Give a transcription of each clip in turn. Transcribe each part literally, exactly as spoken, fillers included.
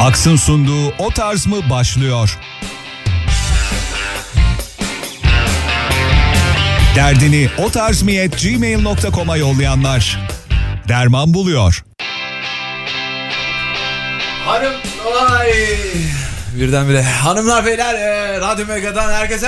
Aks'ın sunduğu O Tarz mı başlıyor. Derdini o tarz mı at gmail nokta com'a yollayanlar derman buluyor. Hanım, vay. Birdenbire hanımlar beyler, e, Radyo Mega'dan herkese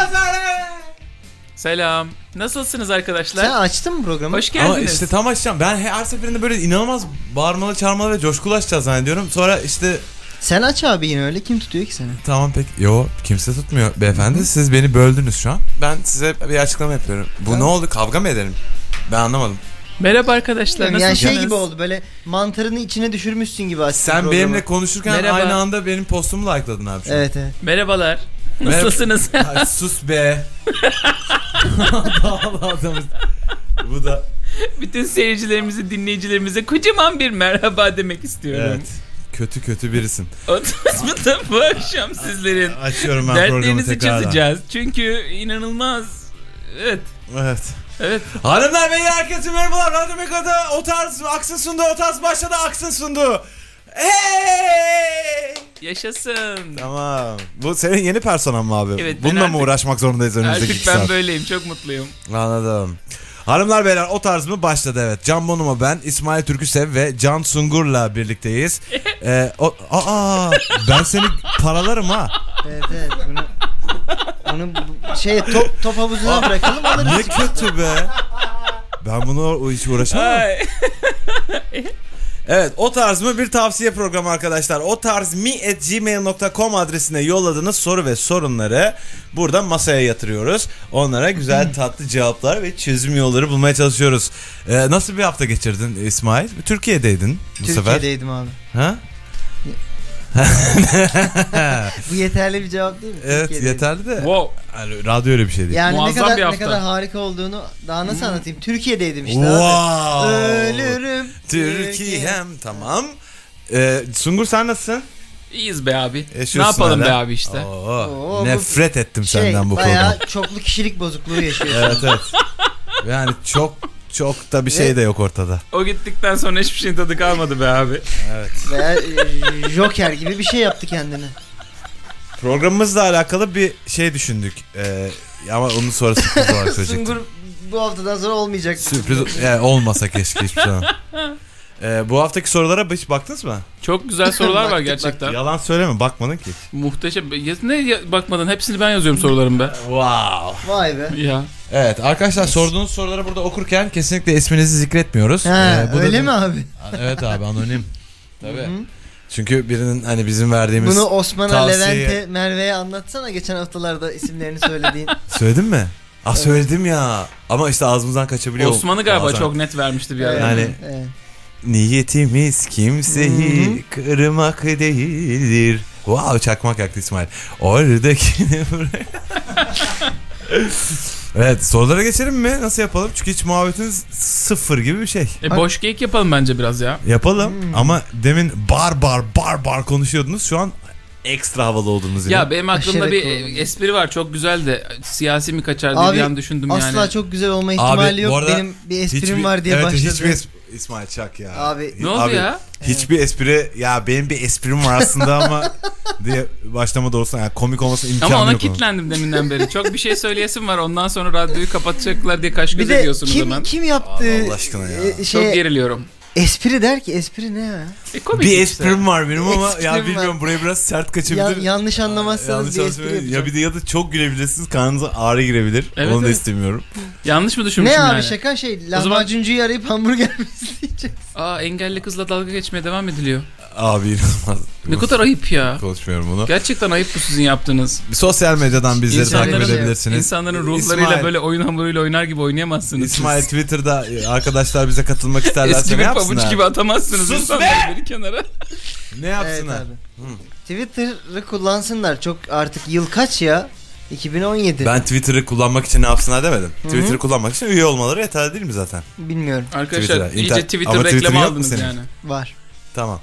selam. Nasılsınız arkadaşlar? Sen açtın mı programı? Hoş geldiniz. Ama işte tam açacağım. Ben her seferinde böyle inanılmaz bağırmalı, çağırmalı ve coşkulu açacağız zannediyorum. Sonra işte... Sen aç abi yine öyle. Kim tutuyor ki seni? Tamam peki. Yo, kimse tutmuyor beyefendi. Siz beni böldünüz şu an. Ben size bir açıklama yapıyorum. Bu tamam. Ne oldu? Kavga mı edelim? Ben anlamadım. Merhaba arkadaşlar. Yani nasılsınız? Şey gibi oldu, böyle mantarını içine düşürmüşsün gibi açtın Sen programı. benimle konuşurken Merhaba. Aynı anda benim postumu like'ladın abi. Şu evet evet. Merhabalar. Nasılsınız? Ay, sus be. Bu da. Bütün seyircilerimize, dinleyicilerimize kocaman bir merhaba demek istiyorum. Evet. Kötü kötü birisin. Otuzumda bu akşam sizlerin açıyorum ben programı dertlerinizi tekrardan. çözeceğiz. Çünkü inanılmaz. Evet. Evet. Evet. Hanımlar beyler herkese merhabalar. Radyo Mega'da O Tarz, Aks'ın sunduğu O Tarz başladı. Aks'ın sunduğu. Hey! Yaşasın. Tamam. Bu senin yeni personan mı abi? Evet. Bununla artık, mı uğraşmak zorundayız önümüzdeki artık iki saat? ben böyleyim. Çok mutluyum. Anladım. Hanımlar beyler O Tarz mı başladı evet. Can Bonomo ben, İsmail Türküsev ve Can Sungur'la birlikteyiz. ee, o, aa, ben seni paralarım ha. Evet evet. Bunu, bunu şey top, top havuzuna bırakalım. Ne kötü be. Ben bunu hiç uğraşamam. Evet, O Tarz mı bir tavsiye programı arkadaşlar. O tarz mi at gmail nokta com adresine yolladığınız soru ve sorunları burada masaya yatırıyoruz. Onlara güzel tatlı cevaplar ve çözüm yolları bulmaya çalışıyoruz. Ee, nasıl bir hafta geçirdin İsmail? Türkiye'deydin bu sefer. Türkiye'deydim abi. Ha? Bu yeterli bir cevap değil mi? Evet yeterli de. Wow. Yani, radyo öyle bir şey değil. Yani Muazzam ne kadar bir hafta. ne kadar harika olduğunu daha nasıl anlatayım? Türkiye'deydim işte wow. abi. Ölürüm. Türkiye'm tamam. Ee, Sungur sen nasılsın? İyiyiz be abi. Yaşıyorsun ne yapalım hala. be abi işte. Oo, Oo, nefret bu, ettim şey, senden bu programı. Bayağı çoklu kişilik bozukluğu yaşıyorsun. Evet evet. Yani çok çok da bir şey de yok ortada. O gittikten sonra hiçbir şeyin tadı kalmadı be abi. Evet. Veya e, Joker gibi bir şey yaptı kendine. Programımızla alakalı bir şey düşündük. Ee, ama onun sonra sürpriz olarak söyleyecektim. Sungur bu haftadan sonra olmayacak. Sürpriz yani olmasa keşke hiçbir zaman. Ee, bu haftaki sorulara hiç baktınız mı? Çok güzel sorular var Baktık, gerçekten. Yalan söyleme, bakmadın ki. Muhteşem. Ya, ne ya, bakmadın? Hepsini ben yazıyorum sorularım be. Wow. Vay be. Ya. Evet arkadaşlar, sorduğunuz soruları burada okurken kesinlikle isminizi zikretmiyoruz. Ha, Ee, bu öyle da, mi abi? Evet abi, anonim. Tabii. Çünkü birinin hani bizim verdiğimiz Bunu Osman'a, tavsiye... Levent'e, Merve'ye anlatsana geçen haftalarda isimlerini söylediğin. Söyledin mi? Ah evet. Söyledim ya. Ama işte ağzımızdan kaçabiliyor. Osman'ı galiba bazen. Çok net vermişti bir ara. Yani evet. Niyetimiz kimseyi Hı-hı. kırmak değildir. Wow, çakmak yaktı İsmail. Oradakini buraya. Evet, sorulara geçelim mi? Nasıl yapalım? Çünkü hiç muhabbetiniz sıfır gibi bir şey. E, boş geyik yapalım bence biraz ya. Yapalım hmm. ama demin bar bar bar bar konuşuyordunuz. Şu an ekstra havalı oldunuz yine. Ya benim aklımda Aşırı bir cool. espri var, çok güzel de siyasi mi kaçar diye Abi, bir an düşündüm asla yani. Asla çok güzel olma ihtimali Abi, yok. Benim bir esprim hiçbir, var diye evet, başladı. Hiçbir es- İsmail Çak ya. Abi, ne oldu abi, ya? Hiçbir espri ya benim bir esprim var aslında ama diye başlama doğrusu yani komik olması imkanı yok. Ama ona yok kitlendim onun. Deminden beri. Çok bir şey söyleyesim var. Ondan sonra radyoyu kapatacaklar diye kaş göz bir de ediyorsunuz kim, hemen. kim yaptı? Allah aşkına ya. E, şey, çok geriliyorum. Espri der ki espri ne ya? E, komik bir işte. esprim var benim ama Esprim ya bilmiyorum var. buraya biraz sert kaçabilir. Ya, yanlış anlamazsanız bir espri yapacağım. Ya bir de ya da çok gülebilirsiniz, karnınıza ağrı girebilir. Evet, Onu da evet. istemiyorum. Yanlış mı düşünmüşüm ne yani? abi şaka şey zaman- lahmacuncuyu arayıp hamburger mi isteyeceksin? Aa, engelli kızla dalga geçmeye devam ediliyor. Abi inanılmaz. Ne kadar ayıp ya. Konuşmuyorum bunu. Gerçekten ayıp bu sizin yaptığınız. Sosyal medyadan bizleri İnsanların- takip edebilirsiniz. İnsanların ruhlarıyla İsmail- böyle oyun hamuruyla oynar gibi oynayamazsınız. İsmail Twitter'da arkadaşlar bize katılmak isterlerse Eski ne bir yapsınlar? pabuç gibi atamazsınız Sus insanları be! bir kenara. Ne yapsınlar? Evet abi. Twitter'ı kullansınlar. Çok artık yıl kaç ya? iki bin on yedi. Ben Twitter'ı kullanmak için ne yapsınlar demedim. Hı-hı. Twitter'ı kullanmak için üye olmaları yeterli değil mi zaten? Bilmiyorum. Arkadaşlar Twitter'a. iyice İnter- Twitter Ama Twitter reklamı yok mu aldınız senin? yani. Var. Tamam.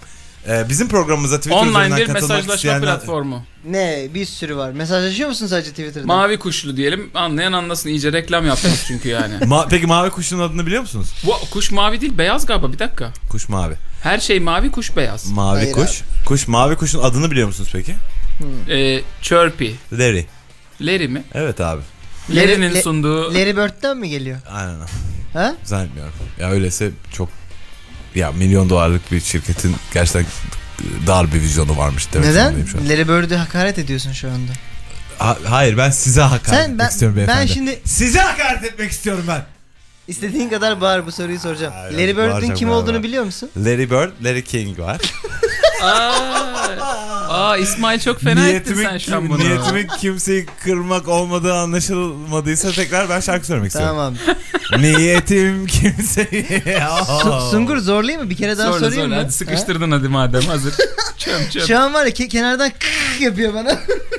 Ee, bizim programımıza Twitter Online üzerinden bir katılmak mesajlaşma isteyenler... platformu. Ne bir sürü var. Mesajlaşıyor musun sadece Twitter'da? Mavi kuşlu diyelim. Anlayan anlasın. İyice reklam yapıyoruz çünkü yani. Ma- Peki mavi kuşun adını biliyor musunuz? Bu kuş mavi değil, beyaz galiba. Bir dakika. Kuş mavi. Her şey mavi, kuş beyaz. Mavi Hayır kuş. Kuş mavi kuşun adını biliyor musunuz peki? Ee, Chirpy. Larry. Larry mi? Evet abi. Larry'nin Le- sunduğu... Larry Bird'den mi geliyor? Aynen abi. Ha? Zannetmiyorum. Ya öyleyse çok ya milyon dolarlık bir şirketin gerçekten dar bir vizyonu varmış demek Neden? zorundayım şu an. Larry Bird'e hakaret ediyorsun şu anda. Ha- hayır ben size hakaret Sen etmek ben, istiyorum beyefendi. ben şimdi Size hakaret etmek istiyorum ben. istediğin kadar bağır, bu soruyu soracağım. Hayır, Larry Bird'ün bağıracağım kim galiba. olduğunu biliyor musun? Larry Bird, Larry King var. Aa, aa İsmail çok fena ettin sen şu an bunu. Niyetimin kimseyi kırmak olmadığı anlaşılmadıysa tekrar ben şarkı söylemek istiyorum. Tamam. Niyetim kimseyi... Su- Sungur zorlayayım mı? Bir kere daha Sonra sorayım sonra mı? hadi sıkıştırdın hadi madem hazır. Çöm çöm. Ha? Şu an var ya ke- kenardan kık yapıyor bana.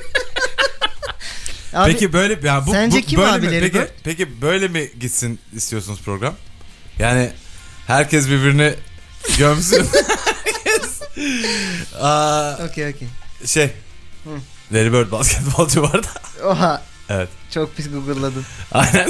Abi, Peki böyle yani bu, sence bu kim böyle abi mi? Larry Peki, Bird? peki böyle mi gitsin istiyorsunuz program? Yani herkes birbirini gömsün. Herkes. Aa, Okey okey. şey. Hı. Larry Bird basketbolcu vardı. Oha. Evet. Çok pis google'ladın. Aynen.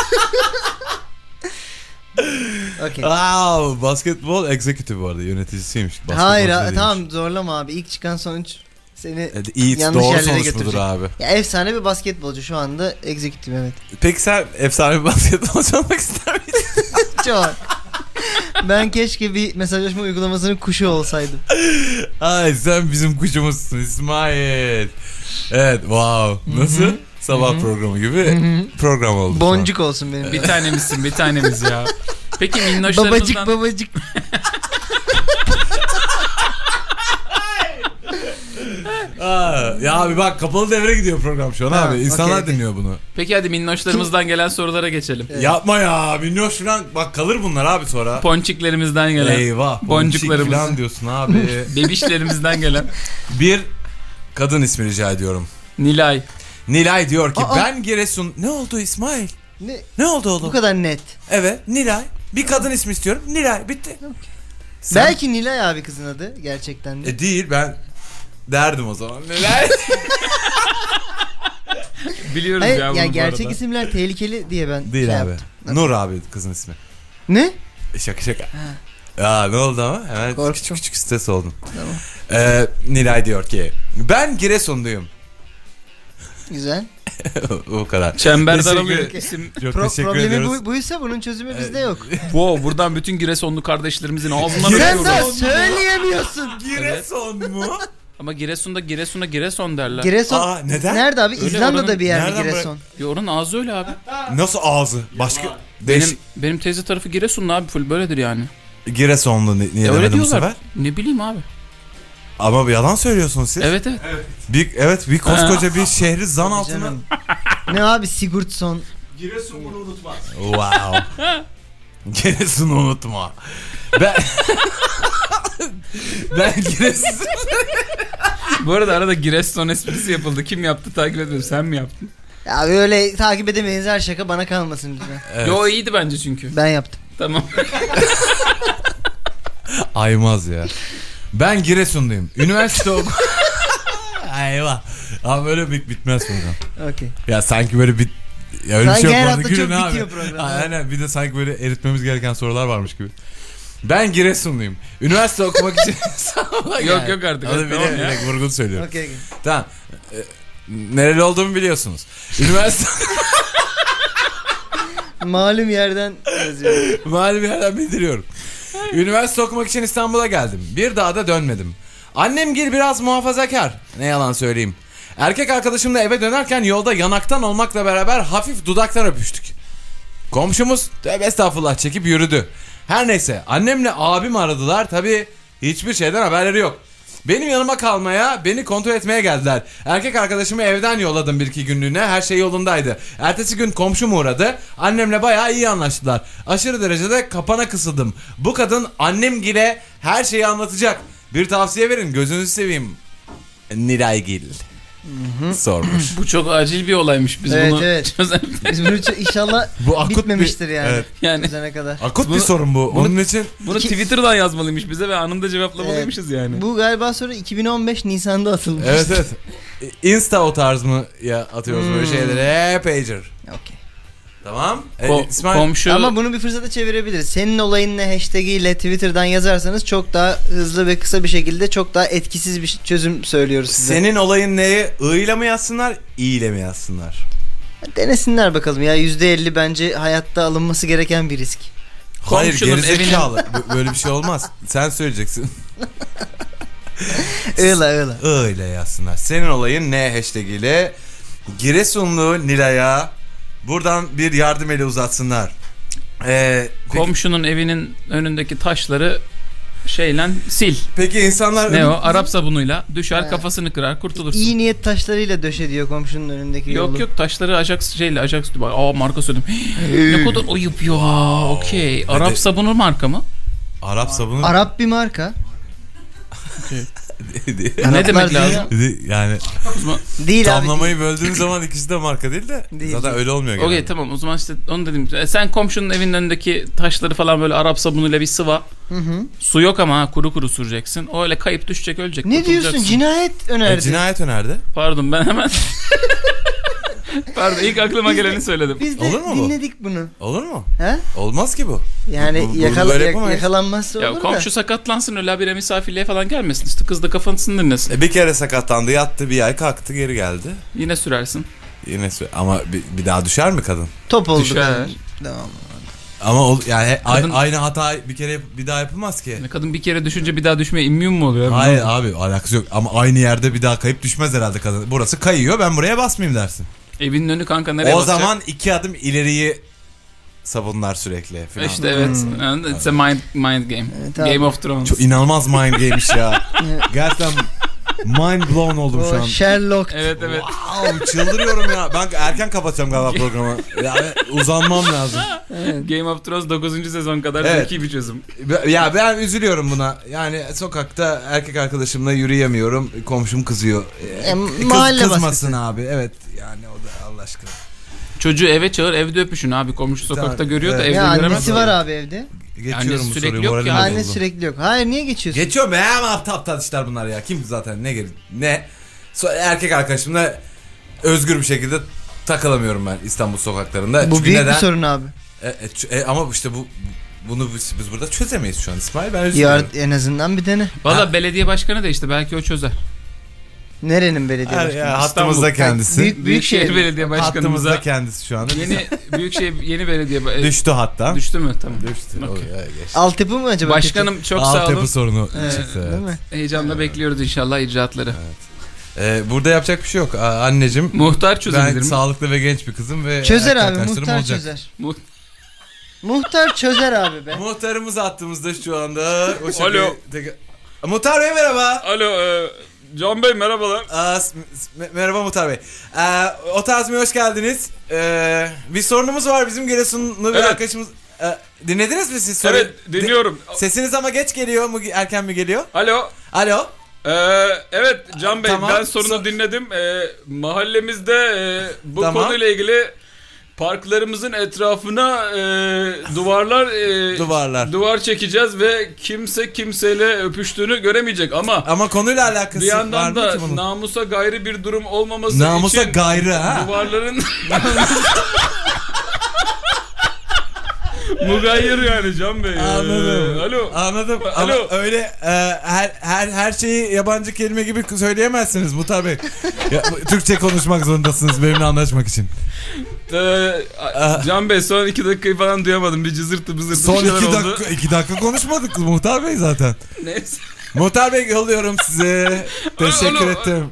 Okey. Wow, basketbol executive vardı. Yöneticisiymiş. Basketbolcu Hayır ha, değilmiş. tamam zorlama abi. İlk çıkan sonuç seni Evet, iyi, yanlış doğru yerlere sonuç mudur götürecek. abi? Ya efsane bir basketbolcu şu anda executive evet. Peki sen efsane bir basketbolcu olmak ister miydin? Çok. Ben keşke bir mesajlaşma uygulamasının kuşu olsaydım. Ay sen bizim kuşumuzsun İsmail. Evet wow. Nasıl? Sabah programı gibi program oldu. şu an. Boncuk olsun benim. Bir tanemizsin bir tanemiz ya. Peki Babacık minnoşlarımızdan... babacık. Aa, ya abi bak kapalı devre gidiyor program şu an Tamam, abi. İnsanlar okey, okey. dinliyor bunu. Peki hadi minnoşlarımızdan gelen sorulara geçelim. Evet. Yapma ya. Minnoş falan. Bak kalır bunlar abi sonra. Ponçiklerimizden gelen. Eyvah. Boncuklarımız. Boncuk falan diyorsun abi. Bebişlerimizden gelen. Bir kadın ismi rica ediyorum. Nilay. Nilay diyor ki Aa. ben Giresun. Ne oldu İsmail? Ne? Ne oldu Bu oğlum? kadar net. Evet Nilay. Bir kadın ismi istiyorum. Nilay bitti. Sen- Belki Nilay abi kızın adı gerçekten de. E değil ben derdim o zaman. Nilay. Biliyoruz Hayır, ya bunu ya bu gerçek arada. isimler tehlikeli diye ben Değil şey abi. yaptım. Nur abi kızın ismi. Ne? E, Şaka şaka. Ya ne oldu ama? Hemen Korktum. küçük küçük stres oldum. Tamam. Ee, Nilay diyor ki ben Giresunluyum. Güzel. O kadar. Çember Teşekkür- daralıyor isim. Çok Pro- teşekkür problemi ediyoruz. bu, buysa bunun çözümü bizde yok. Wow, buradan bütün Giresunlu kardeşlerimizin ağzından Sen öpüyoruz. daha söyleyemiyorsun. Giresun mu? Ama Giresun'da Giresun'a Giresun derler. Gireson. Aa, neden? Nerede abi? Öyle İzlanda'da oranın- bir yer mi Nereden Gireson? Ya oranın ağzı öyle abi. Nasıl ağzı? Başka Benim değişik. benim teyze tarafı Giresunlu abi, full böyledir yani. Giresunlu ni- niye Ya öyle demedin bu diyorlar. sefer? Ne bileyim abi. Ama bir yalan söylüyorsunuz siz. Evet evet. Bir, evet bir koskoca bir şehri zan altına. Canım. Ne abi Sigurdsson. Giresun bunu unutmaz. Wow. Giresun'u unutma. Ben ben Giresun. Bu arada arada Giresun esprisi yapıldı. Kim yaptı takip ediyorum. Sen mi yaptın? Ya öyle takip edemeyiz, her şaka bana kalmasın lütfen. Evet. Yo iyiydi bence çünkü. Ben yaptım. Tamam. Aymaz ya. Ben Giresunluyum. Üniversite oku. Eyvah. Ama böyle bit bitmez program. Okey. Ya sanki böyle bit ya öyle bir Sanki şey yok. her bu arada. hafta Gülün çok abi. bitiyor program. Aa, Aynen bir de sanki böyle eritmemiz gereken sorular varmış gibi. Ben Giresunluyum. Üniversite okumak için İstanbul'a Yok, geldim. yok artık. Hadi bir Tamam de, ya. bir de vurgun söylüyorum. Okey. okey. Tamam. Ee, nereli olduğumu biliyorsunuz. Üniversite Malum yerden yazıyor. malum yerden bildiriyorum. Üniversite okumak için İstanbul'a geldim. Bir daha da dönmedim. Annem gil biraz muhafazakar. Ne yalan söyleyeyim. Erkek arkadaşımla eve dönerken yolda yanaktan olmakla beraber hafif dudaktan öpüştük. Komşumuz tövbe estağfurullah çekip yürüdü. Her neyse annemle abim aradılar. Tabii hiçbir şeyden haberleri yok. Benim yanıma kalmaya, beni kontrol etmeye geldiler. Erkek arkadaşımı evden yolladım bir iki günlüğüne. Her şey yolundaydı. Ertesi gün komşum uğradı. Annemle bayağı iyi anlaştılar. Aşırı derecede kapana kısıldım. Bu kadın annemgile her şeyi anlatacak. Bir tavsiye verin, gözünüzü seveyim. Nilaygil. sormuş. Bu çok acil bir olaymış. Biz Evet, bunu evet. çözelim. Biz bunu ç- inşallah Bu akut bitmemiştir bir, yani. Evet. Yani Düzene kadar. Akut Bunu- bir sorun bu. bunu- Onun için bunu İki- Twitter'dan yazmalıymış bize ve anında cevaplamalıymışız yani. Bu galiba soru iki bin on beş Nisan'da atılmış. evet evet. Insta o tarz mı ya atıyoruz böyle Hmm. şeyleri. He pager. Okey. Tamam. E, Ko- İsmail komşu Ama bunu bir fırsata çevirebiliriz. Senin olayın ne hashtag ile Twitter'dan yazarsanız çok daha hızlı ve kısa bir şekilde çok daha etkisiz bir çözüm söylüyoruz size. senin olayın neye? I ile mi yazsınlar? İ ile mi yazsınlar? Denesinler bakalım ya, yüzde elli bence hayatta alınması gereken bir risk. Hayır, Komşunun gerizekalı. B- Böyle bir şey olmaz. Sen söyleyeceksin. Öyle öyle. I ile yazsınlar. Senin olayın ne hashtag ile? Giresunlu Nilay'a buradan bir yardım eli uzatsınlar. Ee, peki, komşunun evinin önündeki taşları şeyle sil. peki insanlar Ne o? Arap sabunuyla düşer, He. kafasını kırar, kurtulursun. İyi niyet taşlarıyla döşe diyor komşunun önündeki yolu. Yok yok, taşları Ajax şeyle Ajax bak, aa marka söyledim. Ne kadar ayıp ya. Okey. Hadi. Arap sabunu marka mı? Arap sabunu Arap bir marka. Ne demek dünya- lazım? yani Değil abi. tamlamayı böldüğün zaman ikisi de marka değil de Değil. zaten öyle olmuyor genelde. Okey tamam, o zaman işte onu dedim. E, sen komşunun evinin önündeki taşları falan böyle Arap sabunuyla bir sıva. Hı hı. Su yok ama ha, kuru kuru süreceksin. O öyle kayıp düşecek, ölecek. Ne diyorsun? kurtulacaksın. Cinayet E, önerdi. cinayet önerdi. Pardon ben hemen Pardon, ilk aklıma geleni söyledim. Biz de Olur mu bu? dinledik bunu. Olur mu? He? Olmaz ki bu. Yani Bu- bu- yakala- böyle yak- yapamayız. yakalanmazsa Ya olur komşu da. sakatlansın, öyle habire misafirliğe falan gelmesin. İşte kız da kafasını dinlesin. E, bir kere sakatlandı, yattı, bir ay kalktı, geri geldi. Yine sürersin. Yine sö- ama bir, bir daha düşer mi kadın? Top oldu. Düşer. kadın. Tamam. Ama ol, yani he- Kadın- a- aynı hata bir kere yap- bir daha yapılmaz ki. Kadın bir kere düşünce bir daha düşmeye immün mu oluyor? Hayır abi, alakası yok ama aynı yerde bir daha kayıp düşmez herhalde kadın. Burası kayıyor, ben buraya basmayayım dersin. Evinin önü kanka, nereye O basacak? zaman iki adım ileriyi sabunlar sürekli falan. İşte evet. Hmm. And It's a mind, mind game. Evet abi. Game of Thrones. Çok inanılmaz mind game'miş ya. Gerçekten mind blown oldum şu O an. Sherlock. Evet evet. Wow, çıldırıyorum ya. Ben erken kapatacağım galiba programı. Yani uzanmam lazım. Game of Thrones dokuzuncu sezon kadar Evet. zeki bir çözüm. Ya ben üzülüyorum buna. Yani sokakta erkek arkadaşımla yürüyemiyorum. Komşum kızıyor. E, Kız, mahalle kızmasın baskısı. abi. Evet. Yani o da Allah aşkına. Çocuğu eve çağır, evde öpüşün abi. Komşu sokakta Tamam, görüyor da evet. evde Ya göremez. annesi var abi evde. Geçiyorum Annesi bu sürekli soruyu. yok moralim ya. bozuldu. Annesi sürekli yok. Hayır, niye geçiyorsun? Geçiyorum ya ama aptal aptal işler bunlar ya. Kim zaten ne gel ne so- erkek arkadaşımla özgür bir şekilde takılamıyorum ben İstanbul sokaklarında. Bu Çünkü büyük neden? bir sorun abi. E, e, ç- e, ama işte bu bunu biz, biz burada çözemeyiz şu an İsmail. Ben özür Ya dilerim. en azından bir dene. Valla Ha. belediye başkanı da işte belki o çözer. Nerenin belediye Her- başkanı? ya, hattımızda İstanbul. kendisi. Büyük- Büyükşehir Büyükşehir Belediye Hattımızda Başkanımıza kendisi şu anda. yeni Büyükşehir yeni belediye ba- Düştü hatta. düştü mü? Tamam. Düştü. Okey. O, ya, geçti. Altyapı mı acaba? Başkanım çok sağ olun. Altyapı sorunu Evet. çıktı. kötü? Değil mi? Heyecanla bekliyoruz inşallah icraatları. Ee, burada yapacak bir şey yok. Aa, anneciğim Muhtar çözebilir ben mi? sağlıklı ve genç bir kızım ve Çözer erkek abi, arkadaşlarım muhtar olacak. çözer. Muht- Muhtar çözer abi be. Muhtarımız attığımızda şu anda. O şekilde- Alo. Tek- Muhtar Bey merhaba. Alo, e, Can Bey merhabalar. Aa, s- s- merhaba Muhtar Bey. Ee, o tarzıma hoş geldiniz. Ee, bir sorunumuz var bizim Giresunlu bir Evet. arkadaşımız. Ee, dinlediniz mi siz soruyu? Evet, dinliyorum. Di- Sesiniz ama geç geliyor mu erken mi geliyor? Alo. Alo. Ee, evet Can Bey, Tamam. ben sorunu So- dinledim. Ee, mahallemizde e, bu Tamam. konuyla ilgili parklarımızın etrafına e, duvarlar e, Duvarlar. duvar çekeceğiz ve kimse kimseyle öpüştüğünü göremeyecek ama Ama konuyla alakası bir var yandan mı da ki bunun? namusa gayrı bir durum olmaması Namusa için gayrı ha. duvarların Mugayir yani Can Bey. Ee, Anladım. Alo. Anladım. Alo. Ama öyle e, her her her şeyi yabancı kelime gibi söyleyemezsiniz Muhtar Bey. Ya, Türkçe konuşmak zorundasınız benimle anlaşmak için. Ee, Can Bey son iki dakikayı falan duyamadım. Bir cızırtı bızırtı Son bir şeyler iki oldu. dakika iki dakika konuşmadık Muhtar Bey zaten. Neyse. Muhtar Bey yolluyorum size. Teşekkür Alo. ettim.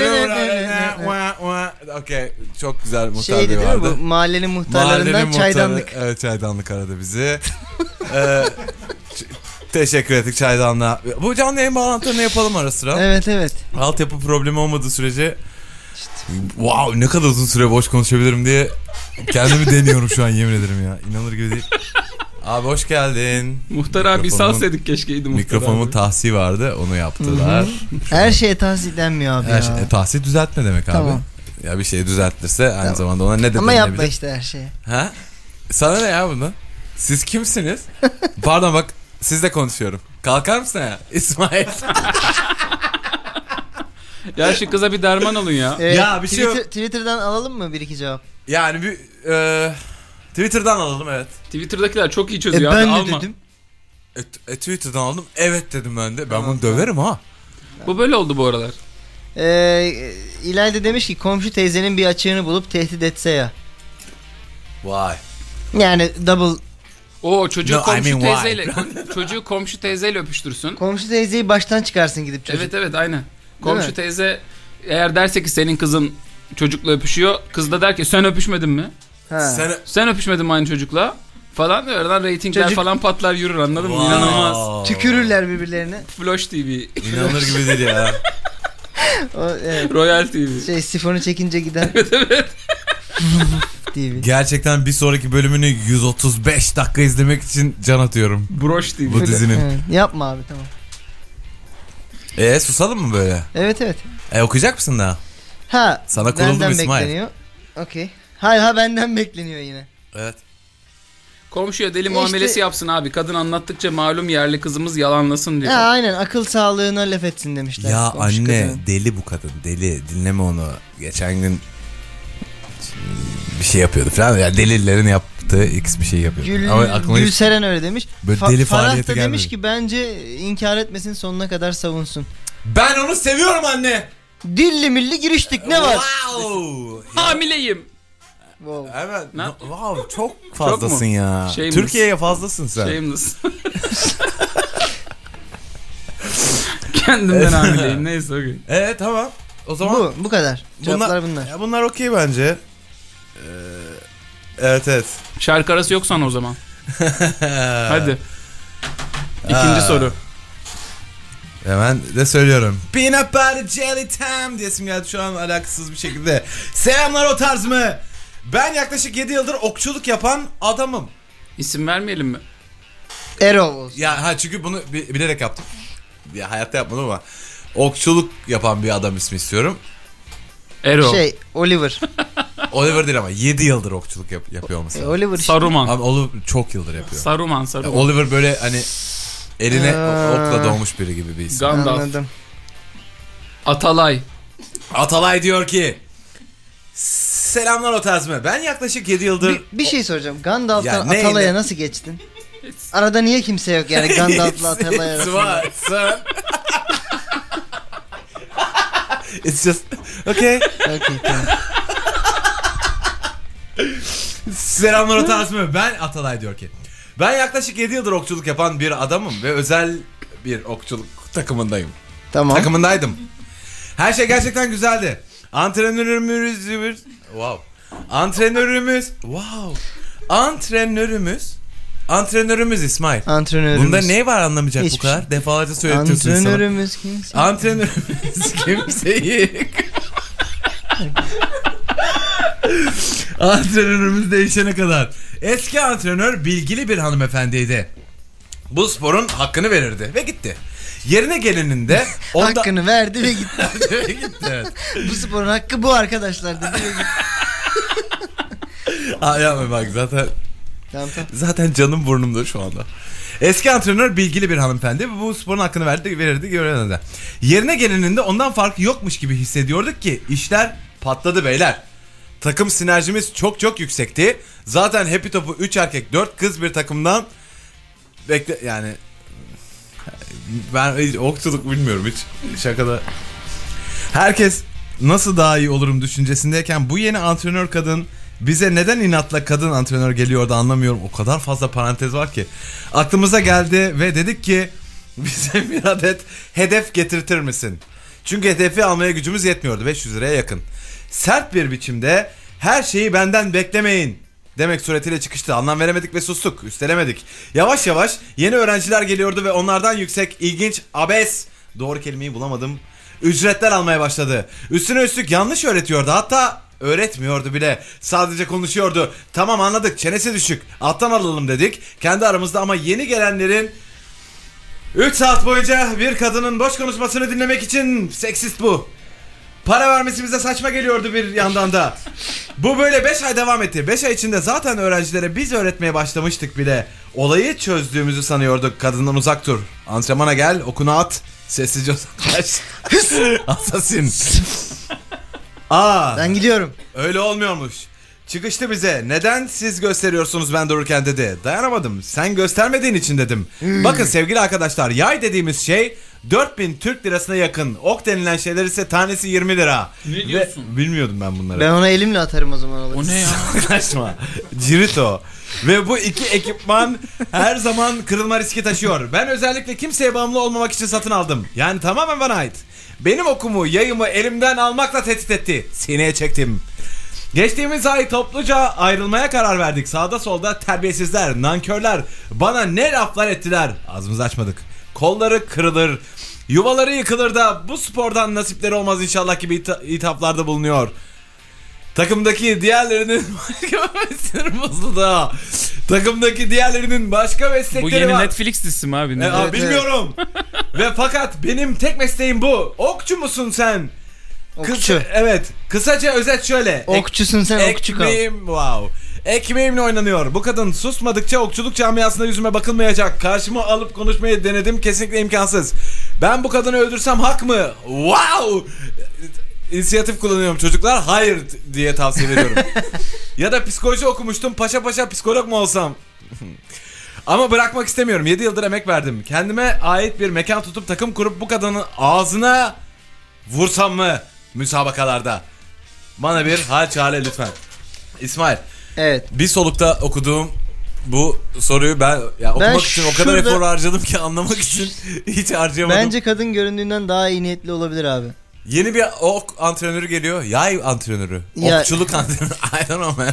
Okey. Çok güzel Muhtar Şeydi Bey değil mi bu? vardı. Mahallenin muhtarlarından Mahallenin muhtarı- çaydanlık. Evet, çaydanlık aradı bizi. ee, ç- teşekkür ettik çaydanlığa. Bu canlı yayın bağlantılarını yapalım ara sıra. Evet evet. Altyapı problemi olmadığı sürece wow ne kadar uzun süre boş konuşabilirim diye kendimi deniyorum şu an, yemin ederim ya. İnanılır gibi değil. Abi hoş geldin. Muhtar abi salsaydık keşkeydi Muhtar Mikrofonun abi. tahsiyi vardı, onu yaptılar. Her şeye tahsil denmiyor abi Her ya. şey, e, tahsil düzeltme demek Tamam. abi. Ya bir şey düzeltirse aynı Tamam. zamanda ona ne de Ama yapma denilebilir? işte her şeye. Ha? Sana ne ya bundan? Siz kimsiniz? Pardon bak, sizle konuşuyorum. Kalkar mısın ya İsmail? Ya şu kıza bir derman olun ya. Evet, Ya bir şey Twitter, yok. Twitter'dan alalım mı bir iki cevap? Yani bir e, Twitter'dan alalım, evet. Twitter'dakiler çok iyi E çözüyor ben abi, de alma. dedim. E, e, Twitter'dan aldım, evet dedim ben de. Ben Tamam, bunu döverim ha. Bu böyle oldu bu aralar. Ee, İlayda demiş ki komşu teyzenin bir açığını bulup tehdit etse ya. Vay. Yani double. Oo çocuğu No, I komşu mean why? teyzeyle kom- çocuğu komşu teyzeyle öpüştürsün. Komşu teyzeyi baştan çıkarsın gidip çocuk. Evet evet aynen. Komşu mi? teyze eğer derse ki senin kızın çocukla öpüşüyor. Kız da der ki sen öpüşmedin mi? Ha. Sen... Sen öpüşmedin mi aynı çocukla? Falan ve oradan reytingler Çocuk- falan patlar yürür, anladın mı? Wow. İnanılmaz. Tükürürler birbirlerine. Flash T V, İnanılır gibi değil ya. O, evet. Royal T V. Şey sifonu çekince giden. Evet evet. T V. Gerçekten bir sonraki bölümünü yüz otuz beş dakika izlemek için can atıyorum. Broş T V. Bu dizinin. Evet, yapma abi tamam. E susalım mı böyle? Evet evet. E okuyacak mısın daha? Ha. Sana kuruldum benden İsmail. bekleniyor. Okey. Hayır ha benden bekleniyor yine. Evet. Komşuya deli İşte- muamelesi yapsın abi. Kadın anlattıkça malum yerli kızımız yalanlasın diyor. Ha aynen akıl sağlığına laf etsin demişler. Ya komşu anne kadının. deli bu kadın, deli, dinleme onu. Geçen gün bir şey yapıyordu falan ya, delilerin yaptığı x bir şey yapıyordu. Gül, Ama aklıma hiç Gülseren öyle demiş. böyle Fa- deli Farah faaliyeti da gelmedi. demiş ki bence inkar etmesin sonuna kadar savunsun. Ben onu seviyorum anne. Dilli milli giriştik ne var? Wow. Hamileyim. Wow. Evet. Ne? Wow, çok fazlasın Çok mu? ya. Shameless. Türkiye'ye fazlasın sen. Shameless. Kendimden hamileyim. Neyse okey. Evet tamam. O zaman Bu bu kadar. Cevaplar bunlar. Ya bunlar okey bence. Ee, evet evet. Şarkı arası yok sana o zaman. Hadi. İkinci Aa. soru. Hemen de söylüyorum. Peanut butter jelly time diyesim geldi şu an alakasız bir şekilde. Selamlar o tarz mı? Ben yaklaşık yedi yıldır okçuluk yapan adamım. İsim vermeyelim mi? Erol olsun. Ya ha çünkü bunu bi- bilerek yaptım. Ya hayatta yapmadım ama okçuluk yapan bir adam ismi istiyorum. Ero. Şey Oliver. Oliver değil ama yedi yıldır okçuluk yap- yapıyor olması. E, lazım. Oliver işte. Saruman. Abi Oliver çok yıldır yapıyor. Saruman, Ya Saruman. Oliver böyle hani eline Aa. okla doğmuş biri gibi bir isim. Gandalf. Anladım. Atalay. Atalay diyor ki selamlar o tarz mı? Ben yaklaşık yedi yıldır Bir, bir şey soracağım. Gandalf'tan Ya neyle? Atalay'a nasıl geçtin? Arada niye kimse yok yani Gandalf'la Atalay arasında? It's what, son? It's just okay. Okey tamam. Selamlar o tarz mı? Ben Atalay diyor ki ben yaklaşık yedi yıldır okçuluk yapan bir adamım ve özel bir okçuluk takımındayım. Tamam. Takımındaydım. Her şey gerçekten güzeldi. Antrenörümüz wow. Antrenörümüz wow. Antrenörümüz Antrenörümüz İsmail. Antrenörümüz. Bunda ne var anlamayacak Hiçbir bu kadar? şey. Defalarca söyletiyorsun sana. Antrenörümüz kimse. Antrenörümüz kimseyi. Antrenörümüz değişene kadar. Eski antrenör bilgili bir hanımefendiydi. Bu sporun hakkını verirdi ve gitti. Yerine geleninde onda... Hakkını verdi ve gitti. Ve gitti evet. Bu sporun hakkı bu arkadaşlar dedi ve gitti. Aa, yapma bak zaten Tamam tamam. zaten canım burnumda şu anda. Eski antrenör bilgili bir hanımefendi ve bu sporun hakkını verdi, verirdi görevlerinde. Yerine geleninde ondan farkı yokmuş gibi hissediyorduk ki işler patladı beyler. Takım sinerjimiz çok çok yüksekti. Zaten Happy Top'u üç erkek dört kız bir takımdan bekle yani ben hiç okçuluk bilmiyorum hiç şakada. Herkes nasıl daha iyi olurum düşüncesindeyken bu yeni antrenör kadın bize neden inatla kadın antrenör geliyordu anlamıyorum. O kadar fazla parantez var ki. Aklımıza geldi ve dedik ki bize bir adet hedef getirtir misin? Çünkü hedefi almaya gücümüz yetmiyordu. beş yüz liraya yakın. Sert bir biçimde her şeyi benden beklemeyin demek suretiyle çıkıştı. Anlam veremedik ve sustuk. Üstelemedik. Yavaş yavaş yeni öğrenciler geliyordu ve onlardan yüksek, ilginç, abes, doğru kelimeyi bulamadım, ücretler almaya başladı. Üstüne üstlük yanlış öğretiyordu. Hatta Öğretmiyordu bile. Sadece konuşuyordu. Tamam anladık, çenesi düşük. Alttan alalım dedik. Kendi aramızda ama yeni gelenlerin üç saat boyunca bir kadının boş konuşmasını dinlemek için seksist bu. Para vermesi bize saçma geliyordu bir yandan da. Bu böyle beş ay devam etti. beş ay içinde zaten öğrencilere biz öğretmeye başlamıştık bile. Olayı çözdüğümüzü sanıyorduk. Kadından uzak dur. Antrenmana gel, okunu at. Sessizce uzaklaş. Asasin. Aa, Ben gidiyorum. öyle olmuyormuş. Çıkıştı bize. Neden siz gösteriyorsunuz ben dururken dedi. Dayanamadım. Sen göstermediğin için dedim. Bakın sevgili arkadaşlar, yay dediğimiz şey dört bin Türk lirasına yakın. Ok denilen şeyler ise tanesi yirmi lira. Ne diyorsun? Ve bilmiyordum ben bunları. Ben ona elimle atarım o zaman. O ne ya? Kaçma. Cirito. Ve bu iki ekipman her zaman kırılma riski taşıyor. Ben özellikle kimseye bağımlı olmamak için satın aldım. Yani tamamen bana ait. Benim okumu, yayımı elimden almakla tehdit etti. Sineye çektim. Geçtiğimiz ay topluca ayrılmaya karar verdik. Sağda solda terbiyesizler, nankörler bana ne laflar ettiler. Ağzımızı açmadık. Kolları kırılır, yuvaları yıkılır da bu spordan nasipleri olmaz inşallah gibi ita- ithaflarda bulunuyor. Takımdaki diğerlerinin başka sinirim bozuldu. Takımdaki diğerlerinin başka meslekleri Bu yeni var. Netflix dizisi mi abi? E, Ne? aa, Evet, bilmiyorum. Ve fakat benim tek mesleğim bu. Okçu musun sen? Kıs- Okçu. evet. Kısaca özet şöyle. Ek- Okçusun sen, okçu kal. Ekmeğim, wow. Ekmeğimle oynanıyor. Bu kadın susmadıkça okçuluk camiasında yüzüme bakılmayacak. Karşıma alıp konuşmayı denedim. Kesinlikle imkansız. Ben bu kadını öldürsem hak mı? Wow. İnisiyatif kullanıyorum çocuklar. Hayır diye tavsiye veriyorum. Ya da psikoloji okumuştum. Paşa paşa psikolog mu olsam? Ama bırakmak istemiyorum. yedi yıldır emek verdim. Kendime ait bir mekan tutup takım kurup bu kadının ağzına vursam mı müsabakalarda? Bana bir hal çare lütfen. İsmail, Evet. bir solukta okuduğum bu soruyu ben ya okumak Ben için o kadar şurada- efor harcadım ki anlamak için hiç harcayamadım. Bence kadın göründüğünden daha iyi niyetli olabilir abi. Yeni bir ok antrenörü geliyor. Yay antrenörü. Ya- Okçuluk antrenörü. I don't know man.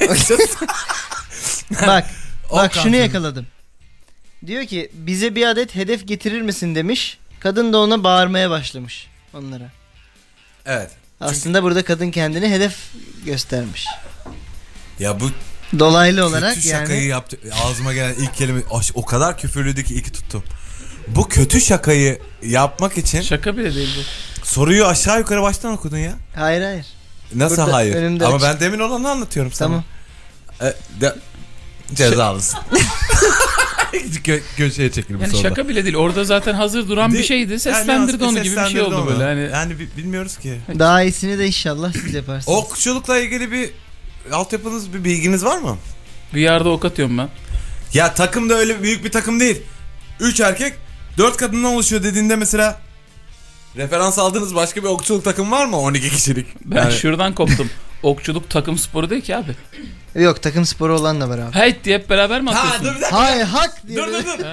Bak. Ok Bak şunu antrenörü. yakaladım. Diyor ki bize bir adet hedef getirir misin demiş. Kadın da ona bağırmaya başlamış onlara. Evet. Aslında burada kadın kendini hedef göstermiş. Ya bu Dolaylı olarak kötü şakayı yani. yaptı. Ağzıma gelen ilk kelime Ay, o kadar küfürlüydü ki iki tuttum. Bu kötü şakayı yapmak için Şaka bile değil bu. soruyu aşağı yukarı baştan okudun ya. Hayır hayır. Nasıl Burada hayır? önümde Ama açık. ben demin olanı anlatıyorum sana. Tamam. E, de, cezalısın. Kö, köşeye çekil bu Yani soruda. şaka bile değil. Orada zaten hazır duran bir De- şeydi. Yani Seslendirdi onu gibi bir şey seslendirdi oldu onu. böyle. Hani Yani bi- bilmiyoruz ki. Daha iyisini de inşallah siz yaparsınız. Okçulukla ilgili bir altyapınız, bir bilginiz var mı? bir yerde ok atıyorum ben. Ya takım da öyle büyük bir takım değil. Üç erkek, dört kadından oluşuyor dediğinde mesela referans aldığınız başka bir okçuluk takım var mı? on iki kişilik. Ben Yani- şuradan koptum. Okçuluk takım sporu değil ki abi. Yok, takım sporu olan da var abi. Hey diye hep beraber mi Ha atıyorsun? dur bir dakika. Hayır, hak diye. Dur dur dur.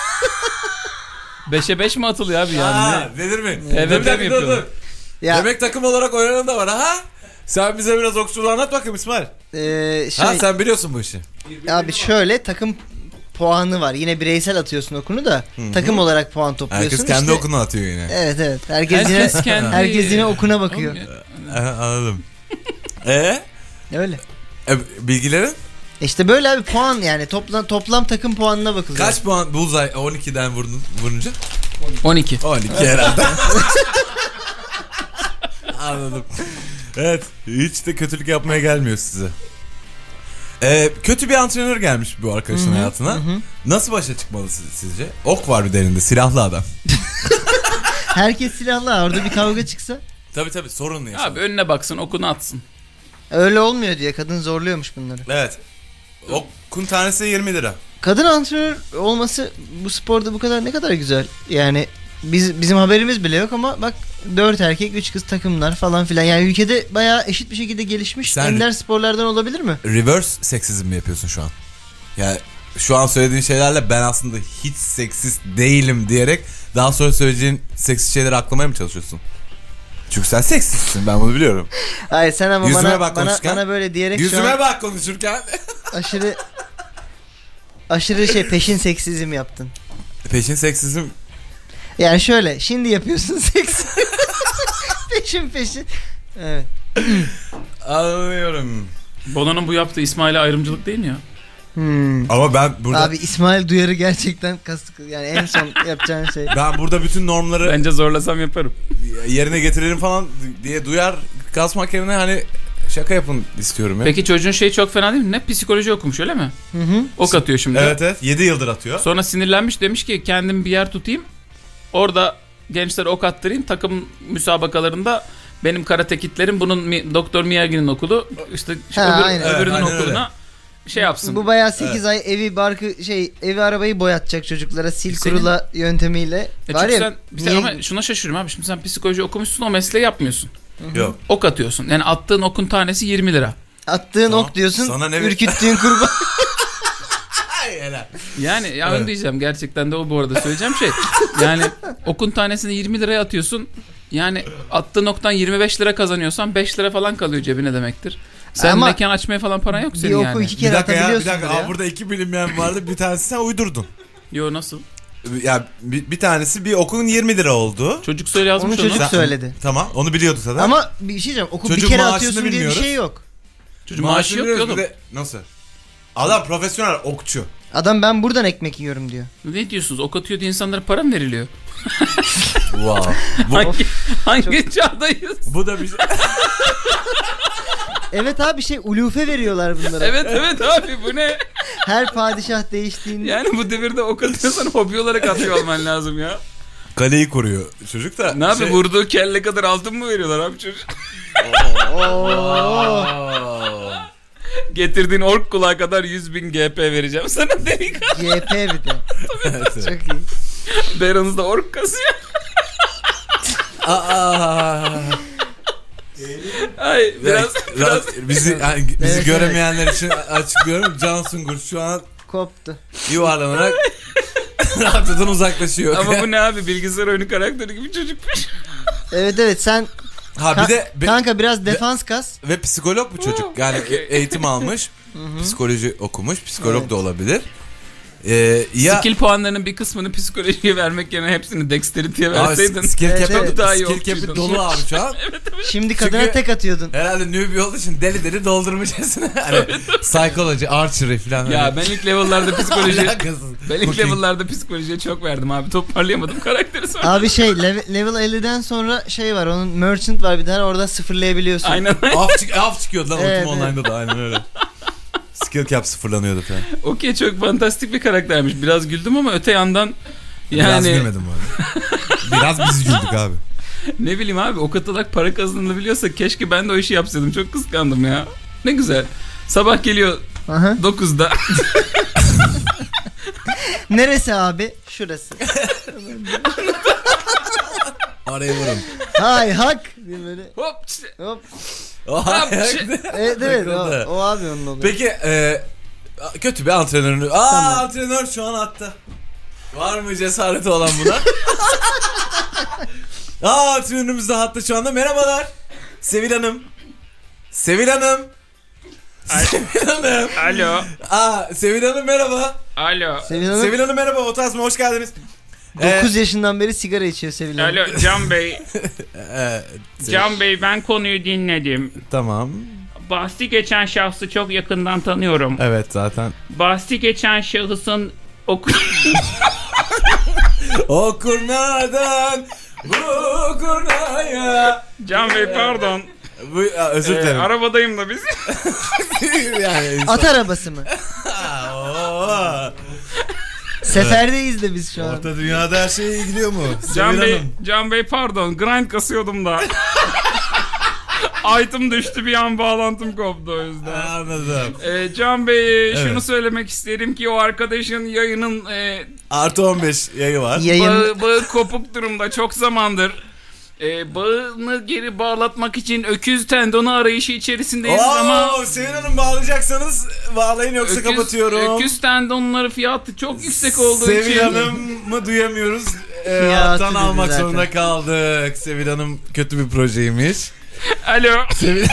Beşe beş mi atılıyor abi yani? Ha, nedir mi? Evet, Dur bir dakika, mi dur, yapıyorlar? dur. Ya Demek takım olarak oynanan da var ha? Sen bize biraz okçuluğu anlat bakayım İsmail. e, şey Ha sen biliyorsun bu işi. abi şöyle takım puanı var. Yine bireysel atıyorsun okunu da takım olarak puan topluyorsun. Herkes kendi İşte- okunu atıyor yine. Evet evet. Herkes, Herkes yine kendi... herkes yine okuna bakıyor. Oğlum ya, Aha, anladım. Eee? Öyle. E, bilgilerin? İşte böyle abi, puan yani toplam toplam takım puanına bakılıyor. Kaç puan bullseye on ikiden vurdun, vurunca? on iki. on iki herhalde. Anladım. Evet. Hiç de kötülük yapmaya gelmiyor size. Ee, kötü bir antrenör gelmiş bu arkadaşın Hı hı, hayatına. hı hı. Nasıl başa çıkmalı siz- sizce? Ok var bir derinde, silahlı adam. Herkes silahlı. Orada bir kavga çıksa Tabii tabii sorunlu yaşam. Abi önüne baksın, okunu atsın. öyle olmuyor diye kadın zorluyormuş bunları. Evet. Okun tanesi yirmi lira. Kadın antrenör olması bu sporda bu kadar ne kadar güzel. Yani biz bizim haberimiz bile yok ama bak dört erkek üç kız takımlar falan filan. Yani ülkede bayağı eşit bir şekilde gelişmiş Sen- ender sporlardan olabilir mi? Reverse seksizm mi yapıyorsun şu an? Yani şu an söylediğin şeylerle ben aslında hiç seksist değilim diyerek daha sonra söyleyeceğin seksist şeyleri aklamaya mı çalışıyorsun? Çünkü sen seksistsin, ben bunu biliyorum. Hayır sen ama Yüzüme bana, bak bana, konuşurken. bana böyle diyerek şu Yüzüme an bak konuşurken. aşırı aşırı şey peşin seksizm yaptın. Peşin seksizm. Yani şöyle şimdi yapıyorsun seks. peşin peşin. Evet. Anlıyorum. Bono'nun bu yaptığı İsmail'e ayrımcılık değil mi ya? Hmm. Ama ben burada Abi İsmail Duyar'ı gerçekten kastık. Yani en son yapacağın şey. ben burada bütün normları Bence zorlasam yaparım. yerine getirelim falan diye duyar kasmak yerine hani şaka yapın istiyorum ya. Peki çocuğun şey çok fena değil mi? Ne psikoloji okumuş öyle mi? Hı hı. Ok atıyor şimdi. Evet evet yedi yıldır atıyor. Sonra sinirlenmiş, demiş ki kendim bir yer tutayım. Orada gençlere ok attırayım. Takım müsabakalarında benim karate kitlerim, bunun mi, Doktor Miyergi'nin okulu işte Ha, öbür, aynen. öbürünün Evet, aynen okuluna şey yapsın. Bu bayağı sekiz ay evi barkı şey evi arabayı boyatacak çocuklara sil Senin- kurula yöntemiyle. E Var çünkü ya. sen, bir niye- ama şuna şaşırıyorum abi. Şimdi sen psikoloji okumuşsun, o mesleği yapmıyorsun. Yok. Ok atıyorsun. Yani attığın okun tanesi yirmi lira. Attığın Tamam. ok diyorsun. Sana ne- Ürküttüğün kurban. Yani ya Evet. onu diyeceğim, gerçekten de o bu arada söyleyeceğim şey. Yani okun tanesini yirmi liraya atıyorsun. Yani attığın oktan yirmi beş lira kazanıyorsan beş lira falan kalıyor cebine demektir. Sen Ama mekan açmaya falan paran yok Bir senin oku yani. iki Bir kere dakika ya bir atabiliyorsun dakika. ya. Aa, burada iki bilinmeyen vardı, bir tanesi sen uydurdun. Yo, nasıl? Ya bir, bir tanesi bir okun yirmi lira oldu. Çocuk söyle yazmış Onu onu. çocuk Sen- söyledi. Tamam onu biliyorduk zaten. Ama bir şey diyeceğim. Oku bir Çocuk kere maaşını atıyorsun diye bir bilmiyoruz. şey yok. Çocuk maaşı yok biliyoruz, ki oğlum. bir de- Nasıl? Adam profesyonel okçu. Adam ben buradan ekmek yiyorum diyor. Ne diyorsunuz? Ok atıyor diye insanlara para mı veriliyor? Wow. Bu, Hangi, hangi çağdayız? bu da bir şey. Evet abi şey ulufe veriyorlar bunlara. Evet evet abi, bu ne? Her padişah değiştiğinde. Yani bu devirde ok atıyorsan hobi olarak atıyor olman lazım ya. Kaleyi koruyor çocuk da. Ne yapıyor? Şey- Vurduğu kelle kadar altın mı veriyorlar abi çocuk? Oo. Getirdiğin ork kulağı kadar yüz bin G P vereceğim sana dedik. G P bir de. Evet. Çok iyi. Beranızda ork kasıyor. Aa. Ay biraz Ra- biraz ra- bizi yani bizi Evet, göremeyenler için açıklıyorum. Can Sungur şu an Koptu. yuvarlanarak radyodan uzaklaşıyor. ama bu ne abi, bilgisayar oyunu karakteri gibi çocukmuş. Evet evet sen Ha bir de be- kanka biraz defans kas. ve psikolog bu çocuk. Yani Okay. e- eğitim almış. Psikoloji okumuş. Psikolog Evet. da olabilir. Ee, ya Skill puanlarının bir kısmını psikolojiye vermek yerine hepsini dexterity'ye Abi, verseydin. skill Evet, cap'i evet. Daha iyi skill okçuydun. cap'i dolu abi şu an. Şimdi kadına Çünkü- tek atıyordun. Herhalde newbie olduğu için deli deli doldurmuşçasına. Hani psychology, archery falan. Ya hani. ben ilk level'larda psikoloji Alakasız. ben ilk Cooking. level'larda psikolojiye çok verdim abi. Toparlayamadım karakteri sonra. Abi şey level, level elli'den sonra şey var, onun merchant var bir tane, orada sıfırlayabiliyorsun. Aynen. Af, çık af çıkıyordu lan Evet, Ultima evet. Online'da da aynen öyle. Skill cap sıfırlanıyordu falan. Okey, çok fantastik bir karaktermiş. Biraz güldüm ama öte yandan Biraz yani gülmedim bu arada. Biraz biz güldük abi. ne bileyim abi, ok atarak para kazanılabiliyorsa keşke ben de o işi yapsaydım. Çok kıskandım ya. Ne güzel. Sabah geliyor Aha. dokuzda. Neresi abi? Şurası. Araya vurun. Hay hak diye böyle Hop işte. hop. Oha, işte. Evet evet o, Takıldı. o abi onun oluyor. Peki e, kötü bir antrenörünü. Aa Tamam. antrenör şu an attı. Var mı cesareti olan buna? Aa antrenörümüz de hatta şu anda. Merhabalar. Sevil Hanım. Sevil Hanım. Sevil Hanım. Alo. Aa Sevil Hanım merhaba. Alo. Sevil Hanım Sevil Hanım merhaba. Otazm'a hoş geldiniz. dokuz yaşından beri sigara içiyor Sevil Hanım. Alo Can Bey. Ee, Can Bey, ben konuyu dinledim. tamam. Bahsi geçen şahsı çok yakından tanıyorum. Evet zaten. Bahsi geçen şahısın oku... O kurnadan bu kurnaya. Can Bey pardon. Bu, ya, özür Ee, dilerim. arabadayım da biz. yani, At arabası mı? Oo. Seferdeyiz de biz şu an. Orta dünyada her şey iyi gidiyor mu? Can Sevil Bey, Hanım. Can Bey pardon. Grind kasıyordum da. Item düştü, bir an bağlantım koptu o yüzden. Anladım. Ee, Can Bey, Evet. şunu söylemek isterim ki o arkadaşın yayının e, Artı on beş yayı var. Yayın bağı, bağı kopuk durumda çok zamandır. E, bağını geri bağlatmak için öküz tendonu arayışı içerisindeyiz ama Oo, Sevil Hanım bağlayacaksanız bağlayın yoksa öküz, kapatıyorum. öküz tendonları fiyatı çok yüksek olduğu Sevil için Hanım'ı duyamıyoruz. Ee, Fiyatı alttan dedi almak zaten. zorunda kaldık. Sevil Hanım kötü bir projeymiş. Alo. Sevil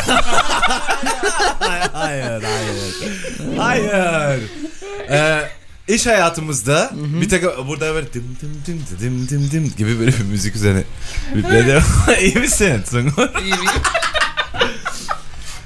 Hayır, hayır. Hayır. Ee, iş hayatımızda bir tek burada böyle dım dım dım dım dım dım gibi böyle bir müzik üzerine. İyi misin Sungur? İyi, iyi.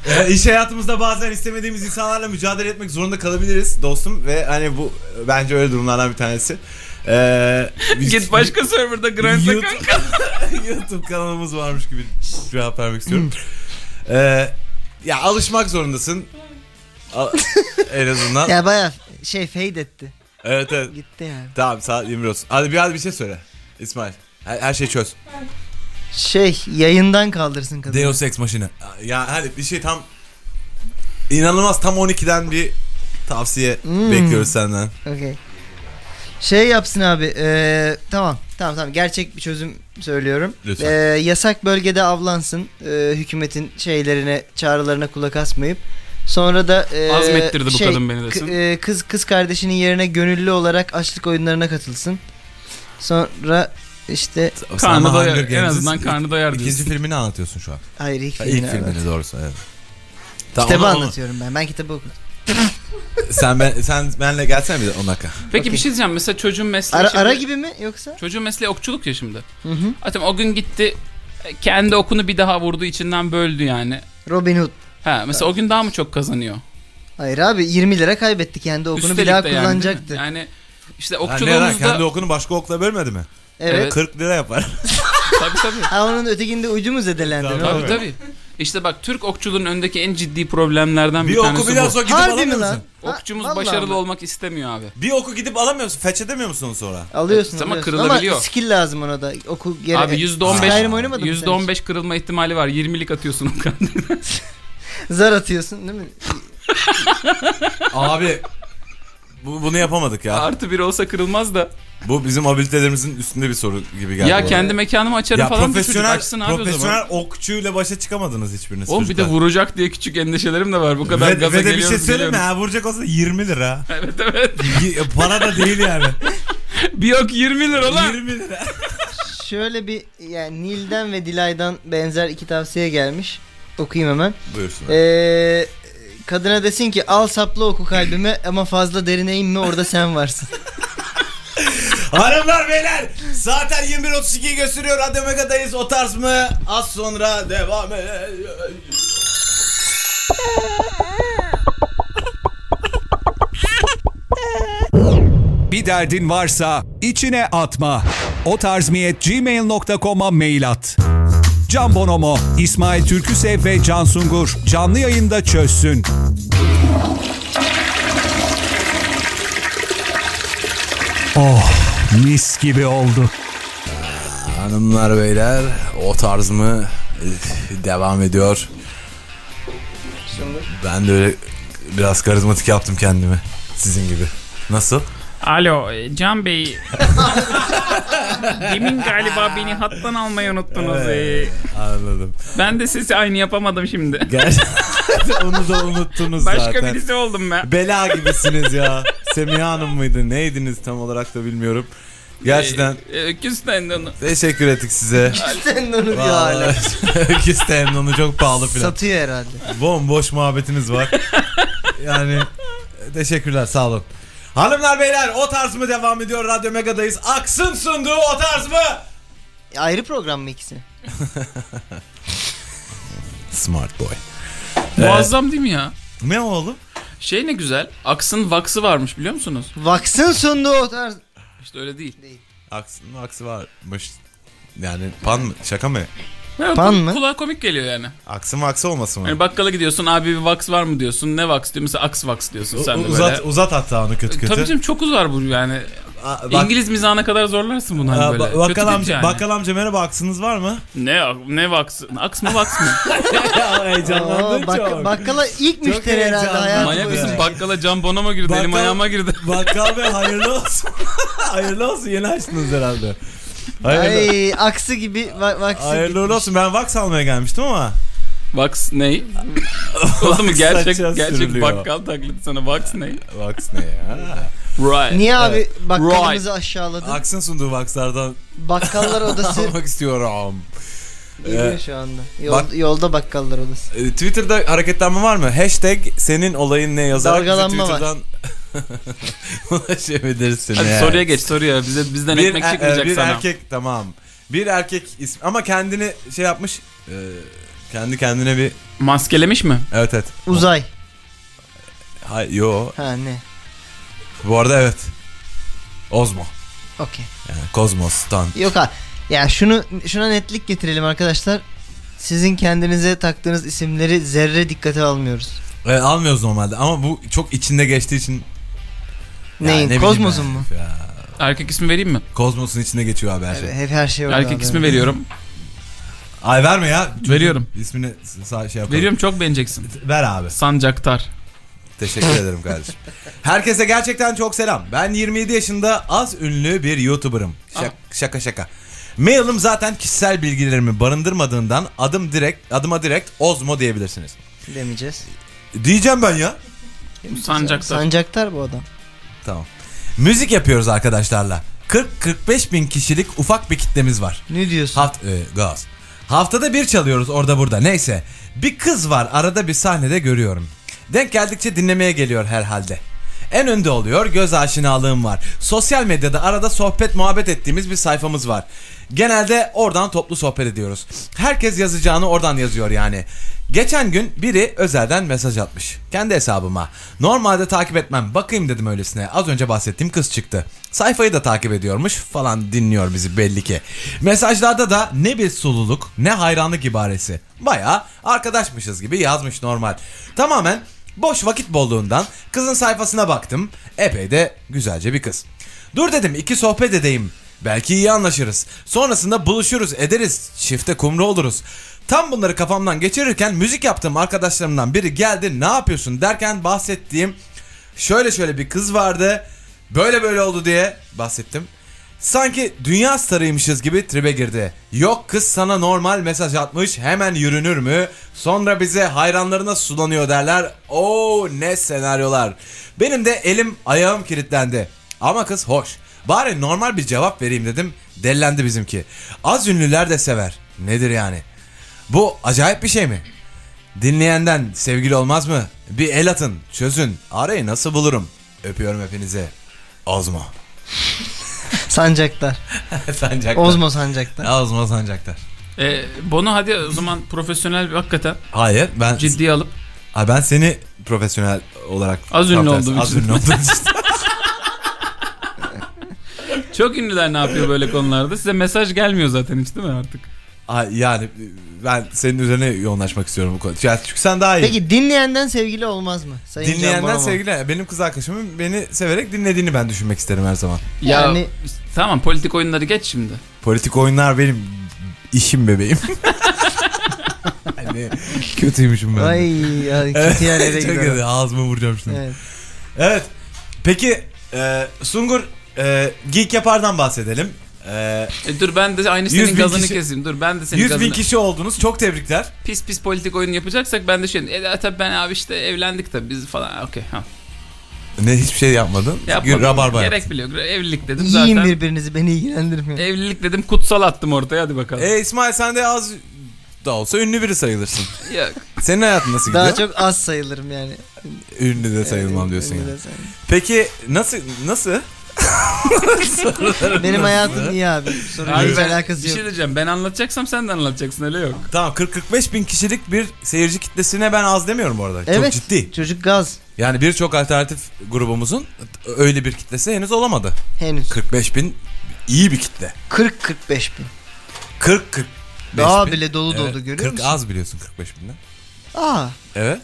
Ee, iş hayatımızda bazen istemediğimiz insanlarla mücadele etmek zorunda kalabiliriz dostum ve hani bu bence öyle durumlardan bir tanesi. Ee, biz, Git başka serverda Grind'e YouTube, kanka. YouTube kanalımız varmış gibi cevap vermek istiyorum. ee, ya alışmak zorundasın. Al, en azından. Ya baya şey fade etti. Evet evet. Gitti yani. Tamam saat yirmi bir olsun. Hadi bir hadi bir şey söyle. İsmail. Her, her şeyi çöz. Şey yayından kaldırsın kadını. Deus Ex Machina. Ya hadi bir şey tam inanılmaz tam on ikiden bir tavsiye Hmm. bekliyoruz senden. Okay. Şey yapsın abi. E, tamam. Tamam tamam. Gerçek bir çözüm söylüyorum. Lütfen. E, yasak bölgede avlansın. E, hükümetin şeylerine, çağrılarına kulak asmayıp. Sonra da e, Azmettirdi bu şey, kadın beni desin. k- e, kız kız kardeşinin yerine gönüllü olarak açlık oyunlarına katılsın. Sonra işte Karnı Ama doyar. Hunger En Games'in azından karnı doyar İkinci diyorsun. filmini anlatıyorsun şu an. hayır ilk Ha, filmini İlk filmini anlat. doğrusu evet. Kitabı onu- anlatıyorum ben. Ben kitabı okudum. Sen ben sen benle gelsene bir on dakika. Peki Okey. bir şey diyeceğim. Mesela çocuğun mesleği Ara, şimdi- ara gibi mi yoksa? Çocuğun mesleği okçuluk ya şimdi. Hı hı. Atıyorum o gün gitti kendi okunu bir daha vurdu, içinden böldü yani. Robin Hood. Ha mesela o gün daha mı çok kazanıyor? Hayır abi yirmi lira kaybetti kendi okunu Üstelik bir daha de yani, değil mi? kullanacaktı. Yani işte Ha, ne lan, okçuluğumuzda kendi okunu başka okla bölmedi mi? Evet. kırk lira yapar. tabii tabii. Ha onun ötekinde ucu mu zedelendi? Tabii, ne oldu? Tabii tabii. İşte bak Türk okçuluğun öndeki en ciddi problemlerden bir, bir oku tanesi bir daha bu. sonra gidip Harbi mi alamıyor lan? musun? Ha, Okçumuz vallahi başarılı mi? olmak istemiyor abi. Bir oku gidip alamıyor musun? Fetch edemiyor musun onu sonra? Alıyorsun Ama alıyorsun. kırılabiliyor. Ama skill lazım ona da. Oku geri. Abi yüzde on beş Skyrim oynamadın mı yüzde sen on hiç? beş kırılma ihtimali var. yirmilik atıyorsun o kadar. Zar atıyorsun değil mi? Abi bu, bunu yapamadık ya. Artı bir olsa kırılmaz da. Bu bizim abilitelerimizin üstünde bir soru gibi geldi. Ya bana. kendi mekanımı açarım ya falan bir çocuk profesyonel, açsın abi o zaman. profesyonel okçuyla başa çıkamadınız hiçbiriniz. Oğlum bir de çocuklar. vuracak diye küçük endişelerim de var. Bu kadar ve, gaza ve de bir geliyoruz. şey söyleyeyim mi? geliyoruz. Ha, vuracak olsa yirmi lira. Evet evet. Y- Para da değil yani. Bir ok yirmi lira lan. yirmi lira. Şöyle bir yani Nil'den ve Dilay'dan benzer iki tavsiye gelmiş. Okuyayım hemen. Buyursun. Ee, kadına desin ki al saplı oku kalbime ama fazla derine inme orada sen varsın. Hanımlar beyler saatler yirmi bir otuz ikiyi gösteriyor. Radyo Mega'dayız. O tarz mı? Az sonra devam ediyor. Bir derdin varsa içine atma. o tarz mi at gmail nokta com'a mail at. Can Bonomo, İsmail Türküsev ve Can Sungur canlı yayında çözsün. Oh, mis gibi oldu. Hanımlar beyler o tarz mı devam ediyor. Ben de öyle biraz karizmatik yaptım kendimi. Sizin gibi. Nasıl? Alo Can Bey. Demin galiba beni hattan almayı unuttunuz. Evet, anladım. Ben de sesi aynı yapamadım şimdi. Gerçekten onu da unuttunuz Başka zaten. birisi oldum ben. Bela gibisiniz ya. Semiha Hanım mıydı? Neydiniz tam olarak da bilmiyorum. Gerçekten Ee, Öküz tendonu. teşekkür ettik size. Sen de onu diyor hala. Öküz tendonu çok pahalı filan. Satıyor herhalde. Bomboş muhabbetiniz var. Yani teşekkürler sağ olun. Hanımlar beyler o tarz mı devam ediyor? Radyo Mega'dayız. Aksın sunduğu o tarz mı? Ayrı program mı ikisi? Smart boy. Muazzam değil mi ya? Ne oğlum? Şey ne güzel. Aksın vaksı varmış biliyor musunuz? Vaksın sunduğu o tarz. İşte öyle değil. Aksın aksi varmış. Yani pan mı? Şaka mı? Ya, Pan ku- mı? Kulağa komik geliyor yani. Aksi mı aksi olmasın mı? Yani bakkala gidiyorsun abi bir vaks var mı diyorsun. Ne vaks diyor mesela aks vaks diyorsun sen de uzat, böyle. uzat hatta onu kötü kötü. Tabii canım çok uzar bu yani. Aa, bak- İngiliz mizahına kadar zorlarsın bunu hani Aa, böyle. ba- Kötü bakkal, değil amca, yani. bakkal amca merhaba aksınız var mı? Ne ne vaksı? Aks mı vaks mı? Oo, bak, bakkala ilk müşteri herhalde heyecanlı. hayatım Manyak boyunca. mısın? Bakkala Can Bonomo girdi. Elim Bakkal- ayağıma girdi. Bakkal bey hayırlı olsun. Hayırlı olsun yeni açtınız herhalde. Hayırlı, Ay aksı gibi va- vaksı hayırlı gitmiş. olsun ben vaks almaya gelmiştim ama. Vaks ne? Oldu mu? Gerçek Saça gerçek sürülüyor. bakkal taklidi sana. Vaks ne? Vaks ne ya? Right. Niye abi Evet. bakkalımızı Right. aşağıladın? Aksın sunduğu vakslardan Bakkallar odası almak istiyorum. geliyor Ee, şu anda. Yol, bak- yolda bakkallar odası. Ee, Twitter'da hareketlenme var mı? Hashtag senin olayın ne yazarak bize Dalgalanma var. Twitter'dan ulaşabilirsin. Hadi yani. soruya geç soruya. Bize bizden bir, ekmek e- çıkmayacak bir sana. erkek tamam. Bir erkek ismi ama kendini şey yapmış. E, Kendi kendine bir... Maskelemiş mi? Evet evet. Uzay. Hay yo. Ha ne? Bu arada evet. Ozmo. Okey. Yani Kozmos'tan. Yok ha. Ya şunu şuna netlik getirelim arkadaşlar. Sizin kendinize taktığınız isimleri zerre dikkate almıyoruz. Evet, almıyoruz normalde ama bu çok içinde geçtiği için. Neyin? Ne Kozmos'un mu? Ya. Erkek ismi vereyim mi? Kozmos'un içinde geçiyor abi her şey. Evet, hep her şey orada. Erkek abi. ismi veriyorum. Ay verme ya. Veriyorum. İsmini sağ şey yapalım. Veriyorum, çok beğeneceksin. Ver abi. Sancaktar. Teşekkür ederim kardeşim. Herkese gerçekten çok selam. Ben yirmi yedi yaşında az ünlü bir YouTuber'ım. Şaka şaka. şaka. Mail'im zaten kişisel bilgilerimi barındırmadığından adım direkt adıma direkt Ozmo diyebilirsiniz. Demeyeceğiz. Diyeceğim ben ya. Sancaktar. Sancaktar bu adam. Tamam. Müzik yapıyoruz arkadaşlarla. kırk kırk beş bin kişilik ufak bir kitlemiz var. Ne diyorsun? Haft e, gaz. Haftada bir çalıyoruz orada burada. Neyse. Bir kız var, arada bir sahnede görüyorum. Denk geldikçe dinlemeye geliyor herhalde. En önde oluyor, göz aşinalığım var. Sosyal medyada arada sohbet muhabbet ettiğimiz bir sayfamız var. Genelde oradan toplu sohbet ediyoruz. Herkes yazacağını oradan yazıyor yani. Geçen gün biri özelden mesaj atmış. Kendi hesabıma. Normalde takip etmem. Bakayım dedim öylesine. Az önce bahsettiğim kız çıktı. Sayfayı da takip ediyormuş falan, dinliyor bizi belli ki. Mesajlarda da ne bir sululuk ne hayranlık ibaresi. Bayağı arkadaşmışız gibi yazmış normal. Tamamen boş vakit bolluğundan kızın sayfasına baktım. Epey de güzelce bir kız. Dur dedim, iki sohbet edeyim. Belki iyi anlaşırız. Sonrasında buluşuruz ederiz. Çifte kumru oluruz. Tam bunları kafamdan geçirirken müzik yaptığım arkadaşlarımdan biri geldi. Ne yapıyorsun derken bahsettiğim şöyle şöyle bir kız vardı. Böyle böyle oldu diye bahsettim. Sanki dünya starıymışız gibi tribe girdi. Yok kız sana normal mesaj atmış, hemen yürünür mü? Sonra bize hayranlarına sulanıyor derler. Oo ne senaryolar. Benim de elim ayağım kilitlendi. Ama kız hoş. Bari normal bir cevap vereyim dedim. Delilendi bizimki. Az ünlüler de sever. Nedir yani? Bu acayip bir şey mi? Dinleyenden sevgili olmaz mı? Bir el atın, çözün. Arayı nasıl bulurum? Öpüyorum hepinize. Ozmo. Sancaktar. Sancaktar. Ozmo Sancaktar. Ozmo Sancaktar. E, Bono hadi o zaman profesyonel bir, hakikaten Hayır ben ciddiye alıp. Ay ben seni profesyonel olarak Az ünlü tam tersi, olduğum az için. ünlü olduğum için. Çok ünlüler ne yapıyor böyle konularda? Size mesaj gelmiyor zaten hiç, değil mi artık? Ay, yani ben senin üzerine yoğunlaşmak istiyorum bu konuda. Yani çünkü sen daha iyi. Peki dinleyenden sevgili olmaz mı? Sayın Can Dinleyenden Bonomo. sevgili. Benim kız arkadaşımın beni severek dinlediğini ben düşünmek isterim her zaman. Ya Yani- tamam, politik oyunları geç şimdi. Politik oyunlar benim işim bebeğim. Hani kötüymüşüm ben. Ay, ay kötü yerlere Çok gidiyorum. kötü. Ağzıma vuracağım şimdi. Evet. Evet. Peki e, Sungur e, Geek Yapar'dan bahsedelim. E, E, dur ben de aynı yüz senin bin gazını kişi- keseyim. Dur ben de senin yüz gazını. bin kişi oldunuz. Çok tebrikler. Pis pis politik oyun yapacaksak ben de şey. E, tabii ben abi işte evlendik tabii biz falan. Okey. Ha. Ne hiçbir şey yapmadın. Yapmadım. Rabarba Gerek yaptın. bile yok. Evlilik dedim Yiyin zaten. birbirinizi, beni ilgilendirmiyor. Evlilik dedim, kutsal attım ortaya, hadi bakalım. E İsmail sen de az da olsa ünlü biri sayılırsın. Yok. Senin hayatın nasıl gidiyor? Daha çok az sayılırım yani. Ünlü de sayılmam diyorsun Ünlü yani. de sayılmam. Peki nasıl nasıl? Benim hayatım iyi abi. Sorun Abi hiç ben alakası bir yok. şey diyeceğim. Ben anlatacaksam sen de anlatacaksın, öyle yok. Tamam kırk kırk beş bin kişilik bir seyirci kitlesine ben az demiyorum bu arada. Çok Evet. ciddi. Çocuk gaz. Yani birçok alternatif grubumuzun öyle bir kitlesi henüz olamadı. Henüz. kırk beş bin iyi bir kitle. kırk kırk beş bin. kırk kırk beş Daha bin. bile dolu dolu görüyor kırk musun? az biliyorsun kırk beş binden. Aa. Evet.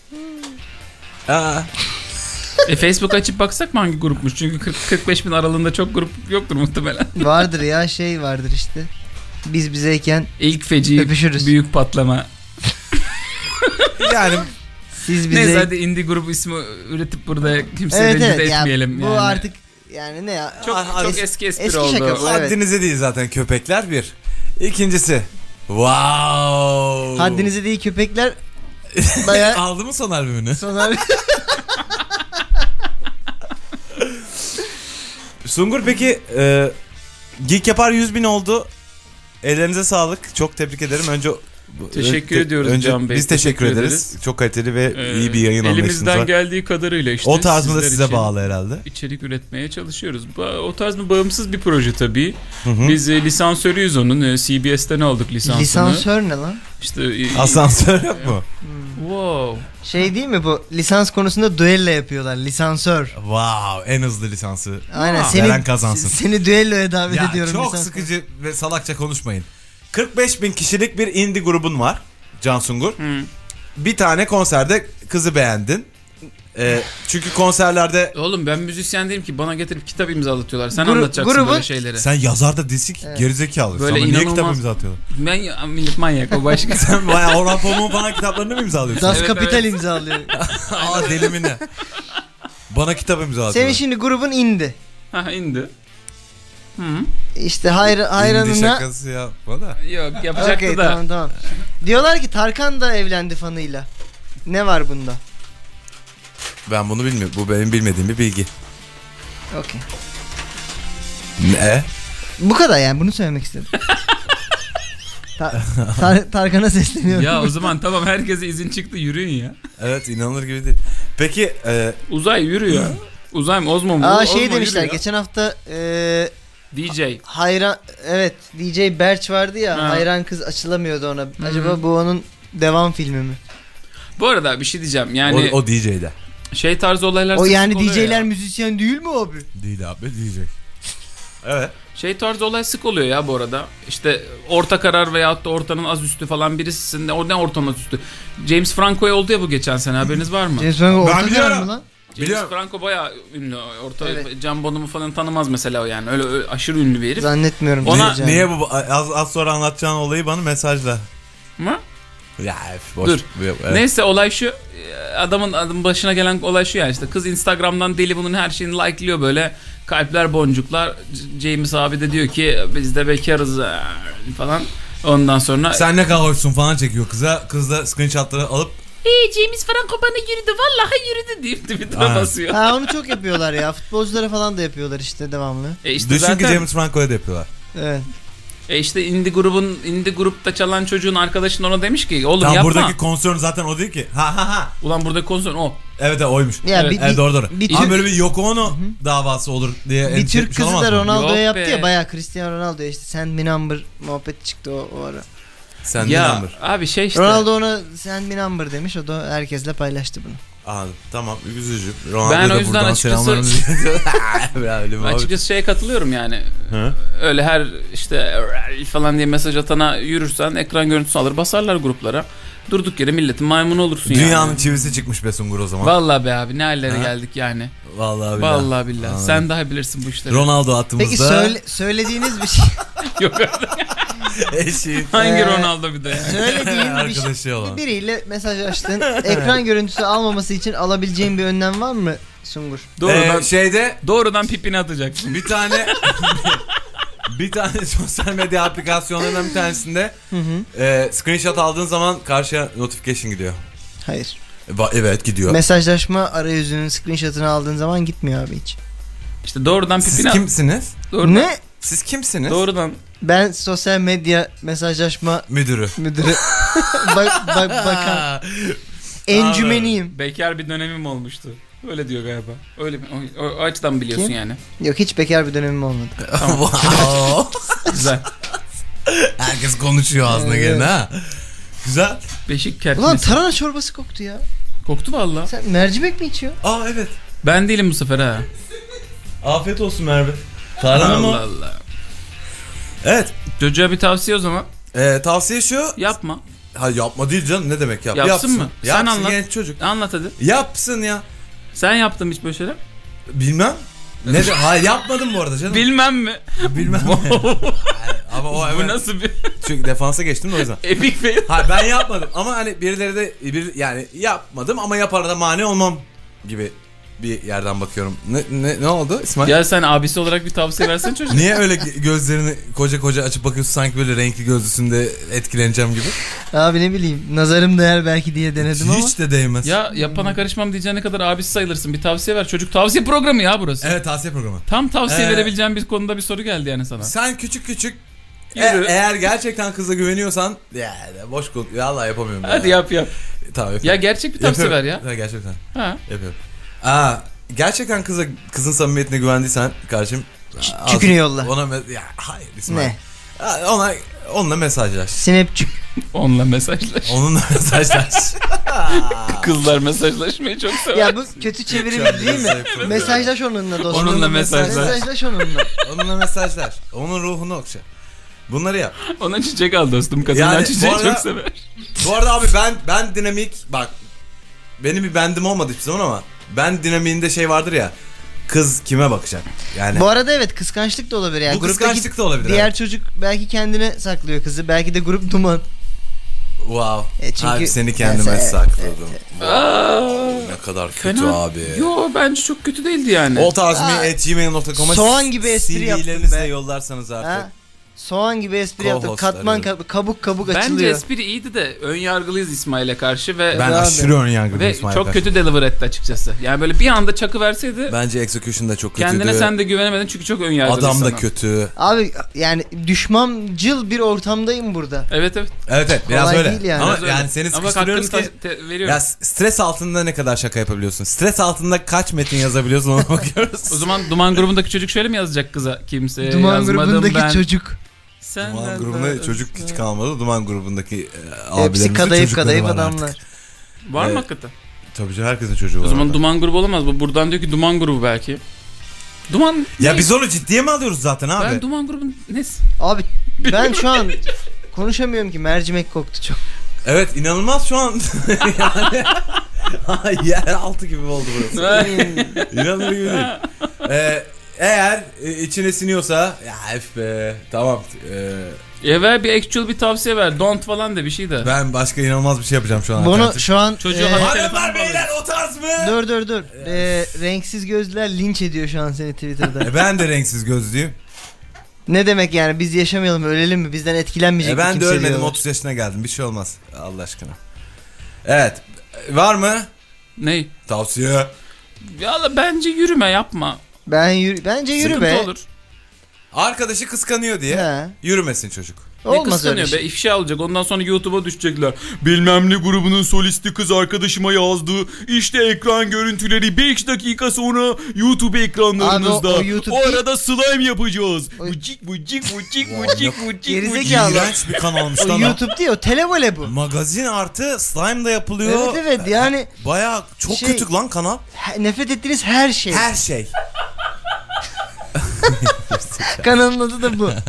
Aa. E Facebook açıp baksak mı hangi grupmuş? Çünkü kırk kırk beş bin aralığında çok grup yoktur muhtemelen. Vardır ya, şey vardır işte. Biz bizeyken İlk feci öpüşürüz. büyük patlama. Yani Siz bize... Neyse hadi indie grup ismi üretip burada kimseyi Evet rencide evet ya, etmeyelim. bu yani. artık yani ne ya? çok, Ah, çok es- eski espri eski oldu. şaka bu. Evet. haddinize değil zaten köpekler bir. İkincisi. Wow. Haddinize değil köpekler bayağı Aldı mı son albümünü? sonar. Sungur peki e, Geek Yapar yüz bin oldu. Ellerinize sağlık. Çok tebrik ederim. Önce Teşekkür Te- ediyoruz önce Can Bey. Biz teşekkür, Teşekkür ederiz. Çok kaliteli ve Ee, iyi bir yayın anlayışınız Elimizden var. geldiği kadarıyla işte. O tarzında sizler size için bağlı herhalde. içerik üretmeye çalışıyoruz. Ba- O tarz bir bağımsız bir proje tabii. Hı hı. Biz e, lisansörüyüz onun. E, C B S'ten aldık lisansını. Lisansör ne lan? İşte e, Asansör yok mu? wow. Şey değil mi bu? Lisans konusunda düello yapıyorlar. Lisansör. Wow, en hızlı lisansı. Aynen. Aa, Seni, veren kazansın. Seni düelloya davet Ya ediyorum. çok lisans. sıkıcı ve salakça konuşmayın. kırk beş bin kişilik bir indie grubun var Can Sungur. Hı. Bir tane konserde kızı beğendin. Ee, çünkü konserlerde Oğlum ben müzisyen değilim ki bana getirip kitap imzalatıyorlar. Sen Gru- anlatacaksın grubun- böyle şeyleri. sen yazar da değilsin ki Evet. gerizekalı. Böyle Sana niye inanılmaz- kitap imza atıyorlar? Ben ya, millet manyak o başka. Sen bayağı Orhan Pamuk'un falan kitaplarını mı imzalıyorsun? Das Evet, Kapital evet. imzalıyor. Aa deli mi ne? Bana kitap imza Senin atıyorlar. şimdi grubun indi. Ha indi. Hı. İşte hayr İndi hayranına... şakası yapma da. Yok yapacaktı Okey, da. tamam tamam. Diyorlar ki Tarkan da evlendi fanıyla. Ne var bunda? Ben bunu bilmiyorum. Bu benim bilmediğim bir bilgi. Okey. Ne? Bu kadar yani, bunu söylemek istedim. Ta- Tar- Tarkan'a sesleniyorum. Ya o zaman tamam herkese izin çıktı yürüyün ya. Evet, inanılır gibi değil. Peki e, Uzay yürü ya. Uzay mı Ozmo mu? Aa Ozmo şey yürü demişler ya. geçen hafta e, D J. hayran evet D J Berç vardı ya, Ha. hayran kız açılamıyordu ona. Acaba bu onun devam filmi mi? Bu arada bir şey diyeceğim yani o, o D J'de. şey tarzı olaylar O sık yani sık oluyor D J'ler ya. müzisyen değil mi abi? Değil abi, D J. Evet. Şey tarzı olay sık oluyor ya bu arada. İşte orta karar veyahut da ortanın az üstü falan birisinin o ne ortanın az üstü. James Franco'ya oldu ya bu geçen sene, haberiniz var mı? James Franco Ben orta biliyorum. karar mı lan? James Biliyorum. Franco bayağı ünlü. Orta Evet. Can Bonomo falan tanımaz mesela o yani. Öyle, öyle aşırı ünlü bir herif. Zannetmiyorum. Ona- diyeceğim. Niye bu az, az sonra anlatacağın olayı bana mesajla. Mı? Ya boş. Dur. Evet. Neyse olay şu. Adamın adamın başına gelen olay şu ya, işte kız Instagram'dan deli bunun her şeyini like'lıyor böyle. Kalpler, boncuklar. C- James abi de diyor ki biz de bekarız ee, falan. Ondan sonra Sen ne kadar hoşsun falan çekiyor kıza. Kız da screenshotları alıp hey James Franco bana yürüdü vallahi yürüdü deyip tweet'e Aynen. basıyor. Ha onu çok yapıyorlar ya. Futbolculara falan da yapıyorlar işte devamlı. E işte düşün ki zaten James Franco'ya da yapıyorlar. Evet. e işte indie grubun indie grupta çalan çocuğun arkadaşın ona demiş ki oğlum Tam yapma. buradaki konsern zaten o değil ki. Ha ha ha. Ulan buradaki konser o. Evet, evet oymuş. Ya Evet, bir, Evet bir, doğru doğru. bir Ama Türk- böyle bir Yoko Ono davası olur diye bir endişe Türk etmiş kızı olamaz da mı? Ronaldo'ya Yok yaptı be. ya, bayağı Cristiano Ronaldo'ya işte Send Me Number muhabbet çıktı o, o ara. Sen Ya number. abi şey işte. Ronaldo ona Send Me Number demiş, o da herkesle paylaştı bunu. Anladım. Tamam, üzücü. Ronaldo Ben o da yüzden buradan açıkçası- selamlarımızı iletiyoruz. Öyle mi abi? Açıkçası şeye katılıyorum yani. Hı? Öyle her işte falan diye mesaj atana yürürsen ekran görüntüsü alır basarlar gruplara. Durduk yere milletin maymunu olursun yani. Dünyanın çivisi çıkmış be Sungur o zaman. Vallahi be abi ne hallere Ha? geldik yani. Vallahi billahi. Vallahi billahi. Anladım. Sen daha bilirsin bu işleri. Ronaldo attığımızda Peki söyle, söylediğiniz bir şey Yok eşi hangi Ee, Ronaldo bir de ya. söylediğin bir şey, arkadaşı olan. biriyle mesaj açtın, ekran görüntüsü almaması için alabileceğin bir önlem var mı Sungur? Doğrudan, Ee, şeyde doğrudan pipini atacaksın. bir tane bir tane sosyal medya aplikasyonlarından bir tanesinde Hı hı. e, screenshot aldığın zaman karşıya notification gidiyor. Hayır. Va- evet gidiyor. Mesajlaşma arayüzünün screenshot'ını aldığın zaman gitmiyor abi hiç. İşte doğrudan Siz pipini at. kimsiniz? Doğrudan, Ne? Siz kimsiniz? Doğrudan. Ben sosyal medya mesajlaşma Müdürü. müdürü bak, bak, bakan encümeniyim. Bekar bir dönemim olmuştu. Öyle diyor galiba. Öyle mi? O, o, o açıdan biliyorsun Kim? yani. Yok, hiç bekar bir dönemim olmadı. Wow. Güzel. Herkes konuşuyor ağzına Evet. gelin ha. Güzel. Beşik kertmesi. Ulan tarhana çorbası koktu ya. Koktu valla. Sen mercimek mi içiyorsun? Aa evet. Ben değilim bu sefer ha. Afiyet olsun Merve. Tarhana mı? Allah Allah. Evet. Çocuğa bir tavsiye o zaman. Ee, tavsiye şu. Yapma. Ha yapma değil canım, ne demek yap. Yapsın mı? Sen Yapsın anlat. genç çocuk. Anlat hadi. Yapsın ya. Sen yaptın hiç böyle şeyler? Bilmem. Ne de hayır yapmadım bu arada canım. Bilmem mi? Bilmem. Ama o Bu evet. nasıl bir Çünkü defansa geçtim de o yüzden. epic fail? Hayır ben yapmadım ama hani birileri de bir yani yapmadım ama yapar da mani olmam gibi bir yerden bakıyorum. Ne ne ne oldu İsmail? Ya sen abisi olarak bir tavsiye versene çocuğa. Niye öyle gözlerini koca koca açıp bakıyorsun sanki böyle renkli gözlüsünde etkileneceğim gibi? Abi ne bileyim, nazarım değer belki diye denedim ama. Hiç de değmez. Ya yapana karışmam diyeceğine kadar abisi sayılırsın. Bir tavsiye ver. Çocuk tavsiye programı ya burası. Evet, tavsiye programı. Tam tavsiye Ee, verebileceğim bir konuda bir soru geldi yani sana. Sen küçük küçük E, eğer gerçekten kıza güveniyorsan ya boş kul. Vallahi yapamıyorum. Hadi ya. yap yap. Tamam yapıyorum. Ya gerçek bir tavsiye ver ya. Ha, gerçekten. Ha. Yapıyorum. Aa, gerçekten kıza kızın samimiyetine güvendiysen kardeşim. Ç- çükünü yolla. Ona me- ya hayır İsmail. Ne? Ona onunla mesajlaş. Snapchat. Onunla mesajlaş. Onunla mesajlaş. Kızlar mesajlaşmayı çok sever. Ya bu kötü çeviri değil mi? Evet. Mesajlaş onunla dostum. Onunla mesajlaş. Mesajlaş onunla. Onunla mesajlaş. Onun ruhunu okşa. Bunları yap. Ona çiçek al dostum. Kadınlar Yani çiçeği bu arada- çok sever. Bu arada abi ben ben dinamik bak benim bir bendim olmadı hiçbir zaman ama ben dinamiğinde şey vardır ya kız kime bakacak yani. Bu arada evet kıskançlık da olabilir yani. Bu Gruptaki kıskançlık da olabilir. Diğer evet. çocuk belki kendine saklıyor kızı. Belki de grup duman. Wow. E çünkü- Abi seni kendime Evet, sakladım. Aa, Ne kadar kötü fena. abi. Yo bence çok kötü değildi yani. O tarz mi at gmail nokta com'a Soğan gibi espri yaptın C V'lerinizi de be. yollarsanız artık. Ha? Soğan gibi espri Co-host yaptım. Katman arıyorum. kab- kabuk kabuk Bence açılıyor. espri iyiydi de ön yargılıyız İsmail'e karşı ve Ben Abi. aşırı ön yargılıyım ve İsmail çok karşı. kötü deliver etti açıkçası. Yani böyle bir anda çakı verseydi Bence execution da çok kötüydü. kendine sen de güvenemedin çünkü çok ön yargılısın. Adam da sana. kötü. Abi yani düşmancıl bir ortamdayım burada. Evet evet. Evet evet biraz Kolay öyle. değil yani. Ama Biraz öyle. yani seni Ama bak sıkıştırıyoruz hakkını ki ta- te- veriyorum. ya stres altında ne kadar şaka yapabiliyorsun? Stres altında kaç metin yazabiliyorsun ona bakıyoruz. O zaman Duman grubundaki çocuk şöyle mi yazacak kıza? Kimseye Duman yazmadım grubundaki ben. çocuk. Sen Duman de- grubunda çocuk hiç kalmadı. Duman grubundaki e, Hepsi abilerimizin kadayıf çocukları kadayıf var adamlar. artık. Var mı Evet. hakikaten? Tabii canım herkesin çocuğu var. O zaman orada. Duman grubu olamaz. Bu buradan diyor ki Duman grubu belki. Duman Ya ne? biz onu ciddiye mi alıyoruz zaten abi? Ben Duman grubun nesi? Abi ben şu an konuşamıyorum ki mercimek koktu çok. Evet inanılmaz şu an. Yani yer altı gibi oldu burası. İnanılır gibi değil. Ee, eğer e, içine siniyorsa ya ef be tamam. Ee, Ya ver bir actual bir tavsiye ver. Don't falan de bir şey de. ben başka inanılmaz bir şey yapacağım şu an. Bunu alternatif. şu an Çocuğa e, bak- Hanımlar beyler o tarz mı? dur dur dur. E, renksiz gözler linç ediyor şu an seni Twitter'da. E ben de renksiz gözlüyüm. Ne demek yani biz yaşamayalım ölelim mi? Bizden etkilenmeyecek E mi ben de kimse ölmedim diyorlar. otuz yaşına geldim bir şey olmaz Allah aşkına. Evet var mı? Ney? Tavsiye. Ya da bence yürüme yapma. Ben yürü, bence yürü Sıkıntı be. olur. Arkadaşı kıskanıyor diye He. yürümesin çocuk. Ne Olmaz öyle kıskanıyor şey. be? İfşa olacak. Ondan sonra YouTube'a düşecekler. Bilmem ne grubunun solisti kız arkadaşıma yazdı. İşte ekran görüntüleri beş dakika sonra YouTube ekranlarınızda. Abi o- o, o YouTube değil. arada slime yapacağız. O- Vıcık vıcık vıcık Vay, vıcık ne- vıcık Gerizekalı. vıcık. Ya Allah. İğrenç bir kanalmış O lan. o. YouTube değil o televole bu. Magazin artı slime da yapılıyor. Evet evet yani Baya çok Şey- kötü lan kanal. he- nefret ettiğiniz her şey. Her şey. Kanalın adı da bu.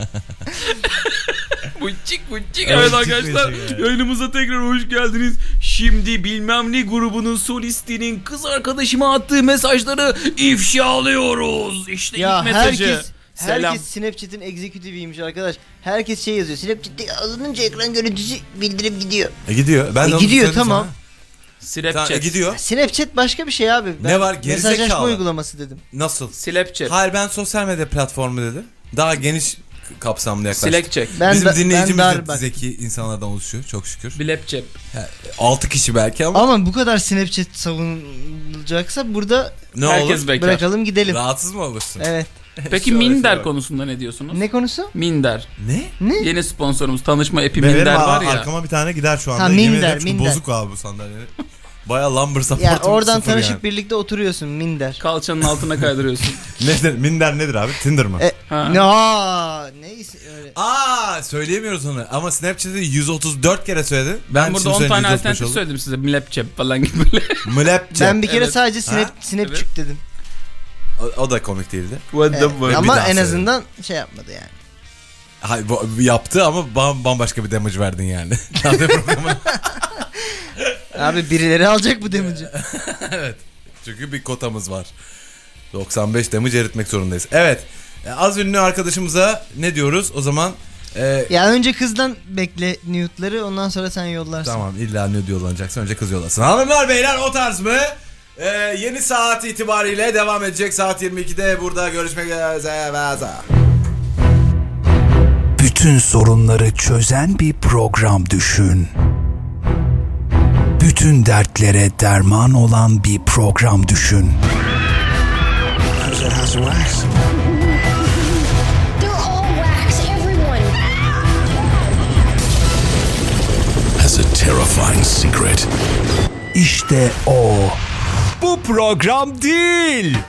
Vıcık vıcık. Evet, Evet vıcık arkadaşlar vıcık, evet. yayınımıza tekrar hoş geldiniz. Şimdi bilmem ne grubunun solistinin kız arkadaşıma attığı mesajları ifşa alıyoruz. İşte Ya ilk mesajı. herkes Selam. herkes Snapchat'in executive'iymiş arkadaş. Herkes şey yazıyor. Snapchat'te alınınca ekran görüntüsü bildirip gidiyor. E gidiyor. Ben E de onu gidiyor, söyledim tamam. sana. Tamam, Snapchat. e gidiyor. Snapchat başka bir şey abi. Ben Ne var? Gerizekalı. mesajlaşma uygulaması dedim. Nasıl? Snapchat. Hayır ben sosyal medya platformu dedim. Daha geniş kapsamlı yaklaştık. Slackchat. Ben Bizim da- dinleyicimiz ben de dar bak. zeki insanlardan oluşuyor çok şükür. Blapchat. altı kişi belki ama Ama bu kadar Snapchat savunulacaksa burada ne Herkes olur? bekar. bırakalım gidelim. Rahatsız mı olursun? Evet. Peki Şöyle, Minder şöyle. konusunda ne diyorsunuz? Ne konusu? Minder. Ne? Ne? Yeni sponsorumuz tanışma epi Benim Minder var ya. arkama bir tane gider şu anda. Ha, Yemin minder, ederim çünkü minder. bozuk abi bu sandalye. Baya lumber support. Ya oradan sıfır tanışıp yani. birlikte oturuyorsun minder. Kalçanın altına kaydırıyorsun. Nedir? Minder nedir abi? Tinder mı? E, Ha. ne aa, neyse öyle. Aa söyleyemiyoruz onu ama Snapchat'ı yüz otuz dört kere söyledin. Ben, Ben burada şimdi on söyleyince tane yüz otuz beş alternatif oldu. söyledim size. Mlepchat falan gibi böyle. Mlepçe. Ben bir kere Evet. sadece snap, Ha? snapçuk dedim. O, o da komik değildi. What Evet, the fuck? Bir ama daha en söyle. azından şey yapmadı yani. Hayır, bu- yaptı ama bam- bambaşka bir damage verdin yani. Radyo programı. Abi birileri alacak bu damage'ı. Evet. Çünkü bir kotamız var. doksan beş damage eritmek zorundayız. Evet. e, Az ünlü arkadaşımıza ne diyoruz? O zaman e, Ya önce kızdan bekle nude'ları ondan sonra sen yollarsın. tamam illa ne yollanacaksın önce kız yollasın. Hanımlar beyler o tarz mı? E, yeni saat itibariyle devam edecek. Saat yirmi ikide burada görüşmek üzere. Bütün sorunları çözen bir program düşün. Bütün dertlere derman olan bir program düşün. They're all wax, everyone. It's a terrifying secret. İşte o. Bu program değil.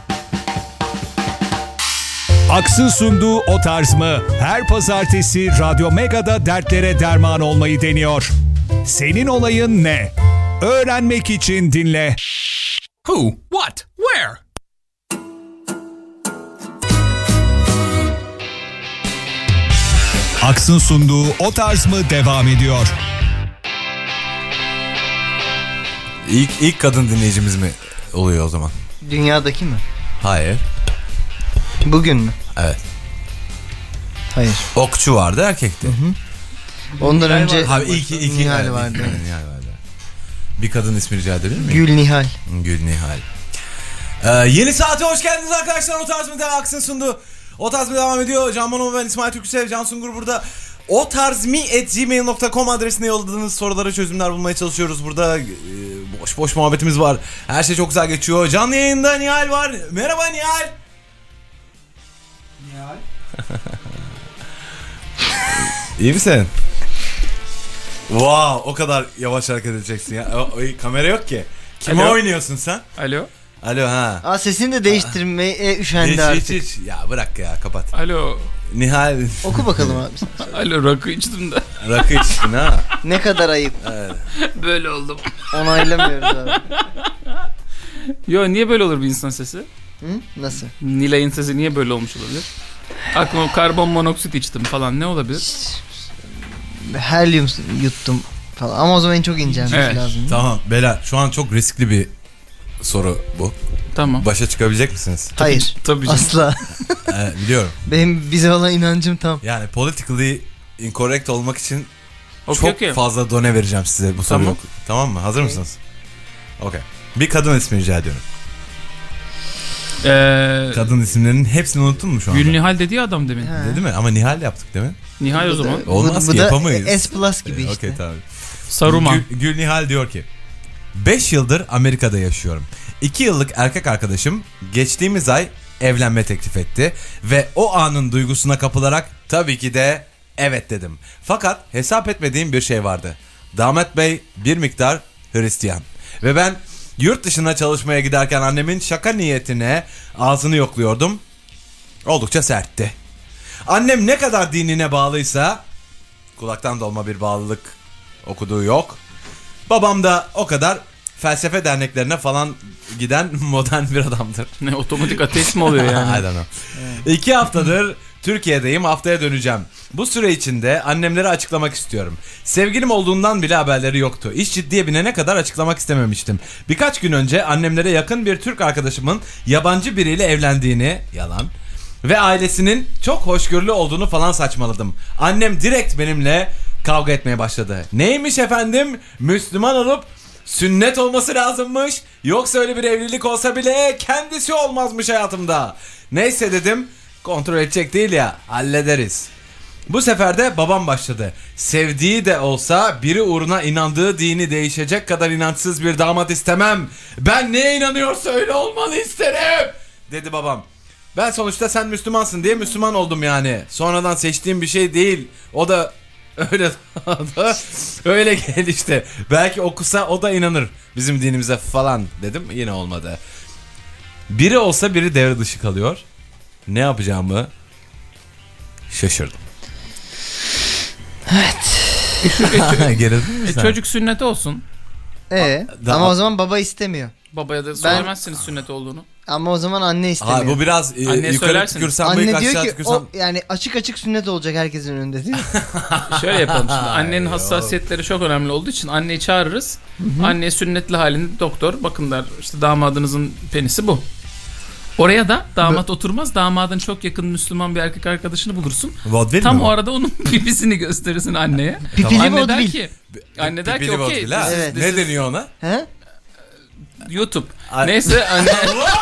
Aks'ın sunduğu O Tarz mı her pazartesi Radyo Mega'da dertlere derman olmayı deniyor. Senin olayın ne? Öğrenmek için dinle. Who? What? Where? Aks'ın sunduğu O Tarz mı devam ediyor. İlk, ilk kadın dinleyicimiz mi oluyor o zaman? Dünyadaki mi? Hayır. Bugün mü? Evet. Hayır. Okçu vardı, erkekti. Hı hı. Ondan Nihal önce var. Abi iki iki Nihal yani, vardı. iki- Nihal vardı. Bir kadın ismi rica edebilir miyim? Gül Nihal. Gül Nihal. Ee, yeni saate hoş geldiniz arkadaşlar. O Tarz mı devam, Aks'ın sundu. O Tarz mı devam ediyor. Can Bonomo, ben İsmail Türküsev, Can Sungur burada. O tarz mi at gmail nokta com adresine yolladığınız sorulara çözümler bulmaya çalışıyoruz. Burada e, boş boş muhabbetimiz var. Her şey çok güzel geçiyor. Canlı yayında Nihal var. Merhaba Nihal. Nihal. İyi misin? Wow, o kadar yavaş hareket edeceksin ya. O, o, kamera yok ki. Kime Alo. oynuyorsun sen? Alo. Alo ha. Aa, sesini de değiştirmeye üşendi Hiç artık. hiç hiç. Ya bırak ya, kapat. Alo. Nihal. Oku bakalım abi sen. Alo, rakı içtim de. Rakı içtin ha. Ne kadar ayıp. Evet. Böyle oldum. Onaylamıyoruz abi. Yo, niye böyle olur bir insan sesi? Hı? Nasıl? Nilay'ın sesi niye böyle olmuş olabilir? Aklıma karbon monoksit içtim falan, ne olabilir? Helyum yuttum falan. Ama o zaman çok incelmiş Evet. lazım. Tamam beyler, şu an çok riskli bir soru bu. Tamam. Başa çıkabilecek misiniz? Hayır. Tabii canım. Asla. Ee, biliyorum. Benim bize olan inancım tam. Yani politically incorrect olmak için Okey, çok okey. fazla done vereceğim size bu soruyu. Tamam. Tamam mı? Hazır mısınız? Okey. Bir kadın ismi rica ediyorum. Ee, Kadın isimlerinin hepsini unuttun mu şu anda? Gül Nihal dediği adam demin. Ha. Dedi mi? Ama Nihal yaptık değil mi? Nihal o Bu da- zaman. bu- Olmaz bu ki, da yapamayız. S Plus gibi işte. Okey tamam. Saruman. Gül, Gül Nihal diyor ki beş yıldır Amerika'da yaşıyorum. iki yıllık erkek arkadaşım geçtiğimiz ay evlenme teklif etti. Ve o anın duygusuna kapılarak tabii ki de evet dedim. Fakat hesap etmediğim bir şey vardı. Damat bey bir miktar Hristiyan. Ve ben yurt dışına çalışmaya giderken annemin şaka niyetine ağzını yokluyordum. Oldukça sertti. Annem ne kadar dinine bağlıysa kulaktan dolma bir bağlılık okuduğu yok. Babam da o kadar felsefe derneklerine falan giden modern bir adamdır. Ne, otomatik ateist mi oluyor I yani? don't know. İki haftadır Türkiye'deyim, haftaya döneceğim. Bu süre içinde annemlere açıklamak istiyorum. Sevgilim olduğundan bile haberleri yoktu. İş ciddiye binene kadar açıklamak istememiştim. Birkaç gün önce annemlere yakın bir Türk arkadaşımın yabancı biriyle evlendiğini, yalan, ve ailesinin çok hoşgörülü olduğunu falan saçmaladım. Annem direkt benimle kavga etmeye başladı. Neymiş efendim? Müslüman olup sünnet olması lazımmış. Yoksa öyle bir evlilik olsa bile kendisi olmazmış hayatımda. Neyse dedim, kontrol edecek değil ya, hallederiz. Bu sefer de babam başladı. Sevdiği de olsa biri uğruna inandığı dini değişecek kadar inançsız bir damat istemem. Ben neye inanıyorsa öyle olmalı isterim, dedi babam. Ben sonuçta sen Müslümansın diye Müslüman oldum yani. Sonradan seçtiğim bir şey değil. O da öyle o da öyle gelişti. Belki okusa o da inanır bizim dinimize falan dedim. Yine olmadı. Biri olsa biri devre dışı kalıyor. Ne yapacağımı şaşırdım. Evet. Gerildin mi E, sen? çocuk sünneti olsun. Ee, Daha- ama o zaman baba istemiyor. Babaya da söylemezsiniz sünnet olduğunu. Ama o zaman anne istemiyor. Hayır, bu biraz e, Anneye yukarı söylersiniz. tükürsem bıyık Anne diyor aşağı ki tükürsem. o yani açık açık sünnet olacak herkesin önünde değil mi? Şöyle yapalım şimdi. Annenin Ay, hassasiyetleri çok önemli olduğu için anneyi çağırırız. Anneye sünnetli halinde doktor bakın der, işte damadınızın penisi bu. Oraya da damat oturmaz. Damadın çok yakın Müslüman bir erkek arkadaşını bulursun. Vaudeville Tam mi o bu? arada onun pipisini gösterirsin anneye. Pipili Anne der vaudeville. ki anne der ki Pipili okey. vaudeville, ha? Evet. Ne deniyor ona? He? YouTube. Ay- Neyse anne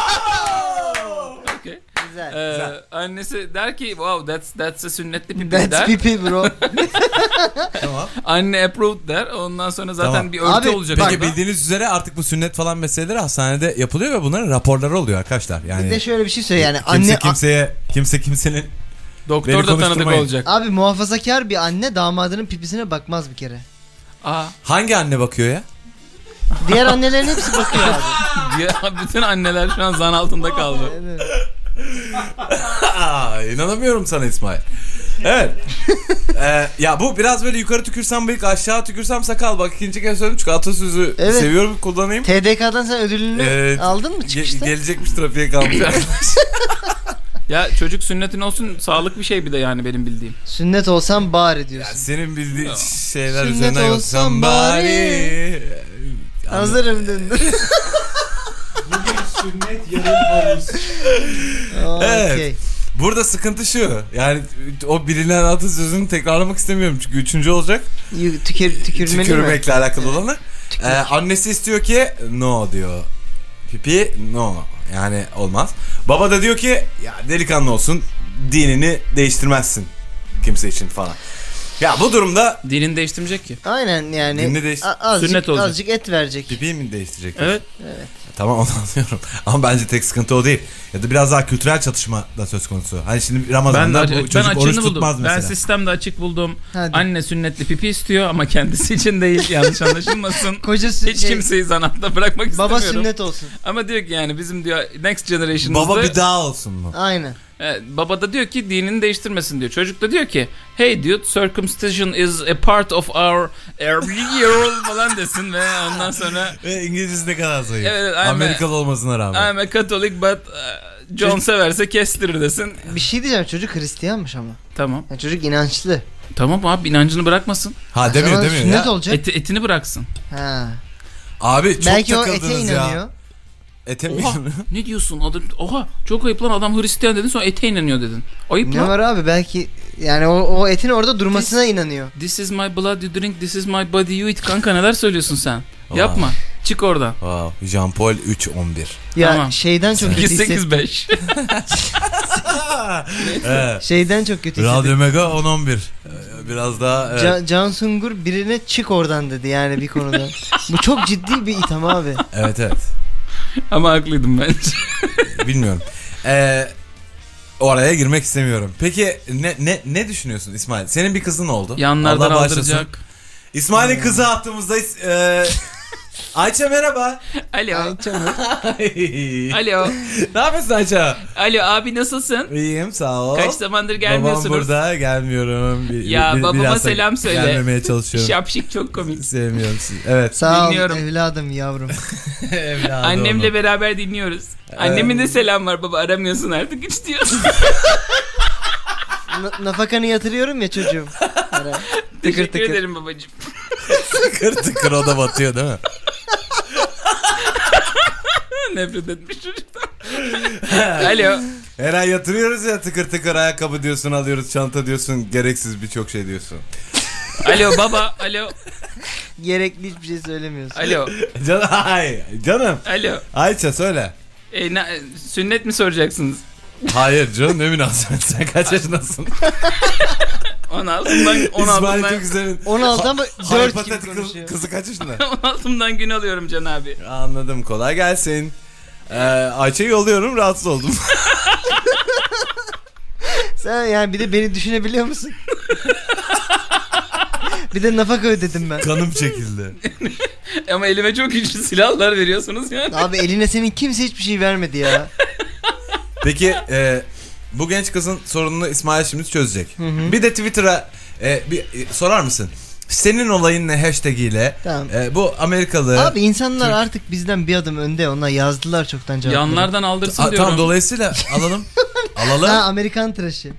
okay. Güzel. Ee, annesi der ki wow that's that's a sünnetli pipi That's der. pipi bro. Tamam. Anne approved der. Ondan sonra zaten Tamam. bir örtü Abi, olacak. Peki orada. bildiğiniz üzere artık bu sünnet falan meseleleri hastanede yapılıyor ve bunların raporları oluyor arkadaşlar. Yani Bir de şöyle bir şey söyle yani kimse anne kimseye kimse kimsenin Doktor Beni da tanıdık konuşturmayın. olacak. abi muhafazakar bir anne damadının pipisine bakmaz bir kere. Aa. Hangi anne bakıyor ya? Diğer annelerin hepsi bakıyor abi. Ya, bütün anneler şu an zan altında kaldı. Evet. Aa, inanamıyorum sana İsmail. Evet. Ee, ya bu biraz böyle yukarı tükürsem bıyık, aşağı tükürsem sakal. Bak ikinci kez söyledim çünkü atasözü Evet. seviyorum, kullanayım. T D K'dan sen ödülünü Evet. aldın mı Ge- çıkışta? gelecekmiş, trafiğe kalmış. Ya çocuk sünnetin olsun, sağlık bir şey bir de yani benim bildiğim. Sünnet olsam bari Ya diyorsun. senin bildiğin şeyler Sünnet üzerine olsam yoksan bari. bari. Hazırım dedin. Sünnet yarın havuz. Evet. Okey. Burada sıkıntı şu. Yani o bilinen atasözünü tekrarlamak istemiyorum çünkü üçüncü olacak. Yu- Tükür, tükürmeli mi? Tükürmekle alakalı olanı. Ee, annesi istiyor ki no diyor. Pipi no. Yani olmaz. Baba da diyor ki ya delikanlı olsun, dinini değiştirmezsin kimse için falan. Ya bu durumda Dinini değiştirmeyecek ki. Aynen yani. Dinini değiş- a- azıcık, Sünnet olacak. azıcık et verecek. pipi mi değiştirecek? Evet. Tamam, onu anlıyorum. Ama bence tek sıkıntı o değil. Ya da biraz daha kültürel çatışma da söz konusu. Hani şimdi Ben, Ramazan'da de, bu ben çocuk oruç açığını buldum. tutmaz Ben mesela. sistemde açık buldum. Hadi. Anne sünnetli pipi istiyor ama kendisi için değil. Yanlış anlaşılmasın. Kocası Hiç şey, kimseyi zanatta bırakmak baba istemiyorum. sünnet olsun. Ama diyor ki yani bizim diyor next generation'ımızda. Baba bir daha olsun mu? Aynen. Evet, baba da diyor ki dinini değiştirmesin diyor. Çocuk da diyor ki hey dude, circumcision is a part of our every year falan desin ve ondan sonra Ve İngilizcesi ne kadar zayıf. Evet, I'm a- Amerikalı olmasına rağmen. I'm a Catholic but uh, John severse kestirir desin. Bir şey diyeceğim, çocuk Hristiyanmış ama. Tamam. Yani çocuk inançlı. Tamam abi, inancını bırakmasın. Ha demiyor Zaman demiyor sünnet ya. olacak. Eti, etini bıraksın. Ha. Abi çok Belki o takıldınız ete ya. inanıyor. Ete mi Oha, inanıyor? ne diyorsun? Adam, oha çok ayıp lan, adam Hristiyan dedin sonra ete inanıyor dedin. Ayıp Ne lan. var abi, belki yani o, o etin orada durmasına inanıyor. This is my blood you drink, this is my body you eat. Kanka neler söylüyorsun sen? Wow. Yapma. Çık oradan. Wow. Jean Paul üç on bir. Ya Tamam. şeyden çok kötü sekiz sekiz hissettim. beş. Evet. Şeyden çok kötü Radyo hissettim. Mega on on bir. Ee, Biraz daha evet. Can, Can Sungur birine çık oradan dedi yani bir konuda. Bu çok ciddi bir itham abi. Evet evet. Ama haklıydım bence. Bilmiyorum. Ee, oraya girmek istemiyorum. Peki ne ne ne düşünüyorsun İsmail? Senin bir kızın oldu. Yanlardan Allah bağışlasın. aldıracak. İsmail'in kızı hattımızdayız. Ee, Ayça merhaba. Alo. Ayça mı? Alo. Ne yapıyorsun Ayça? Alo abi, nasılsın? İyiyim, sağ ol. Kaç zamandır gelmiyorsunuz? Babam burada, gelmiyorum. Bir, Ya, bir- babama biraz da selam söyle. Gelmemeye çalışıyorum. Şapşik çok komik. Sevmiyorum sizi. Evet. Sağ ol Dinliyorum. evladım yavrum. Evladım Annemle oğlum. beraber dinliyoruz. Annemin de selam var baba, aramıyorsun artık hiç diyor. Na- nafakanı yatırıyorum ya çocuğum. Ara. Teşekkür tıkır. ederim babacığım. Tıkır tıkır o da batıyor değil mi? Nefret etmiş çocuktan. Alo. Her ay yatırıyoruz ya, tıkır tıkır ayakkabı diyorsun, alıyoruz çanta diyorsun, gereksiz birçok şey diyorsun. Alo baba. Alo. Gerekli hiçbir şey söylemiyorsun. Alo. Canım, ay, canım. Alo. Ayça söyle. E, na- sünnet mi soracaksınız? Hayır canım, ne münasebet, sen kaç yaşındasın? on altımdan on İsmail altımdan Türküsel'in on altıdan dört gibi hypothetical konuşuyor. kızı kaç yaşında? on altımdan gün alıyorum Can abi. Anladım, kolay gelsin. Ee, Ayça'yı yolluyorum, rahatsız oldum. Sen yani bir de beni düşünebiliyor musun? Bir de nafaka ödedim ben. Kanım çekildi. Ama elime çok güçlü silahlar veriyorsunuz yani. Abi eline senin kimse hiçbir şey vermedi ya. Peki e, bu genç kızın sorununu İsmail şimdi çözecek. Hı hı. Bir de Twitter'a e, bir e, sorar mısın? Senin olayın ne hashtag ile Tamam. e, bu Amerikalı... Abi insanlar artık bizden bir adım önde. Onlar yazdılar çoktan cevapları. Yanlardan aldırsın A, diyorum. tamam, dolayısıyla alalım. alalım. Ha, Amerikan tıraşı.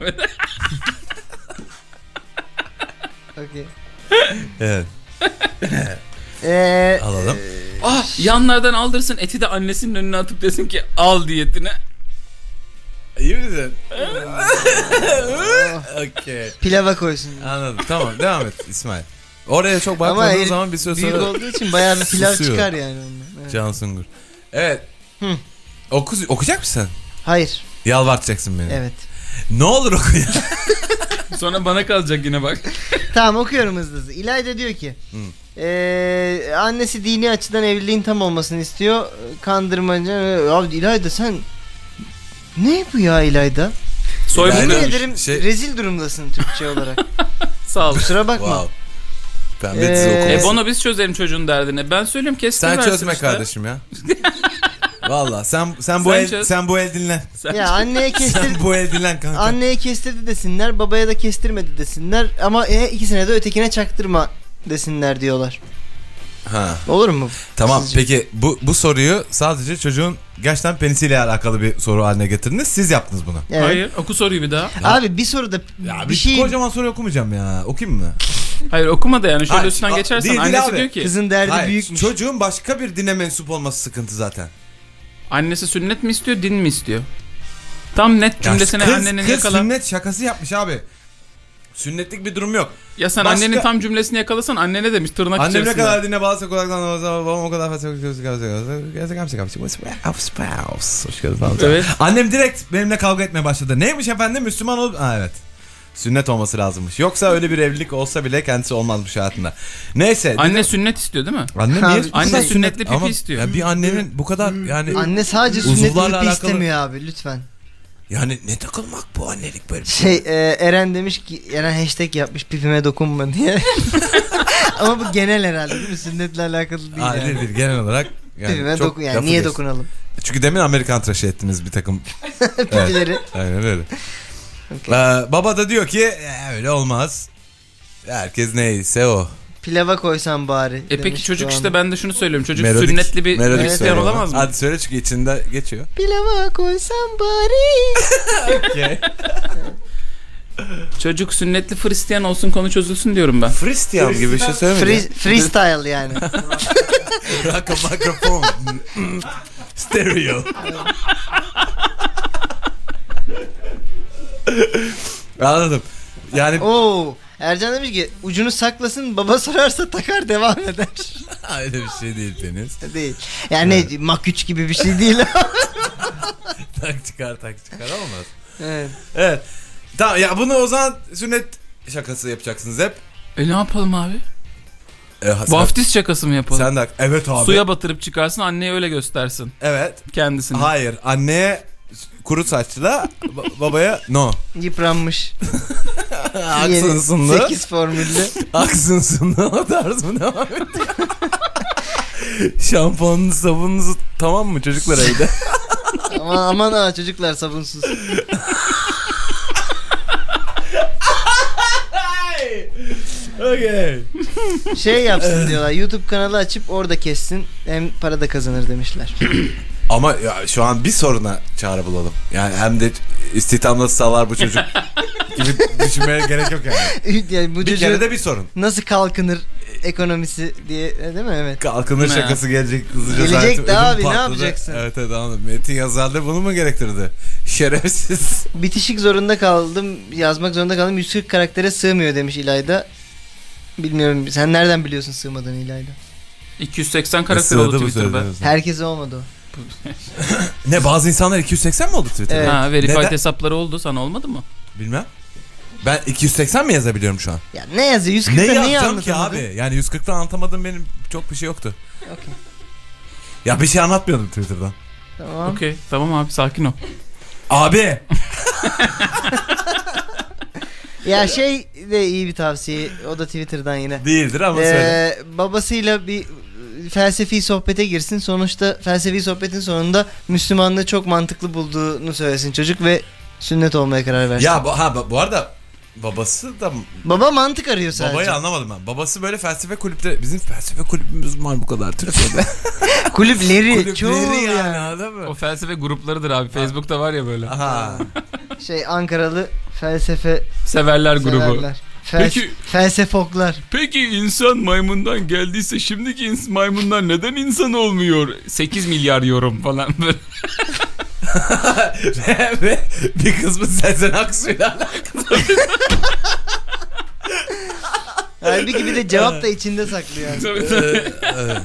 Okey. Evet, Ee, alalım. Ah, yanlardan aldırsın, eti de annesinin önüne atıp desin ki al diyetine. İyi misin? Okey. pilava koysun. Anladım. Tamam, devam et İsmail. Oraya çok Ama bakmadığın herif zaman bir süre büyük sonra... olduğu için bayağı bir pilav Susuyor. çıkar yani ondan. Evet. Can Sungur. Evet. Hı. Oku, okuyacak mısın? Hayır. Yalvartacaksın beni. Evet. Ne olur oku ya. Sonra bana kalacak yine bak. Tamam, okuyorum hızlı hızlı. İlayda diyor ki ee, annesi dini açıdan evliliğin tam olmasını istiyor. Kandırmacı. Abi İlayda sen ne bu ya İlayda? Soy Yani- Yemin bunu. ederim şey- rezil durumdasın Türkçe olarak. Sağ ol. Kusura bakma. Wow. Pembe Ee, dizi okuması. E Bono biz çözelim çocuğun derdini. Ben söyleyeyim kestir Sen versin çözme işte. kardeşim ya. Valla sen sen bu Sen el çöz. sen bu el dinlen. Sen Ya anneye kestir. Sen bu el dinlen kanka. Anneye kestirdi desinler, babaya da kestirmedi desinler ama e, ikisine de ötekine çaktırma desinler diyorlar. Ha. Olur mu? Tamam Sizce? peki bu bu soruyu sadece çocuğun gerçekten penisiyle alakalı bir soru haline getirdiniz. Siz yaptınız bunu. Evet. Hayır oku soruyu bir daha. Abi bir soruda Ya bir bir şey kocaman soru okumayacağım ya. Okuyayım mı? Hayır okuma da yani şöyle Hayır, üstünden a- geçersen değil, değil annesi abi. diyor ki kızın derdi Hayır, büyükmüş. çocuğun başka bir dine mensup olması sıkıntı zaten. annesi sünnet mi istiyor din mi istiyor? Tam net cümlesine kız, annenin kız yakala. sünnet şakası yapmış abi. Sünnetlik bir durum yok. Ya sen Başka- annenin tam cümlesini yakalasan anne ne demiş tırnak Annem ne içerisinde. kadar dine bağlısa kulaktan babam o kadar fazla hoş geldin falan. Evet. Annem direkt benimle kavga etmeye başladı. Neymiş efendim Müslüman olup... Ha evet. Sünnet olması lazımmış. Yoksa öyle bir evlilik olsa bile kendisi olmazmış hayatında. Neyse. Anne dedim, sünnet istiyor değil mi? anne Ha, niye? anne bu kadar sünnetli pipi Ama istiyor. ya bir annenin bu kadar yani... Anne sadece Uzuvlarla sünnet alakalı- pipi istemiyor abi lütfen. Yani ne takılmak bu annelik böyle bir Şey e, Eren demiş ki Eren hashtag yapmış pipime dokunma diye. Ama bu genel herhalde değil mi? Sünnetle alakalı değil Hayır yani. değil genel olarak. Yani Pipime çok dokun yani lafı niye geçti. dokunalım? Çünkü demin Amerikan tıraşı ettiniz bir takım. Pipileri. Aynen öyle. Okay. Ee, baba da diyor ki "E, öyle olmaz. Herkes neyse o. Pilava koysan bari. E peki demiş çocuk Doğan. işte ben de şunu söylüyorum. Çocuk Melodik- sünnetli bir melodik Hristiyan söyle bana. olamaz mı? Hadi söyle çünkü içinde geçiyor. Pilava koysan bari. Okay. Çocuk sünnetli Hristiyan olsun konu çözülsün diyorum ben. Hristiyan gibi bir şey söyleme. Free, freestyle yani. Rock a microphone. Stereo. Anladım. Yani Oo. Ercan demiş ki ucunu saklasın baba sorarsa takar devam eder. öyle bir şey değil Deniz. Değil. Yani Mak üç gibi bir şey değil. Tak çıkar tak çıkar olmaz. Evet. Evet. Tamam ya bunu o zaman sünnet şakası yapacaksınız hep. E ne yapalım abi? Ee, sen, Vaftiz şakası mı yapalım? sen de evet abi. Suya batırıp çıkarsın anneye öyle göstersin Evet. kendisini. Hayır anneye kuru saçlı ba- babaya no. Yıpranmış. Aksınsınlı. sekiz formüllü. Aksınsınlı o tarz mı devam ediyor? Şampuanınız sabununuzu tamam mı çocuklar evde? Aman aman ha çocuklar sabunsuz. Okay. Şey yapsın diyorlar. YouTube kanalı açıp orada kessin. Hem para da kazanır demişler. Ama ya şu an bir soruna çare bulalım. Yani hem de istihdam nasıl sağlar bu çocuk gibi düşünmeye gerek yok yani. Yani bu Bir çocuğun kere de bir sorun. nasıl kalkınır ekonomisi diye değil mi? Evet. Kalkınır Ne? şakası gelecek hızlıca. Gelecek zaten de ödüm abi, ne patladı. yapacaksın? Evet evet anladım. Metin yazarlığı bunu mu gerektirdi? Şerefsiz. Bitişik zorunda kaldım. Yazmak zorunda kaldım. yüz kırk karaktere sığmıyor demiş İlayda. Bilmiyorum. Sen nereden biliyorsun sığmadığını İlayda? iki yüz seksen karakter Sığdı oldu bu Twitter'da. söylediğiniz. Herkese olmadı o. Ne bazı insanlar iki yüz seksen mi oldu Twitter'da? Evet. Ha, verified Neden? hesapları oldu sana olmadı mı? Bilmem. Ben iki yüz seksen mi yazabiliyorum şu an? Ya ne yazıyor? yüz Ne kırkta neyi yazacağım ki anlatamadın? abi? Yani yüz kırkta anlatamadığım benim çok bir şey yoktu. Okey. Ya bir şey anlatmıyordum Twitter'dan. Tamam. Okey tamam abi sakin ol. Abi. Ya şey de iyi bir tavsiye. O da Twitter'dan yine. Değildir ama söyle. Ee, babasıyla bir felsefi sohbete girsin. Sonuçta felsefi sohbetin sonunda Müslümanlığı çok mantıklı bulduğunu söylesin çocuk ve sünnet olmaya karar versin. Ya bu, ha, bu- bu arada babası da Baba mantık arıyor sadece. babayı anlamadım ben. Babası böyle felsefe kulüpte bizim felsefe kulübümüz var bu kadar Türkiye'de. Kulüpleri, çoğu Kulüpleri yani yani. anladın mı? O felsefe gruplarıdır abi. Facebook'ta var ya böyle. Aha. Şey Ankaralı felsefe Severler grubu. severler. Fel- Peki- Felsefoklar. Peki insan maymundan geldiyse şimdiki ins- maymunlar neden insan olmuyor? sekiz milyar yorum falan böyle. Ve bir kısmı Sezen Aksu'yla alakalı. Halbuki bir de cevap da içinde saklıyor yani. Tabii, tabii.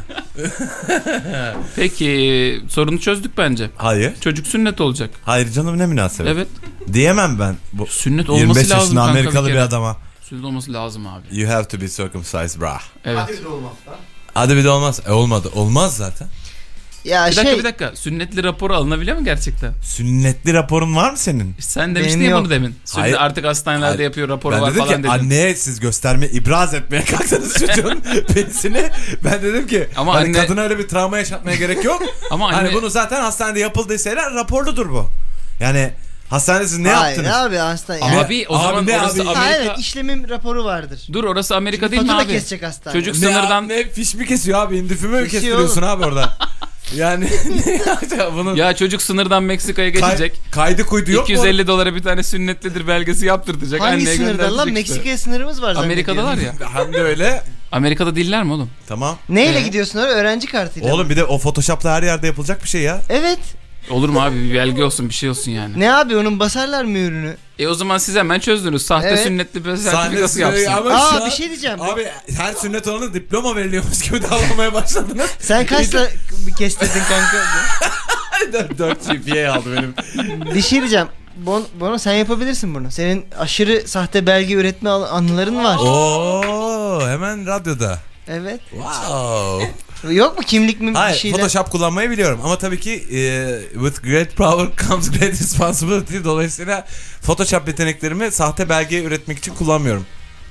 Peki sorunu çözdük bence. Hayır. Çocuk sünnet olacak. Hayır canım ne münasebet. Evet. Diyemem ben. Bu Sünnet olması yirmi beş lazım yaşında kanka Amerikalı bir bir, kere. adama. Sünnet olması lazım abi. You have to be circumcised bra. Evet. Hadi bir de olmaz. E olmadı. Olmaz zaten. Ya Bir dakika şey bir dakika. Sünnetli raporu alınabiliyor mu gerçekten? Sünnetli raporun var mı senin? Sen demiştin Benim ya yok. bunu demin. Sünnet Hayır. artık hastanelerde Hayır. yapıyor raporu Ben var dedim falan ki dedin. anneye siz gösterme, ibraz etmeye kalktınız çocuğun penisini. Ben dedim ki Ama hani anne- kadına öyle bir travma yaşatmaya gerek yok. Ama anne... Hani bunu zaten hastanede yapıldıysa eğer raporludur bu. Yani hastanede siz ne Hayır yaptınız? abi hastane. Abi Ne? o zaman Abi ne orası abi? Amerika... Ha, evet işlemim raporu vardır. Dur orası Amerika Çünkü değil mi fatura abi? kesecek hastane. Çocuk Ne, sınırdan... ne fiş mi kesiyor abi? İndifüme mi Kesiyor kestiriyorsun abi orada? Yani ne yapacak bunun? Ya çocuk sınırdan Meksika'ya Kay- geçecek. kaydı kuydu yok iki yüz elli mu? dolara bir tane sünnetlidir belgesi yaptırtacak. Hangi Anneye sınırdan lan? gönderecek Meksika'ya işte. sınırımız var Amerika'dalar zannediyorum. ya. Hem de öyle. Amerika'da değiller mi oğlum? Tamam. Neyle Ee? gidiyorsun oraya? Öğrenci kartıyla. Oğlum bir de o Photoshop'la her yerde yapılacak bir şey ya. Evet. Olur mu abi bir belge olsun bir şey olsun yani. Ne abi onun basarlar mı ürünü? E o zaman siz hemen çözdünüz. Sahte Evet. sünnetli bir sertifikası yapsın. Ama şu Aa an- bir şey diyeceğim. Abi her sünnet olana diploma veriliyormuş gibi davranmaya başladınız. Sen kaçla bir kestirdin kanka? dört G P A aldı benim. Bir şey diyeceğim. Bon, Bono sen yapabilirsin bunu. Senin aşırı sahte belge üretme al- anıların var. Oo, hemen radyoda. Evet. Wow. Yok mu kimlik mi bir Hayır, şeyler? Photoshop kullanmayı biliyorum ama tabii ki e, with great power comes great responsibility. Dolayısıyla Photoshop yeteneklerimi sahte belge üretmek için kullanmıyorum.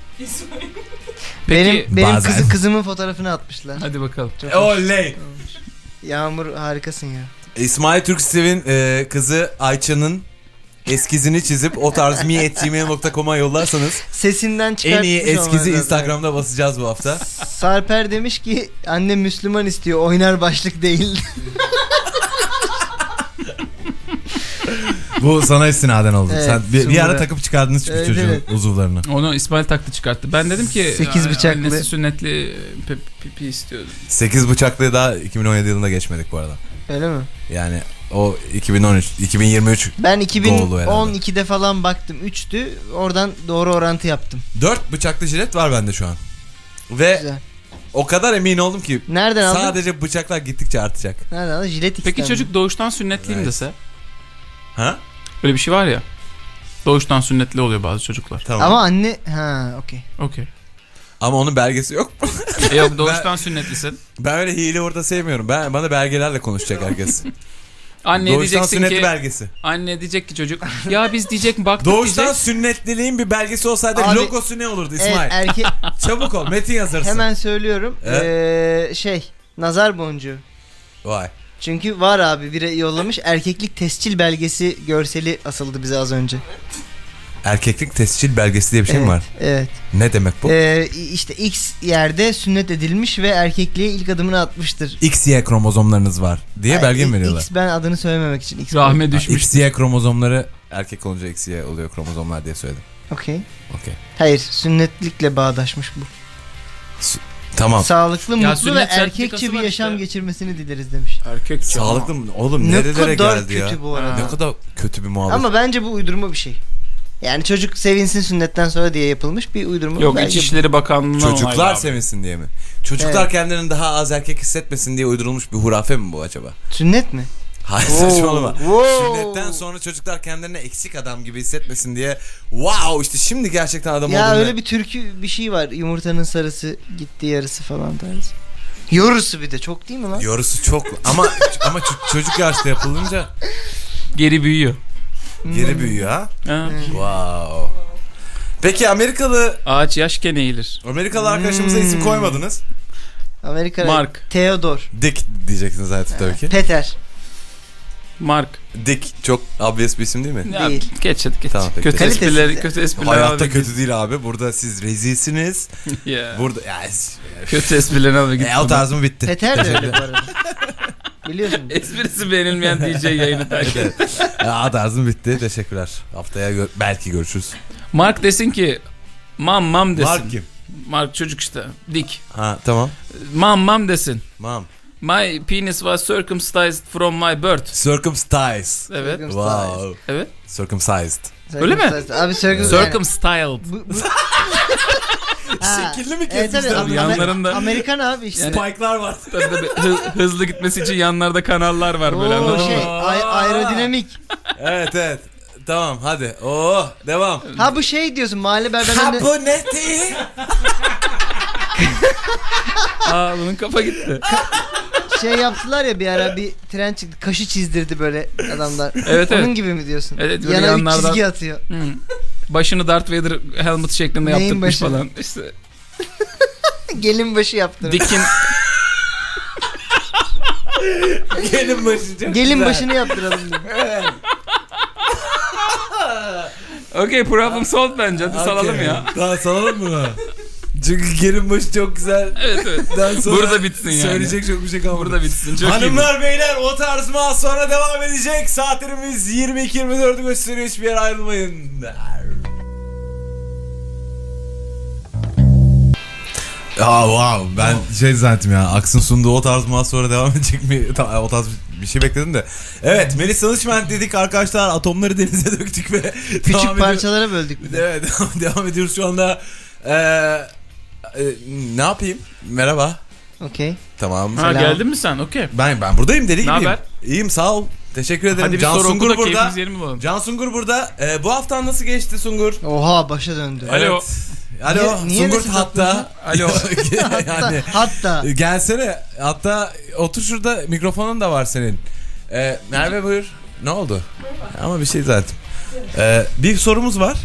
Peki, Benim benim bazen. kızı kızımın fotoğrafını atmışlar. Hadi bakalım. Çok hoş. Oley. Yağmur harikasın ya. İsmail Türksev'in e, kızı Ayça'nın eskizini çizip o tarz mi at gmail nokta com'a yollarsanız Sesinden en çıkartmış iyi olman eskizi lazım. Instagram'da basacağız bu hafta. Sarper demiş ki annem Müslüman istiyor oynar başlık değil. Bu sana istinaden oldu. Evet, Sen bir, bir sonra- ara takıp çıkardın hiçbir Evet, çocuğun evet. uzuvlarını. Onu İsmail taktı çıkarttı. Ben dedim ki Sekiz "Aa, bıçaklı." annesi sünnetli pe- pipi istiyordu. sekiz bıçaklığı daha iki bin on yedi yılında geçmedik bu arada. Öyle mi? Yani o iki bin on üç, iki bin yirmi üç Ben iki bin Doğulu on herhalde. ikide falan baktım. üçtü. Oradan doğru orantı yaptım. dört bıçaklı jilet var bende şu an. Ve Güzel. o kadar emin oldum ki Nereden aldın? sadece bıçaklar gittikçe artacak. Nereden aldın? Jilet X'ten Peki mi? çocuk doğuştan sünnetliyim Evet. dese? Ha? Öyle bir şey var ya. Doğuştan sünnetli oluyor bazı çocuklar. Tamam. Ama anne ha okey. Okey. Ama onun belgesi yok. E yok doğuştan sünnetlisin. Ben öyle hile orada sevmiyorum. Ben bana belgelerle konuşacak herkes. Anneye Doğuştan diyeceksin sünnetli ki belgesi. anne diyecek ki çocuk ya biz diyecek baktık Doğuştan diyecek. sünnetliliğin bir belgesi olsaydı Abi- logosu ne olurdu Evet, İsmail? erkek Çabuk ol, metin yazarsın. hemen söylüyorum. Evet. Ee, şey nazar boncuğu. Vay. Çünkü var abi biri yollamış erkeklik tescil belgesi görseli asıldı bize az önce. Erkeklik tescil belgesi diye bir şey evet, mi var? Evet. Ne demek bu? Ee, işte X yerde sünnet edilmiş ve erkekliğe ilk adımını atmıştır. X Y kromozomlarınız var diye belge mi Ay, veriyorlar? X ben adını söylememek için X. Rahme Ha, düşmüş. X Y kromozomları erkek olunca X Y oluyor kromozomlar diye söyledim. Okey. Okey. Hayır sünnetlikle bağdaşmış bu. Tamam. Sağlıklı, Ya mutlu ve sünnet erkekçe sertifikası bir var yaşam işte. geçirmesini dileriz demiş. Erkek Sağlıklı mı? Oğlum Ne nerelere kadar geldi kötü ya? bu arada. Ne kadar kötü bir muhabbet. Ama bence bu uydurma bir şey. Yani çocuk sevinsin sünnetten sonra diye yapılmış bir uydurma. Yok Belki İçişleri Bakanlığı'ndan Çocuklar onaylı abi. sevinsin diye mi? Çocuklar Evet. kendilerini daha az erkek hissetmesin diye uydurulmuş bir hurafe mi bu acaba? sünnet mi? Hayır Wow, saçmalama. wow. Sünnetten sonra çocuklar kendilerini eksik adam gibi hissetmesin diye. Wow işte şimdi gerçekten adam Ya olduğunu- öyle bir türkü bir şey var. Yumurtanın sarısı gitti yarısı falan tarzı. Yorusu bir de çok değil mi lan? Yorusu çok ama ama ç- çocuk yaşta yapılınca Geri büyüyor. geri büyüyor ha. Ha. Wow. Peki Amerikalı Ağaç yaşken eğilir. Amerikalı arkadaşımıza isim Hmm. koymadınız. Amerika Mark. Theodor. Dick diyeceksiniz zaten tabii ki. Peter. Mark. Dick çok obvious bir isim değil mi? Ya, Değil. geç hadi geç. Tamam, peki. kötü Kalitesiz esprileri, de. kötü esprileri. Hayatta aldık. kötü değil abi. Burada siz rezilsiniz. Ya. Burada ya, Kötü esprilerini aldık. e, o tarzım bitti. Peter de öyle bu arada. Biliyorsun. Esprisi beğenilmeyen D J yayını takip et. Ya, tarzım bitti. Teşekkürler. Haftaya gö- belki görüşürüz. Mark desin ki mam mam desin. Mark kim? Mark çocuk işte. Dick. Ha tamam. Mam mam desin. Mam. My penis was circumcised from my birth. Circumcised. Evet. Wow. Evet. Circumcised. Öyle mi? Abi circum... Circumstyled. Bu, bu... Ha, Şekilli mi evet, kesmişler? tabii, Abi Amer- yanlarında- Amerikan abi işte. Yani- Spike'lar var. Tabii tabii hı- hızlı gitmesi için yanlarda kanallar var böyle Oo, anladın şey, mı? ay- aerodinamik. Evet evet. Tamam hadi. Oo devam. Ha bu şey diyorsun mahalle berberlerinde. Ha bu ne değil? Aa bunun kafa gitti. Şey yaptılar ya bir ara, bir tren çıktı. Kaşı çizdirdi böyle adamlar. Evet, Onun evet. gibi mi diyorsun? Evet, böyle Yana yanlardan- bir çizgi atıyor. Hı. Başını Darth Vader helmet şeklinde Neyin yaptırmış başı? falan. İşte Gelin başı yaptı. Dick'in Gelin başı çok Gelin güzel. başını yaptıralım dedim. okey, problem solved bence. Hadi salalım Okey. ya. Daha salalım mı? Çünkü gelin başı çok güzel. Evet, evet. Dan sonra Burada bitsin yani. Söyleyecek çok bir şey kalmadı. Burada bitsin. Çok iyi. Hanımlar beyler, o tarz mı az sonra devam edecek. Saatlerimiz yirmi iki yirmi dördü gösteriyor. Hiçbir yere ayrılmayın. Ya wow, ben şey zannettim ya, Aksın sunduğu o tarz mı az sonra devam edecek mi? Tamam, o tarz bir şey bekledim de. Evet, Melis Danışment dedik arkadaşlar, atomları denize döktük ve devam Küçük ediyor- parçalara böldük bir de. Evet, devam, devam ediyoruz şu anda. Ee, e, ne yapayım? Merhaba. Okey. Tamam. Ha, Selam. geldin mi sen? Okey. Ben ben buradayım, deli Ne gibiyim. haber? İyiyim, sağ ol. Teşekkür ederim. Hadi bir Can soru oku Sungur da burada. keyfimiz yerine bulalım. Can Sungur burada. Ee, bu haftan nasıl geçti Sungur? Oha, başa döndü. Alo. Evet. Alo. Niye- niye Sungur resim hatta. Alo. yani Hatta. gelsene. Hatta otur şurada, mikrofonun da var senin. Ee, Merve buyur. Ne oldu? Ama bir şey zaten. Ee, bir sorumuz var.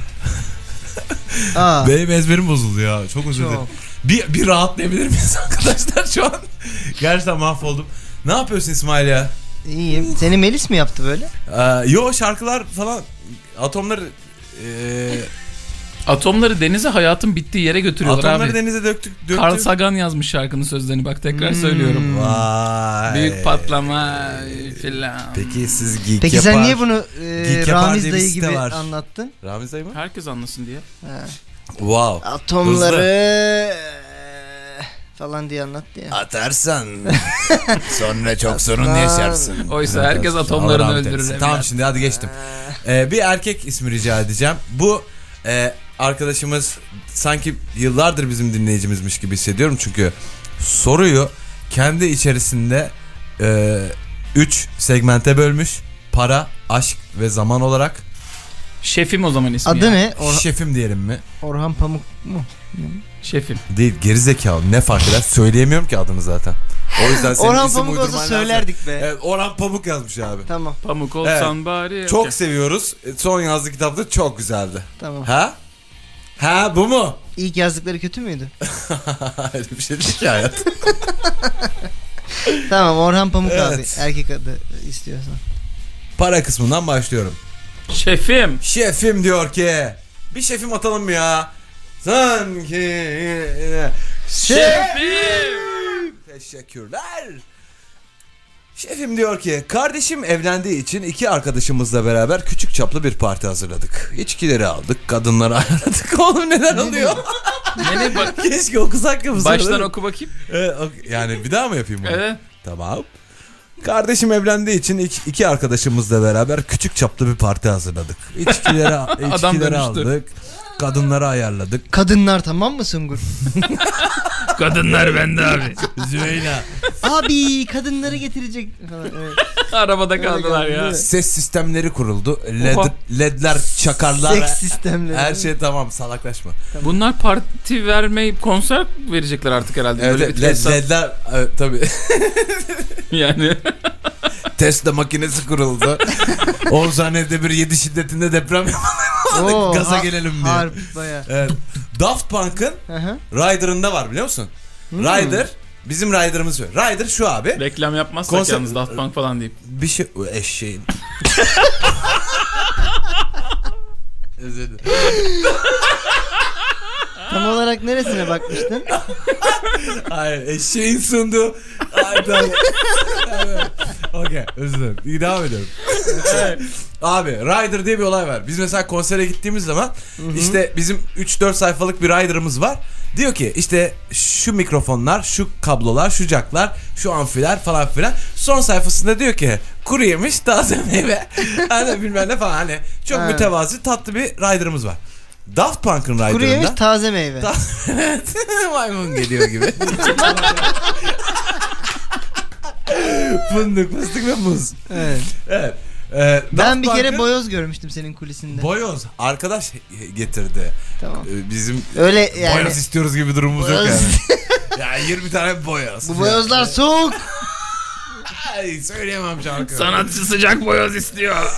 Aa. Benim ezberim bozuldu ya. Çok özür dilerim. Çok. Bir, bir rahatlayabilir miyiz arkadaşlar şu an? Gerçekten mahvoldum. Ne yapıyorsun İsmail ya? İyiyim. Seni Melis mi yaptı böyle? Ee, yo, şarkılar falan, atomları e, Atomları denize, hayatın bittiği yere götürüyorlar atomları abi. denize döktük. döktük. Carl Sagan yazmış şarkının sözlerini, bak tekrar Hmm. söylüyorum. Vay. Büyük patlama filan. Peki siz geek Peki yapar. sen niye bunu Geek e, yapar Ramiz diye bir dayı site gibi var. anlattın? Ramiz dayı mı? Herkes anlasın diye. Ha. Wow. Atomları e, falan diye anlattı ya. Atarsan sonra çok sorun Aslan. yaşarsın. Oysa herkes atomlarını Allah rahmet öldürür. eylesin. evlat. Tamam, şimdi hadi geçtim. Ee, bir erkek ismi rica edeceğim. Bu e, arkadaşımız sanki yıllardır bizim dinleyicimizmiş gibi hissediyorum. Çünkü soruyu kendi içerisinde e, üç segmente bölmüş. Para, aşk ve zaman olarak. Şefim o zaman ismi Adı ya. ne? Or- Şefim diyelim mi? Orhan Pamuk mu? Şefim. Değil, gerizekalı, ne fark eder? Söyleyemiyorum ki adını zaten. O yüzden senin Orhan isim Pamuk uydurman olsa lazım. söylerdik be. Evet, Orhan Pamuk yazmış abi. Tamam, Pamuk olsan bari. Çok Okey. seviyoruz. Son yazdığı kitapta çok güzeldi. tamam. Ha? Ha, bu mu? İlk yazdıkları kötü müydü? Öyle bir şey değil ki hayat. Tamam, Orhan Pamuk Evet. abi. Erkek adı istiyorsan. Para kısmından başlıyorum. Şefim. Şefim diyor ki, bir şefim atalım mı ya? Sanki Şefim. Teşekkürler. Şefim diyor ki, kardeşim evlendiği için iki arkadaşımızla beraber küçük çaplı bir parti hazırladık. İçkileri aldık, kadınları ayarladık. Oğlum neler oluyor? Ne ne bak. Keşke okusak ya bu Baştan soruları. oku bakayım. Evet, ok- yani bir daha mı yapayım bunu? Evet. Tamam. Kardeşim evlendiği için iki, iki arkadaşımızla beraber küçük çaplı bir parti hazırladık. İçkileri, içkileri dönüştü. aldık. Kadınları ayarladık. Kadınlar tamam mı Sungur? Kadınlar bende abi. Züeyna. Abi kadınları getirecek falan. Evet. Arabada kaldılar Öyle ya. geldi. Ses sistemleri kuruldu. Led, Oha. ledler, çakarlar. Seks sistemleri. Her şey tamam, salaklaşma. Bunlar parti vermeyi, konser verecekler artık herhalde. Evet, Böyle bir led, tesisat. ledler evet, tabii. Yani. Tesla makinesi kuruldu. on saniyede bir yedi şiddetinde deprem yapalım. Oo, Gaza ha- gelelim diye. Harbi baya. Evet. Daft Punk'ın Hı hı. Rider'ında var, biliyor musun? Hmm. Rider bizim Rider'ımız var. Rider şu abi. Reklam yapmazsak Konser- yalnız Daft Punk falan deyip. Bir şey o eşeğin. Özür dilerim. Tam olarak neresine bakmıştın? Hayır, eşeğin sunduğu. Ay, tamam. Evet. Okey, özür dilerim. İyi, devam ediyorum. Abi, Rider diye bir olay var. Biz mesela konsere gittiğimiz zaman işte bizim üç dört sayfalık bir Rider'ımız var. Diyor ki işte şu mikrofonlar, şu kablolar, şu jacklar, şu amfiler falan filan. Son sayfasında diyor ki kuru yemiş, taze meyve, hani bilmem ne falan, hani çok Ha. mütevazi tatlı bir Rider'ımız var. Daft Punk'ın Rider'ında Kuru yemiş taze meyve. Ta- Evet, maymun geliyor gibi. Fındık, fıstık ve muz. Evet. Evet. Ee, Ben Daft bir kere Punk'ın boyoz görmüştüm senin kulisinde. boyoz arkadaş getirdi. Tamam. Ee, Bizim Öyle yani. boyoz istiyoruz gibi durumumuz yok Boyoz- yani. Ya yirmi tane boyoz. Bu boyozlar soğuk. Ay, söyleyemem şarkı. Sanatçı sıcak boyoz istiyor.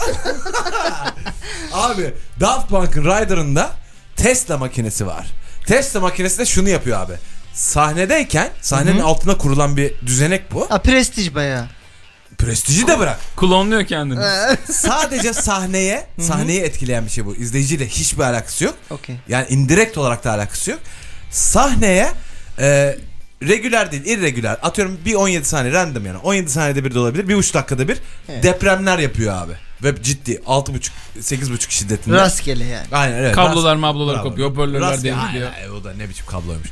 Abi Daft Punk'ın Rider'ında Tesla makinesi var. Tesla makinesi de şunu yapıyor abi. Sahnedeyken sahnenin Hı-hı. altına kurulan bir düzenek bu. Ha, prestij bayağı. Prestiji de bırak. Klonluyor kendini. Sadece sahneye, sahneyi etkileyen bir şey bu. İzleyiciyle hiçbir alakası yok. Okay. Yani indirekt olarak da alakası yok. Sahneye e, regüler değil, irregüler. Atıyorum bir on yedi saniye random yani. on yedi saniyede bir de olabilir. Bir buçuk dakikada bir evet. depremler yapıyor abi. Ve ciddi altı buçuk sekiz buçuk şiddetinde. Rastgele yani. Aynen evet. Kablolar mablolar kopuyor. Hoparlörler devriliyor. O da ne biçim kabloymuş.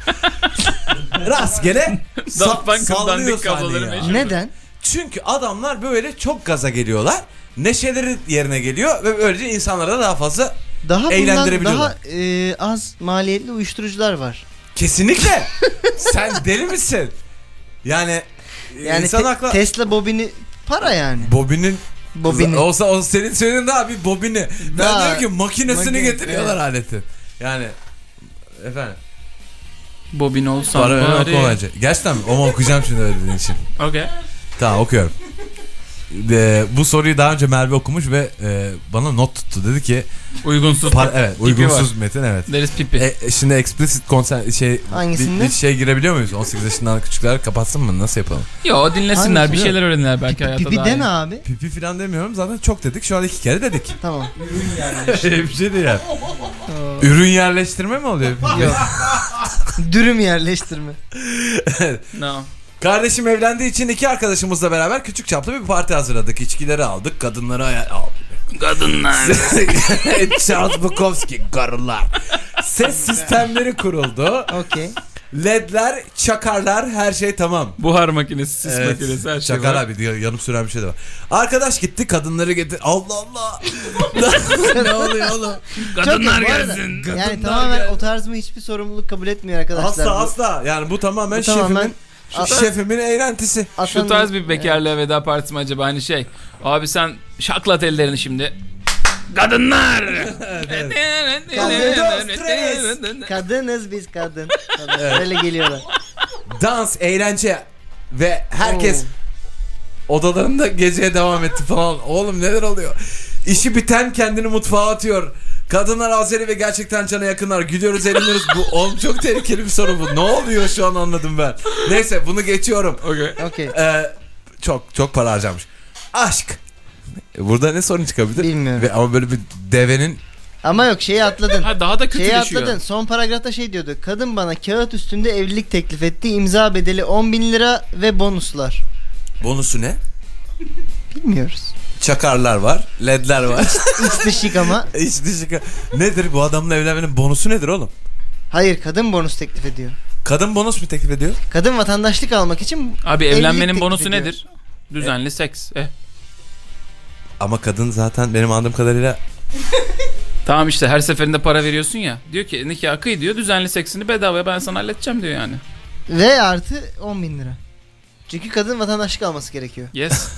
Rastgele sa- sallıyor sahneyi. Neden? Çünkü adamlar böyle çok gaza geliyorlar. Neşeleri yerine geliyor ve böylece insanlara da daha fazla daha eğlendirebiliyorlar. Daha e, az maliyetli uyuşturucular var. Kesinlikle. Sen deli misin? Yani, yani insan te- akla... Tesla bobini para yani. Bobinin bobini. Olsa o senin senin daha bir bobini. Ben daha, diyorum ki makinesini makine, getiriyorlar evet. aletin. Yani efendim. Bobin olsan para bari. Kolayca. Gerçekten mi? Ama okuyacağım şimdi öyle dediğin için. Okey. Tamam okuyorum. De, bu soruyu daha önce Merve okumuş ve e, bana not tuttu. Dedi ki uygunsuz. Par, evet, uygunsuz metin evet. Deriz pipi. E, şimdi explicit consent şey hangisinde? Bir, bir şey girebiliyor muyuz? on sekiz yaşından küçükler kapatsın mı? Nasıl yapalım? Yo dinlesinler. Hangisi? Bir şeyler öğrenirler belki hayatta. Pipi deme abi. Pipi falan demiyorum. Zaten çok dedik. Şu an iki kere dedik. Tamam. Ürün yerleştirme. Bir şey değil ya. Ürün yerleştirme mi oluyor? Yok. Dürüm yerleştirme. No. Kardeşim evlendiği için iki arkadaşımızla beraber küçük çaplı bir parti hazırladık. İçkileri aldık. Kadınları aya- aldık. Kadınlar. Charles Bukowski. Karılar. Ses sistemleri kuruldu. Okey. Ledler, çakarlar, her şey tamam. Buhar makinesi, sis evet, makinesi, her şey çakar var. abi diyor, yanıp süren bir şey de var. Arkadaş gitti, kadınları getir. Allah Allah. Ne oluyor oğlum? Kadınlar gelsin. Yani Kadınlar tamamen gelsin. o tarz mı hiçbir sorumluluk kabul etmiyor arkadaşlar. Asla bu. asla. Yani bu tamamen, bu tamamen şefimin, a- şefimin eğlentisi. Şu tarz bir bekarlığa evet. veda partisi mi acaba? Hani şey, abi sen şaklat ellerini şimdi. Kadınlar. Kadınız biz kadın. Evet. Öyle geliyorlar. Dans, eğlence ve herkes Oo. odalarında geceye devam etti falan. Oğlum neler oluyor? İşi biten kendini mutfağa atıyor. Kadınlar Azeri ve gerçekten cana yakınlar. Gülüyoruz, eğleniyoruz. Bu oğlum çok tehlikeli bir soru bu. Ne oluyor şu an anladım ben. Neyse bunu geçiyorum. Okay. Okay. Ee, çok çok para harcamış. Aşk. Burada ne sorun çıkabilir? Bilmiyorum. Ve ama böyle bir devenin. Ama yok şeyi atladın. Ha, daha da kötüleşiyor. Şeyi atladın. Son paragrafta şey diyordu. Kadın bana kağıt üstünde evlilik teklif etti. İmza bedeli on bin lira ve bonuslar. Bonusu ne? Bilmiyoruz. Çakarlar var. Ledler var. İç dışık ama. İç dışık. Nedir bu adamla evlenmenin bonusu nedir oğlum? Hayır, kadın bonus teklif ediyor. Kadın bonus mu teklif ediyor? Kadın vatandaşlık almak için abi evlenmenin bonusu ediyor. Nedir? Düzenli e? seks. Eh. Ama kadın zaten benim anladığım kadarıyla tamam işte her seferinde para veriyorsun ya. Diyor ki nikah kıy diyor, düzenli seksini bedavaya ben sana halledeceğim diyor yani. Ve artı on bin lira. Çünkü kadın vatandaşlık alması gerekiyor. Yes.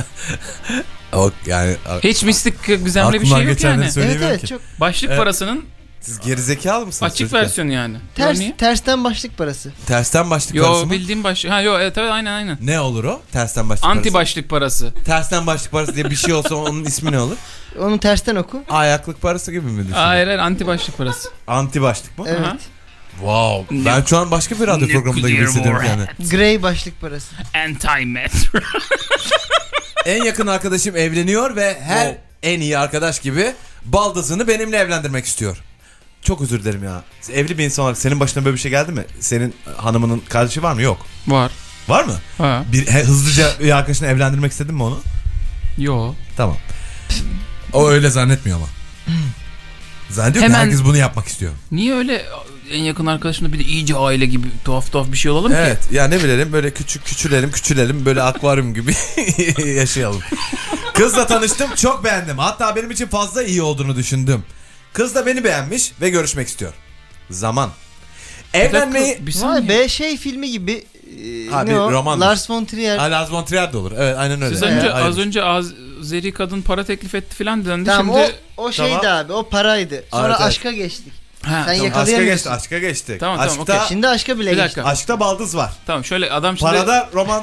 o yani hiç mistik gizemli bir şey yok yani. Evet evet ki. Çok. Başlık evet. parasının siz gerizekalı mısınız? Açık çocuklar? Versiyonu yani. Ters, tersten başlık parası. Tersten başlık yo, parası mı? Yo bildiğim başlık. Ha yo evet evet aynen aynen. Ne olur o? Tersten başlık Anti parası. Anti başlık parası. Tersten başlık parası diye bir şey olsa onun ismi ne olur? Onu tersten oku. Ayaklık parası gibi mi düşünüyorsun? Hayır hayır anti başlık parası. Anti başlık mı? Evet. Aha. Wow. Ben şu an başka bir radyo programında gibi hissediyorum yani. Grey başlık parası. Anti-metro. En yakın arkadaşım evleniyor ve her wow. en iyi arkadaş gibi baldızını benimle evlendirmek istiyor. Çok özür dilerim ya. Evli bir insan olarak senin başına böyle bir şey geldi mi? Senin hanımının kardeşi var mı? Yok. Var. Var mı? Ha. Bir, he, hızlıca bir arkadaşını evlendirmek istedin mi onu? Yok. Tamam. O öyle zannetmiyor ama. Zannediyor ki herkes bunu yapmak istiyor. Niye öyle en yakın arkadaşımla bir de iyice aile gibi tuhaf tuhaf bir şey olalım evet, ki? Evet ya ne bilelim böyle küçük küçülelim küçülelim böyle akvaryum gibi yaşayalım. Kızla tanıştım, çok beğendim. Hatta benim için fazla iyi olduğunu düşündüm. Kız da beni beğenmiş ve görüşmek istiyor. Zaman. Evlenmeyi... Vay be şey filmi gibi. E, ha, ne bir o? roman. Lars von Trier. Ha, Lars von Trier de olur. Evet aynen öyle. Siz önce, evet. az önce Azeri kadın para teklif etti filan dendi. Tamam şimdi... o, o şeydi tamam. Abi o paraydı. Sonra evet, aşka evet. geçtik. Ha, sen tamam, aşka geçtik, aşka geçtik. Tamam aşkta, tamam okey. Şimdi aşka bile geçtik. Aşkta baldız var. Tamam şöyle adam şimdi... Parada roman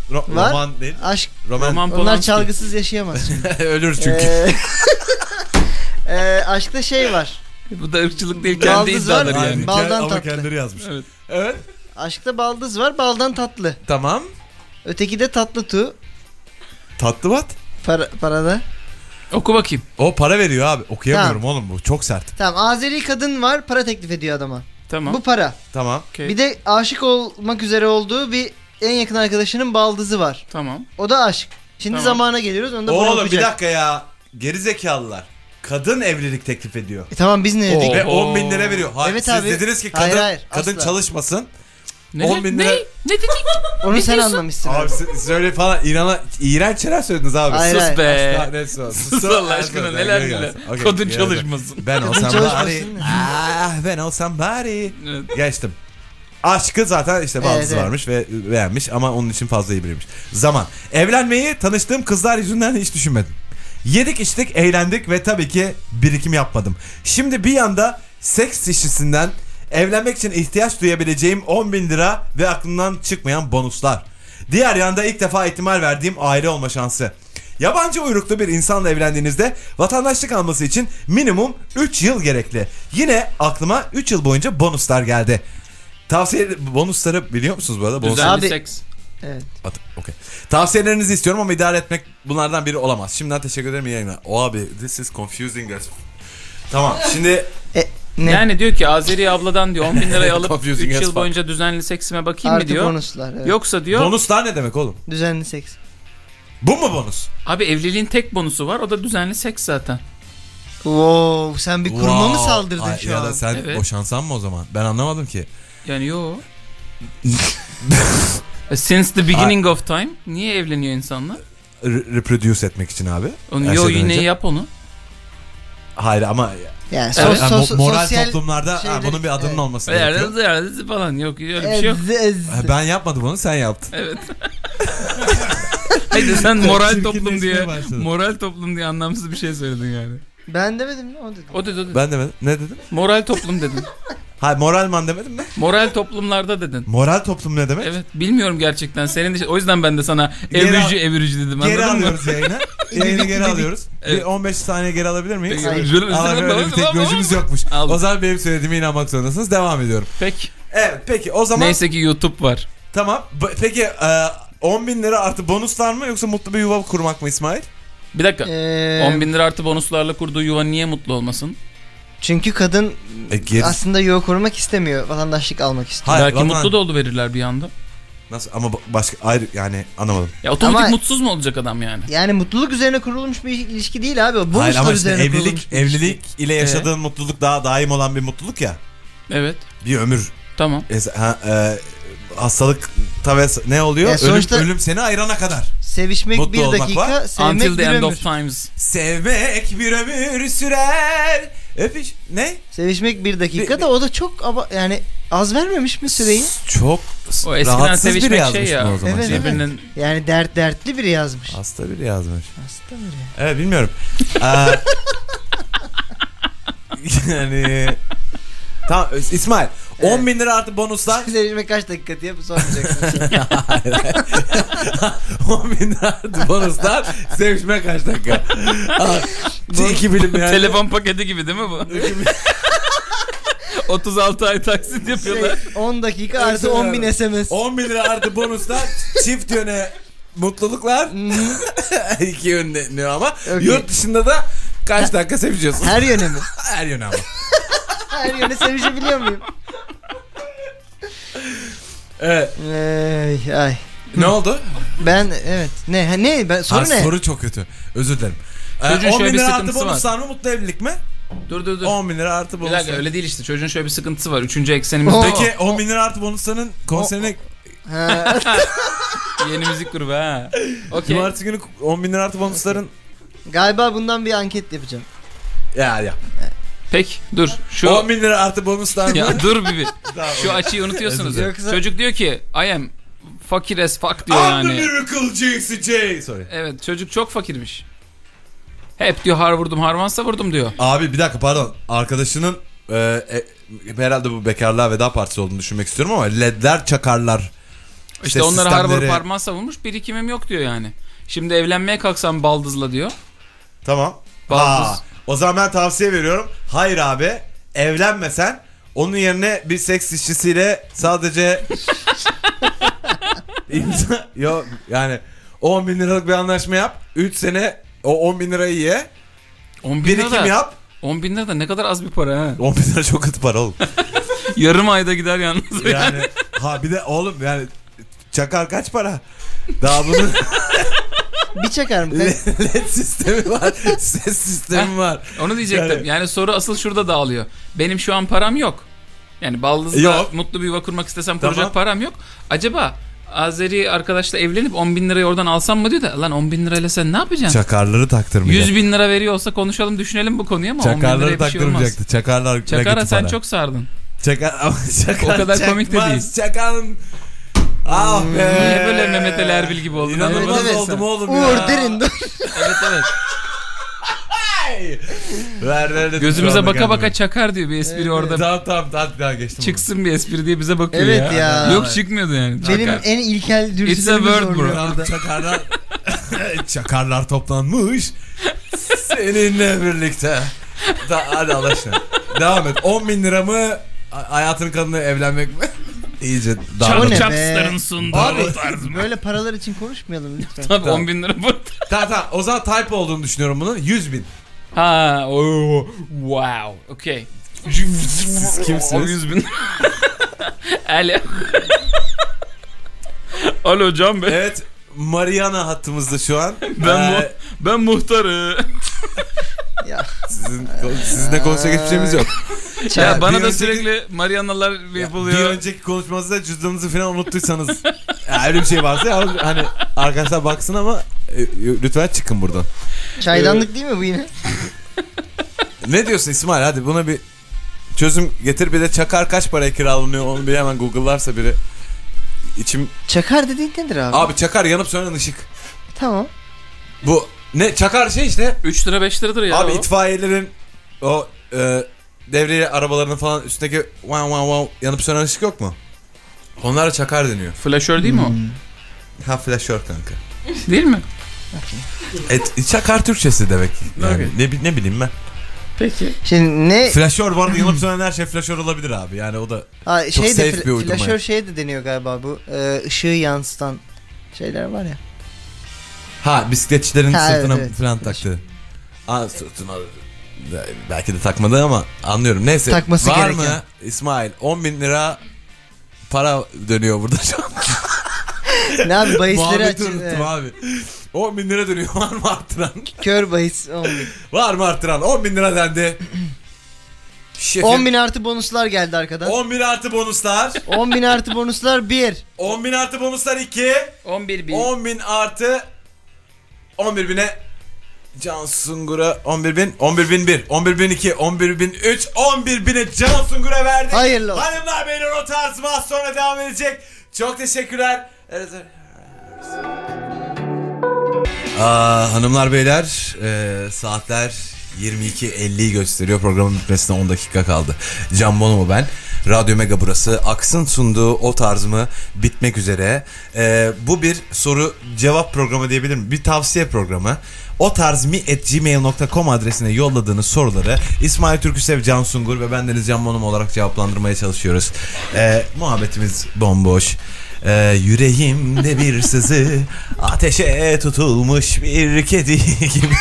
Ro- Var. roman değil. Aşk. Roman. Roman Onlar Polanski. çalgısız yaşayamaz çünkü. Ölür çünkü. Ee, ee, aşkta şey var. Bu da ırkçılık değil, kendi Baldız var. iddiaları yani. Aynen. Baldan Ama tatlı. kendileri yazmış. Evet. Evet. Aşkta baldız var, baldan tatlı. Tamam. Öteki de tatlı tu. Tatlı bat. Para, parada. Oku bakayım. O para veriyor abi. Okuyamıyorum oğlum bu. Çok sert. Tamam, Azeri kadın var, para teklif ediyor adama. Tamam. Bu para. Tamam. Okey. Bir de aşık olmak üzere olduğu bir en yakın arkadaşının baldızı var. Tamam. O da aşk. Şimdi Tamam. zamana geliyoruz. Onu da Oğlum okuyacak. bir dakika ya. Geri-zekalılar. Kadın evlilik teklif ediyor. E, tamam biz ne dedik? Oo. Ve on bin lira veriyor. Hayır, Evet siz abi. dediniz ki kadın, Hayır, hayır, kadın asla. çalışmasın. Ne? on bin ne? lira- Ne dedik? Onu sen diyorsun? anlamışsın. Abi Abi. siz, siz öyle falan İran'a iğrenç şeyler söylediniz abi. Hayır, Sus hayır. be. Asla ne sus. Sus Allah aşkına, neler neler. Kadın çalışmasın. Ben olsam çalışmasın bari. ne? Ah, ben olsam bari. Evet. Geçtim. Aşkı zaten işte bazısı Evet, evet. varmış ve beğenmiş ama onun için fazla iyi biriymiş. Zaman. Evlenmeyi tanıştığım kızlar yüzünden hiç düşünmedim. Yedik içtik eğlendik ve tabii ki birikim yapmadım. Şimdi bir yanda seks işçisinden evlenmek için ihtiyaç duyabileceğim on bin lira ve aklımdan çıkmayan bonuslar. Diğer yanda ilk defa ihtimal verdiğim aile olma şansı. Yabancı uyruklu bir insanla evlendiğinizde vatandaşlık alması için minimum üç yıl gerekli. Yine aklıma üç yıl boyunca bonuslar geldi. Tavsiye bonusları biliyor musunuz bu arada? Bonus... Düzenli Abi- seks. Evet. At- okay. Tavsiyelerinizi istiyorum ama idare etmek bunlardan biri olamaz. Şimdiden teşekkür ederim, iyi yayınlar. O abi this is confusing us. Tamam şimdi E, ne? Yani diyor ki Azeri abladan diyor on bin lirayı alıp Confusing üç as yıl fuck. boyunca düzenli seksime bakayım Artı mı diyor. bonuslar. Evet. Yoksa diyor bonuslar ne demek oğlum? Düzenli seks. Bu mu bonus? abi evliliğin tek bonusu var, o da düzenli seks zaten. Wow, sen bir kuruma mı Wow. saldırdın Ay, şu ya an? da sen Evet. boşansan mı o zaman? Ben anlamadım ki. Yani yo. Since the beginning of time niye evleniyor insanlar? Re- reproduce etmek için abi. Onu Her yo şeyden yine önce. yap onu. Hayır ama Yani Evet. sos, yani sos, mo- moral sosyal toplumlarda ha, şeyleri- bunun bir adının evet. olması gerekiyor. Veya falan yok, öyle bir şey yok. Ez- ez- Ha, Ben yapmadım onu, sen yaptın. Evet. Hayır sen moral toplum Çirkinleşmeye diye başladı. moral toplum diye anlamsız bir şey söyledin yani. Ben demedim mi? O dedi. O dedi, o dedi. Ben demedim. Ne dedim? Moral toplum dedin. Hayır, moralman demedim mi? Moral toplumlarda dedin. Moral toplum ne demek? Evet, bilmiyorum gerçekten. Senin de, o yüzden ben de sana Geri evrici al- evrici dedim. Geri Anladın mı? alıyoruz yayını. Yayını geri alıyoruz. Evet. Bir on beş saniye geri alabilir miyiz? Peki, Hayır. şöyle- Ama şöyle- böyle bir teknolojimiz yokmuş. Aldım. O zaman benim söylediğime inanmak zorundasınız. Devam ediyorum. Peki. Evet peki o zaman Neyse ki YouTube var. tamam. B- Peki e, on bin lira artı bonuslar mı yoksa mutlu bir yuva kurmak mı İsmail? Bir dakika. Ee, on bin lira artı bonuslarla kurduğu yuva niye mutlu olmasın? Çünkü kadın E, geri... aslında yuva kurmak istemiyor. Vatandaşlık almak istiyor. Hayır, Belki vatan- mutlu da oluverirler bir anda. Nasıl ama ba- başka ayrı yani anlamadım. Ya otomatik Ama- mutsuz mu olacak adam yani? Yani mutluluk üzerine kurulmuş bir ilişki değil abi. O bonuslar Hayır ama işte üzerine kurulmuş evlilik bir ilişki. evlilik ile yaşadığın mutluluk daha daim olan bir mutluluk ya. Evet. Bir ömür. Tamam. E, ha, e, hastalık tabii ne oluyor? Ya sonuçta- ölüm, ölüm seni ayırana kadar. Sevişmek Mutlu bir olmak dakika, var. sevmek Until the bir end ömür. of times. Sevmek bir ömür sürer. Öpüş ne? Sevişmek bir dakika Bir- da o da çok aba, yani az vermemiş mi süreyi? Çok O eskiden rahatsız biri sevişmek yazmış şey ya. bunu o zaman. Evet, Şey, evet. Birbirinin Yani dert dertli biri yazmış. Hasta biri yazmış. Hasta biri. Evet bilmiyorum. Ee, yani tamam İsmail on bin lira artı bonuslar. Sevişmek kaç dakika diye sormayacaksın. on bin lira artı bonuslar. Sevişme kaç dakika? Aa, iki bilim yani. telefon paketi gibi değil mi bu? otuz altı ay taksit yapıyorlar. Şey, on dakika artı on bin S M S. on bin lira artı bonuslar. Çift yöne mutluluklar. İki yönlü ama. Okay. Yurt dışında da kaç dakika sevişiyorsun? Her yöne mi? Her yöne ama. Her yöne sevişebiliyor muyum? Evet. Ey, ay. Ne oldu? Ben evet. Ne? Ha, ne? Ben, soru Ha, ne? Soru çok kötü. Özür dilerim. Ee, Çocuğun on şöyle bin bir lira artı sıkıntısı var. bonuslar mı mutlu evlilik mi? Dur dur dur. on bin lira artı Bir bonuslar. dakika öyle değil işte. Çocuğun şöyle bir sıkıntısı var. Üçüncü eksenimiz. Oo. Peki on bin lira artı bonusların konserine Ha, Yeni müzik grubu ha. Okey. cumartesi günü on bin lira artı bonusların galiba bundan bir anket yapacağım. ya ya. Peki dur. Şu on bin lira artı bonuslar mı? ya dur bir bir. Tamam. Şu açıyı unutuyorsunuz. Özür dilerim. Çocuk diyor ki I am fakir as fuck diyor I'm the yani. miracle J C J. Sorry. Evet çocuk çok fakirmiş. Hep diyor har vurdum harmansa vurdum diyor. Abi bir dakika pardon. Arkadaşının e, e, herhalde bu bekarlığa veda partisi olduğunu düşünmek istiyorum ama ledler çakarlar İşte onları harbor parmağı savunmuş, birikimim yok diyor yani. Şimdi evlenmeye kalksam baldızla diyor. Tamam. Baldız. Aa, o zaman ben tavsiye veriyorum. Hayır abi, evlenmesen, onun yerine bir seks işçisiyle sadece imza, yok yani on bin liralık bir anlaşma yap. üç sene o on bin lirayı ye. on bin Birikim lira da, yap. on bin lira da ne kadar az bir para ha. on bin lira çok kötü para oğlum. Yarım ayda gider yalnız. Yani ha bir de oğlum yani çakar kaç para? Daha bunun Bir çakar mı? L E D sistemi var. Ses sistemi var. Onu diyecektim. Yani, yani soru asıl şurada dağılıyor. Benim şu an param yok. Yani baldızla Yok. mutlu bir yuva kurmak istesem Tamam. kuracak param yok. Acaba Azeri arkadaşla evlenip on bin lirayı oradan alsam mı diyor da lan on bin lirayla sen ne yapacaksın? Çakarları taktırmayacak. yüz bin lira veriyor olsa konuşalım, düşünelim bu konuyu ama on bin Çakarları liraya bir şey olmaz. taktırmayacaktı. Çakarlar. Çakara sen çok sardın. Çakar, ama çakar, O kadar komik de çakmaz, değil. Çakarın. Ah be. Niye böyle Mehmet Ali Erbil gibi oldun? İnanılmaz Evet, evet. oldum oğlum ya. Uğur derin. Evet evet. Ver, ver dedim şu Gözümüze anda baka baka kendime. çakar diyor bir espri orada. Tamam tamam tamam daha geçtim. Çıksın bir espri diye bize bakıyor Evet ya. ya. Yok çıkmıyor yani. Benim Çakar. en ilkel It's a dürtülerimi word bro. zorluyor Tamam, burada. çakarlar. Çakarlar toplanmış. Seninle birlikte. Da, hadi Allah aşkına. Devam et. on bin lira mı? Hayatının kadını evlenmek mi? İyice daha. O ne Çak be? Çaps'ların sunduğu Abi bu tarz mı? böyle paralar için konuşmayalım lütfen. Tabii on bin lira bu. Tamam tamam. O zaman type olduğunu düşünüyorum bunun. yüz bin. Ha, ooo, wow, okey. Siz kimsiniz? O yüz bin. Alo. Alo Can Bey. Evet. Mariana hattımızda şu an. Ben Ee, mu ben muhtarı. Ya, Sizin, sizinle konuşacak hiçbir şeyimiz yok. Ya Yani bana bir da önceki- sürekli Marianalar Bir yapılıyor. önceki konuşmanızda cüzdanınızı falan unuttuysanız ya öyle bir şey varsa ya hani arkadaşlar baksın ama e, lütfen çıkın buradan. çaydanlık değil mi bu yine? Ne diyorsun İsmail, hadi buna bir çözüm getir, bir de çakar kaç paraya kiralanıyor onu bir hemen google'larsa biri. İçim Çakar dediğin nedir abi? abi çakar yanıp sönen ışık. Tamam. Bu ne çakar şey işte. üç lira beş liradır ya. Abi o. itfaiyelerin o e, devriye arabalarının falan üstündeki wow wow wow yanıp sönen ışık yok mu? Onlara çakar deniyor. Flaşör değil mi o? Ha flaşör kanka. Değil mi? Et, çakar Türkçesi demek. Yani Okay. ne, ne bileyim ben. Peki. Şimdi ne? Flaşör bu arada yanıp sönen her şey flaşör olabilir abi. Yani o da Ha, çok şey de safe fla- bir uydurma flaşör ya. şey de deniyor galiba bu. Ee, ışığı yansıtan şeyler var ya. ha bisikletçilerin Ha, sırtına evet, evet. falan taktı. Aa, sırtına belki de takmadı ama anlıyorum. Neyse. Takması var gereken. mı İsmail on bin lira para dönüyor burada şu an. Ne abi bahisleri Muhabbeti açın. unuttum Evet. abi. on bin lira dönüyor, var mı arttıran? Kör bahis on bin. Var mı arttıran? on bin lira dendi. Şefim. on bin artı bonuslar geldi arkadan. on bin artı bonuslar. on bin artı bonuslar bir. on bin artı bonuslar iki. on bir bin. on bin artı on bir bine Can Sungur'a on bir bin, on bir bin bir, on bir bin iki, on bir bin üç, on bir bine Can Sungur'a verdik. Hayırlı olsun. Hanımlar beyler, o tarz mı az sonra devam edecek. Çok teşekkürler. Evet, evet. Aa, hanımlar beyler, e, saatler yirmi iki elliyi gösteriyor. Programın bitmesine on dakika kaldı. Can Bonomo ben. Radyo Mega burası. Aks'ın sunduğu o tarz mı bitmek üzere. E, bu bir soru cevap programı diyebilirim. Bir tavsiye programı. o tarz mi at gmail nokta com adresine yolladığınız soruları İsmail Türküsev, Can Sungur ve bendeniz Can Bonomo olarak cevaplandırmaya çalışıyoruz. E, muhabbetimiz bomboş. Ee, yüreğimde bir sızı, ateşe tutulmuş bir kedi gibi.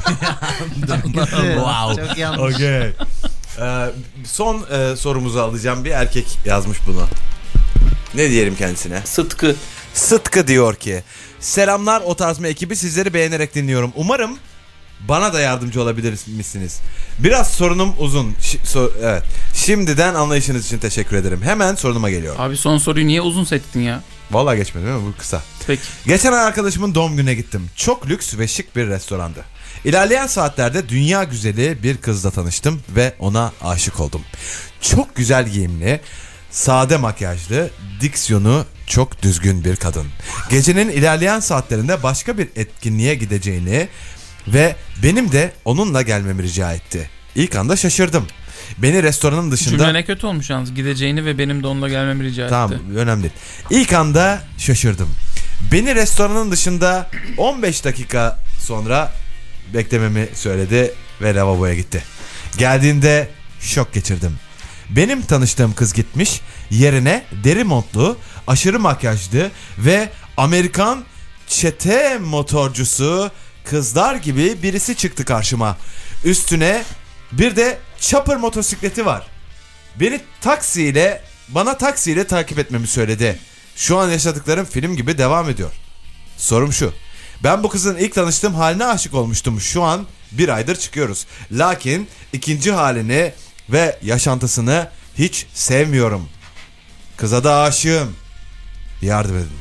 Wow. Çok yanlış. Okay. Ee, son e, sorumuzu alacağım. Bir erkek yazmış bunu. Ne diyelim kendisine? Sıtkı. Sıtkı diyor ki: selamlar o tarz mı ekibi, sizleri beğenerek dinliyorum. Umarım bana da yardımcı olabilir misiniz? Biraz sorunum uzun. Ş- so- evet. Şimdiden anlayışınız için teşekkür ederim. Hemen sorunuma geliyorum. Abi son soruyu niye uzun seçtin ya? Vallahi geçmedi değil mi? Bu kısa. Peki. Geçen ay arkadaşımın doğum gününe gittim. Çok lüks ve şık bir restorandı. İlerleyen saatlerde dünya güzeli bir kızla tanıştım ve ona aşık oldum. Çok güzel giyimli, sade makyajlı, diksiyonu çok düzgün bir kadın. Gecenin ilerleyen saatlerinde başka bir etkinliğe gideceğini ve benim de onunla gelmemi rica etti. İlk anda şaşırdım. Beni restoranın dışında... Cümle ne kötü olmuş yalnız. Gideceğini ve benim de onunla gelmemi rica etti. Tamam, önemli değil. İlk anda şaşırdım. Beni restoranın dışında on beş dakika sonra beklememi söyledi ve lavaboya gitti. Geldiğinde şok geçirdim. Benim tanıştığım kız gitmiş, yerine deri montlu, aşırı makyajlı ve Amerikan çete motorcusu kızlar gibi birisi çıktı karşıma. Üstüne bir de chopper motosikleti var. Beni taksiyle, bana taksiyle takip etmemi söyledi. Şu an yaşadıklarım film gibi devam ediyor. Sorum şu: ben bu kızın ilk tanıştığım haline aşık olmuştum. Şu an bir aydır çıkıyoruz. Lakin ikinci halini ve yaşantısını hiç sevmiyorum. Kıza da aşığım. Yardım edin.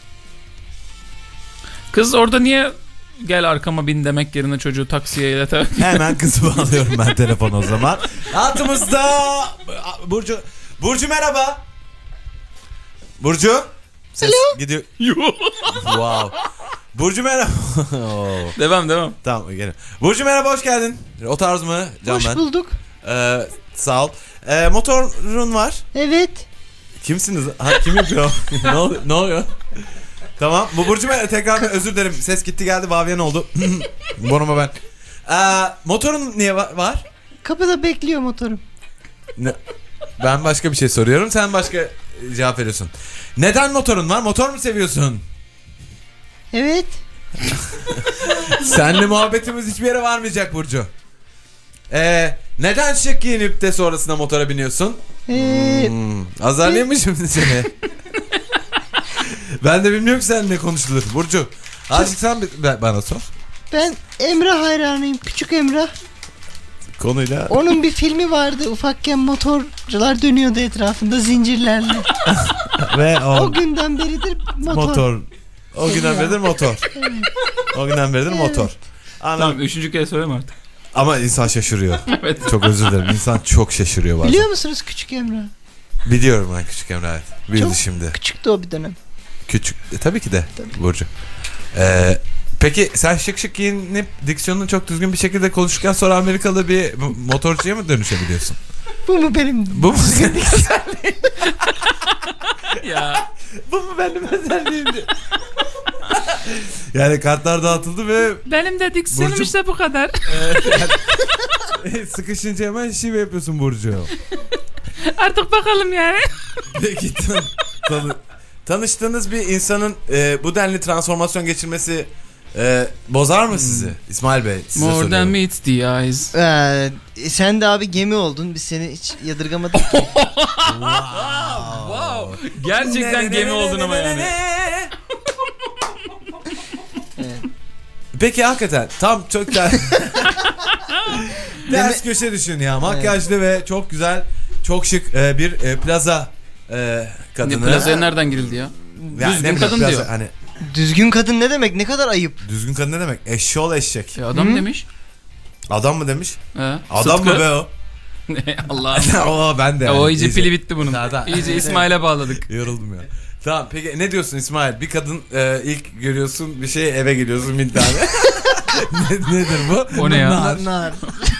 Kız orada niye gel arkama bin demek yerine çocuğu taksiye ileter? Hemen kızı bağlıyorum ben telefon o zaman. Altımızda Burcu. Burcu merhaba. Burcu. Ses Hello. Gidiyor. Wow. Burcu merhaba. Devam devam. Tamam gelin. Burcu merhaba, hoş geldin. O tarz mı? Can Hoş ben. bulduk. Ee, sağ ol. Ee, motorun var. Evet. Kimsiniz? Ha, kim yapıyor? ne oluyor? Ne oluyor? Tamam. Bu Burcu merhaba. Tekrar özür dilerim. Ses gitti geldi. Vavyen oldu. Bonuma ben. Ee, motorun niye var? var? Kapıda bekliyor motorum. Ne? Ben başka bir şey soruyorum. Sen başka cevap veriyorsun. Neden motorun var? Motor mu seviyorsun? Evet. Seninle muhabbetimiz hiçbir yere varmayacak Burcu. Ee, neden şık giyinip de sonrasında motora biniyorsun? Ee, Hmm, azarlayayım mı şimdi seni? Ben de bilmiyorum ki seninle konuşulur. Burcu, azıcık sen bana sor. Ben Emrah hayranıyım. Küçük Emrah. Konuyla... Onun bir filmi vardı. Ufakken motorcular dönüyordu etrafında zincirlerle. Ve o, o günden beridir motor. motor. O günden beridir motor. O günden beridir motor. Anladım. Tamam, üçüncü kez söyleme artık. Ama insan şaşırıyor. Evet. Çok özür dilerim. İnsan çok şaşırıyor bazen. Biliyor musunuz Küçük Emrah? Biliyorum ben Küçük Emrah. Evet. Bildi Çok şimdi. küçüktü o bir dönem. Küçük. E, tabii ki de Tabii. Burcu. Ee, peki sen şık şık giyinip diksiyonunu çok düzgün bir şekilde konuşurken sonra Amerikalı bir motorcuya mı dönüşebiliyorsun? Bu mu benim? Bu mu senin özelliğin? Ya. Bu mu benim özelliğimdi? Yani kartlar dağıtıldı ve Benim de diksiyonum Burcu... işte bu kadar. Sıkışınca hemen şive yapıyorsun Burcu. Artık bakalım yani. Peki tan- tanı- tanıştığınız bir insanın e, bu denli transformasyon geçirmesi e, bozar mı sizi? İsmail Bey size More soruyorum. than meets the eyes. Ee, sen de abi gemi oldun. Biz seni hiç yadırgamadık ki. Wow. Gerçekten gemi oldun ama yani. Evet. Peki hakikaten tam çok ters. Ters köşe düşün ya. Makyajlı ve çok güzel, çok şık e, bir e, plaza e, kadını. Ne, plazaya nereden girildi ya? Ya Düzgün ne kadın plaza, diyor. Hani Düzgün kadın ne demek? Ne kadar ayıp. düzgün kadın ne demek? Eşşoğlu eşek. E, adam Hı? demiş. Adam mı demiş? He. Adam Sıtkı. mı be o? Allah. Oo ben de. Ya, Yani. o iyice İyice. pili bitti bunun. Daha, daha. İyice İsmail'e bağladık. Yoruldum ya. Tamam peki ne diyorsun İsmail? Bir kadın e, ilk görüyorsun bir şey, eve geliyorsun bir tane. ne, nedir bu? O ne ya? Nar. Nar.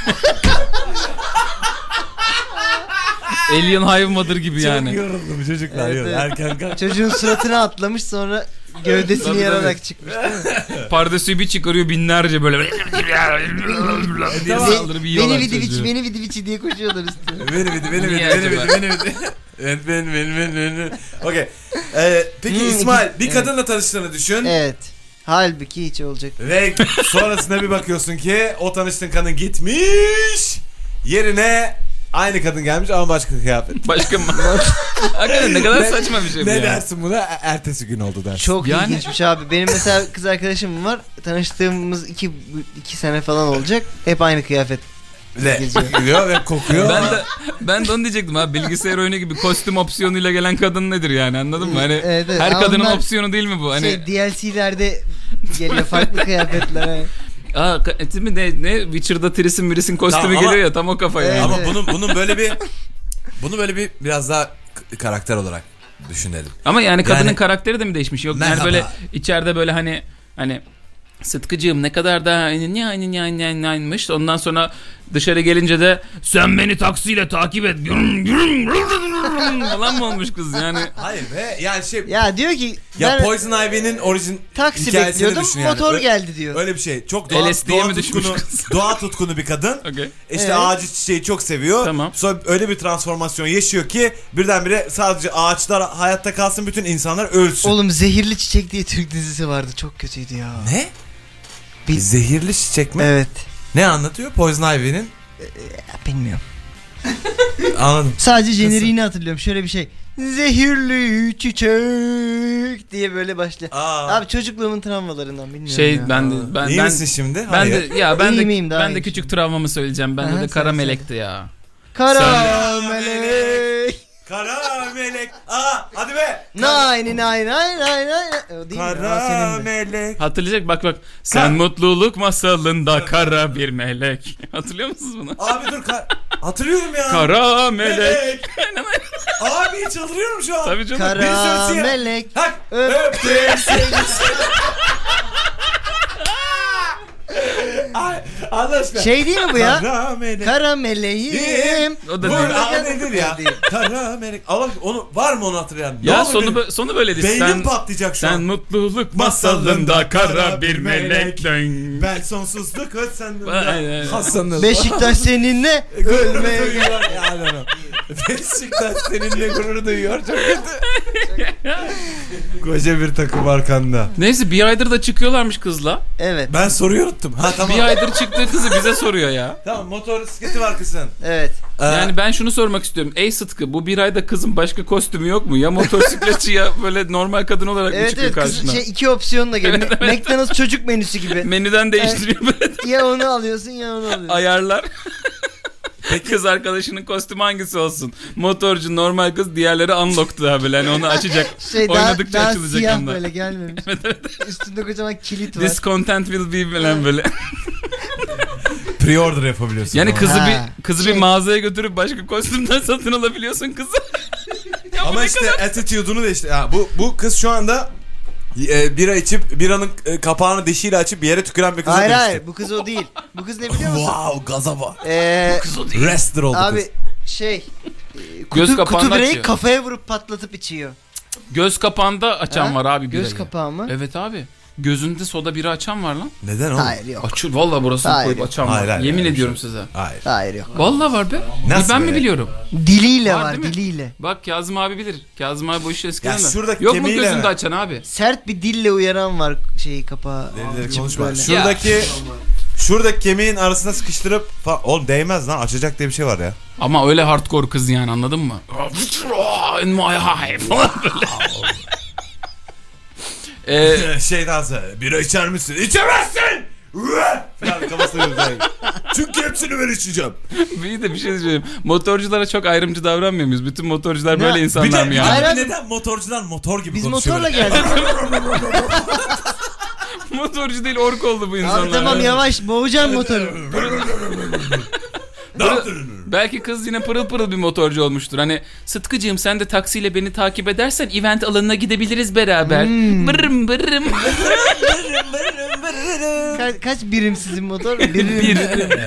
Alien Hive Mother gibi yani. Çok yoruldum çocuklar. Evet, yoruldu. evet. Erken kalk. Çocuğun suratına atlamış sonra gövdesini Tabii, yararak tabii. çıkmış değil mi? Pardesüyü bir çıkarıyor binlerce böyle. diye saldırıp Be- yiyorlar beni vidi çocuğu. vici, beni vidi vici diye koşuyorlar üstüne. Beni vidi, beni vidi, Niye beni acaba? vidi, beni vidi. Evet, beni, beni, beni, beni. Okey. Ee, peki Hmm, İsmail bir evet. kadınla tanıştığını düşün. Evet. Halbuki hiç olacak. Ve sonrasında bir bakıyorsun ki o tanıştığın kadın gitmiş. Yerine aynı kadın gelmiş ama başka kıyafet. Başka mı? Hakikaten ne kadar saçma bir şey bu Ne ya. dersin buna? E- Ertesi gün oldu dersin. Çok Yani- ilginçmiş abi. Benim mesela kız arkadaşım var. Tanıştığımız iki, iki sene falan olacak. Hep aynı kıyafet. Ve gidiyor ve kokuyor. Ben de ben de onu diyecektim abi, bilgisayar oyunu gibi kostüm opsiyonuyla gelen kadın nedir yani, anladın mı? Hani Evet, evet. her Ama kadının onlar opsiyonu değil mi bu? Hani Şey, D L C'lerde geliyor farklı kıyafetler. evet. aa ka- mi ne ne Witcher'da Tris'in Miris'in kostümü Tamam, ama- geliyor ya, tam o kafa yani. Evet. Ama bunun bunun böyle bir bunu böyle bir biraz daha k- karakter olarak düşünelim. Ama yani kadının Yani- karakteri de mi değişmiş? Yok Merhaba. yani böyle içeride böyle hani hani Sıtkıcığım ne kadar da aynıymış. Ondan sonra Dışarı gelince de sen beni taksiyle takip et falan mı olmuş kız yani? Hayır be yani şey. Ya diyor ki Ya ben Poison Ivy'nin orijin taksi hikayesini bekliyordum, düşün yani. motor Öyle- geldi diyor. Öyle bir şey. Çok doğa, L S D'ye doğa mi düşmüş tutkunu, kız? doğa tutkunu bir kadın. Okay. İşte Evet. ağacı çiçeği çok seviyor. Tamam. Sonra öyle bir transformasyon yaşıyor ki birdenbire sadece ağaçlar hayatta kalsın, bütün insanlar ölsün. Oğlum Zehirli Çiçek diye Türk dizisi vardı, çok kötüydü ya. Ne? Bir- Zehirli çiçek mi? Evet. Ne anlatıyor? Poison Ivy'nin. Ya, bilmiyorum. Anladım. Sadece jeneriğini hatırlıyorum. Şöyle bir şey. Zehirli çiçek diye böyle başlıyor. Aa. Abi çocukluğumun travmalarından bilmiyorum Şey ya. ben de ben İyi ben misin şimdi? ben Hayır. de ya ben İyi de miyim, daha ben de iyi. küçük travmamı söyleyeceğim. Bende Aha, de kara söyle, melekti ya. Kara melek. Kara melek. Aa hadi be. Nay nay nay nay nay nay. O değil mi? Aa, Kara senin de. melek. Hatırlayacak bak bak. Sen mutluluk masalında kara bir melek. Hatırlıyor musunuz bunu? Abi dur kar- hatırlıyorum ya. Kara melek. Melek. Abi çıldırıyorum şu an. Tabii canım. Bir Kara sürü siyah. melek. Hak. Öptüm seni. Ay, Allah aşkına. Şey değil mi bu ya? Kara melek. Kara meleğim. O da Bu değil. aa, nedir ya? Kara melek. Allah onu var mı onu hatırlayan? Ne Ya olur sonu benim- bö- sonu böyleydi. Beynim Sen patlayacak şu sen an. mutluluk masalında kara bir melek. Ben sonsuzluk ötsendim. Aynen. Hasan'ın. Beşiktaş seninle ölmeye gel. Yani Beşiktaş seninle gurur duyuyor. Çok kötü. Koca bir takım arkanda. Neyse bir aydır da çıkıyorlarmış kızla. Evet. Ben soruyu unuttum. Ha tamam. Bir aydır çıktığı kızı bize soruyor ya. Tamam, motor bisikleti var kızın. Evet. Ee, Yani ben şunu sormak istiyorum. Ey Sıtkı, bu bir ayda kızın başka kostümü yok mu? Ya motosikletçi ya böyle normal kadın olarak mı Evet çıkıyor evet kız, karşına? şey, iki opsiyonla geliyor. McDonald's çocuk menüsü gibi. Menüden değiştiriyor böyle Ya onu alıyorsun ya onu alıyorsun. ayarlar. Kız arkadaşının kostümü hangisi olsun? Motorcu, normal kız, diğerleri unlocked daha böyle. Hani onu açacak. Şey daha, Oynadıkça daha açılacak siyah onda. böyle gelmemiş. Üstünde kocaman kilit var. This content will be falan böyle. pre-order yapabiliyorsun. Yani ama. kızı Ha, bir kızı şey- bir mağazaya götürüp başka kostümden satın alabiliyorsun kızı. Ya bu Ama ne işte kadar- attitude'unu da işte. Ha, bu bu kız şu anda e, bira içip biranın e, kapağını dişiyle açıp bir yere tüküren bir kıza Hayır dönüştü. hayır bu kız o değil. Bu kız ne biliyor musun? Wow, gaza bak. Ee, Wrestler oldu abi kız. şey e, Göz kutu, kapağını kutu birayı açıyor. kafaya vurup patlatıp içiyor. Göz kapağında açan Ha? var abi birayı. Göz kapağı mı? Evet abi. Gözünde soda bira açan var lan. Neden oğlum? Hayır yok. Açıl vallahi burasını Hayır. koyup açan Hayır, var. hayır, Yemin hayır, ediyorum bir şey. size. Hayır. Hayır yok. Vallahi var be. Nasıl ben be? mi biliyorum? Diliyle Var var, değil mi? diliyle. Bak Kazım abi bilir. Kazım abi bu işi eskiden Ya de. şuradaki Yok mu kemiğiyle gözünde mi? açan abi? Sert bir dille uyaran var şeyi kapağı. Delileri açıp konuşma. böyle. Şuradaki şuradaki kemiğin arasına sıkıştırıp falan. Oğlum değmez lan, açacak diye bir şey var ya. Ama öyle hardcore kız yani, anladın mı? In my eye falan böyle. Ee, şey dansı. Bira içer misin? İçemezsin! Falan kafasına göre. Çünkü hepsini ben içeceğim. bir de bir şey diyeceğim. Motorculara çok ayrımcı davranmıyor muyuz? Bütün motorcular Ne? böyle Bir insanlar de, mı bir yani? Hayır de abi. neden motorcular motor gibi Biz konuşuyor? motorla böyle? geldik. Motorcu değil, ork oldu bu insanlar. Abi tamam yavaş boğacağım motoru. Ne yaptın? Belki kız yine pırıl pırıl bir motorcu olmuştur. Hani Sıtkıcığım sen de taksiyle beni takip edersen event alanına gidebiliriz beraber. Hmm. Bırım bırım. Ka- kaç birim sizin motor? Birim. Bir.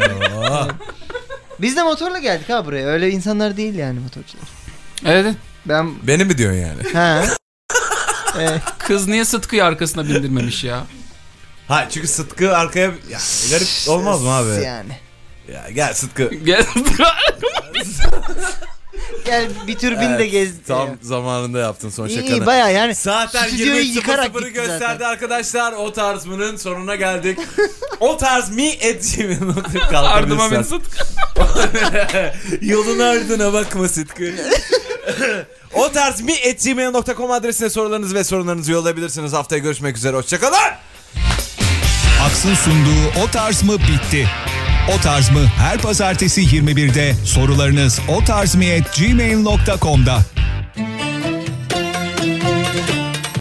Biz de motorla geldik ha buraya. Öyle insanlar değil yani motorcular. Evet. Ben Beni mi diyorsun yani? ha. Evet. Kız niye Sıtkı'yı arkasına bindirmemiş ya? Ha çünkü Sıtkı arkaya ya, garip olmaz mı abi? Yani. Ya gel Sıtkı. Gel. Gel bir tür bin de gez. Tam zamanında yaptın son İyi şakanı. iyi baya yani. Saatler Stüdyoyu yirmi yıkarak sıfırı gitti gösterdi zaten. arkadaşlar. O tarz mı'nın sonuna geldik. O tarz mi at gmail nokta com Ardıma bin Sıtkı. Yolun ardına bakma Sıtkı. O tarz mi at gmail nokta com adresine sorularınızı ve sorunlarınızı yollayabilirsiniz. Haftaya görüşmek üzere. Hoşçakalın. Aks'ın sunduğu O Tarz mı bitti. O Tarz mı her pazartesi yirmi birde sorularınız o tarz mi at gmail nokta com'da.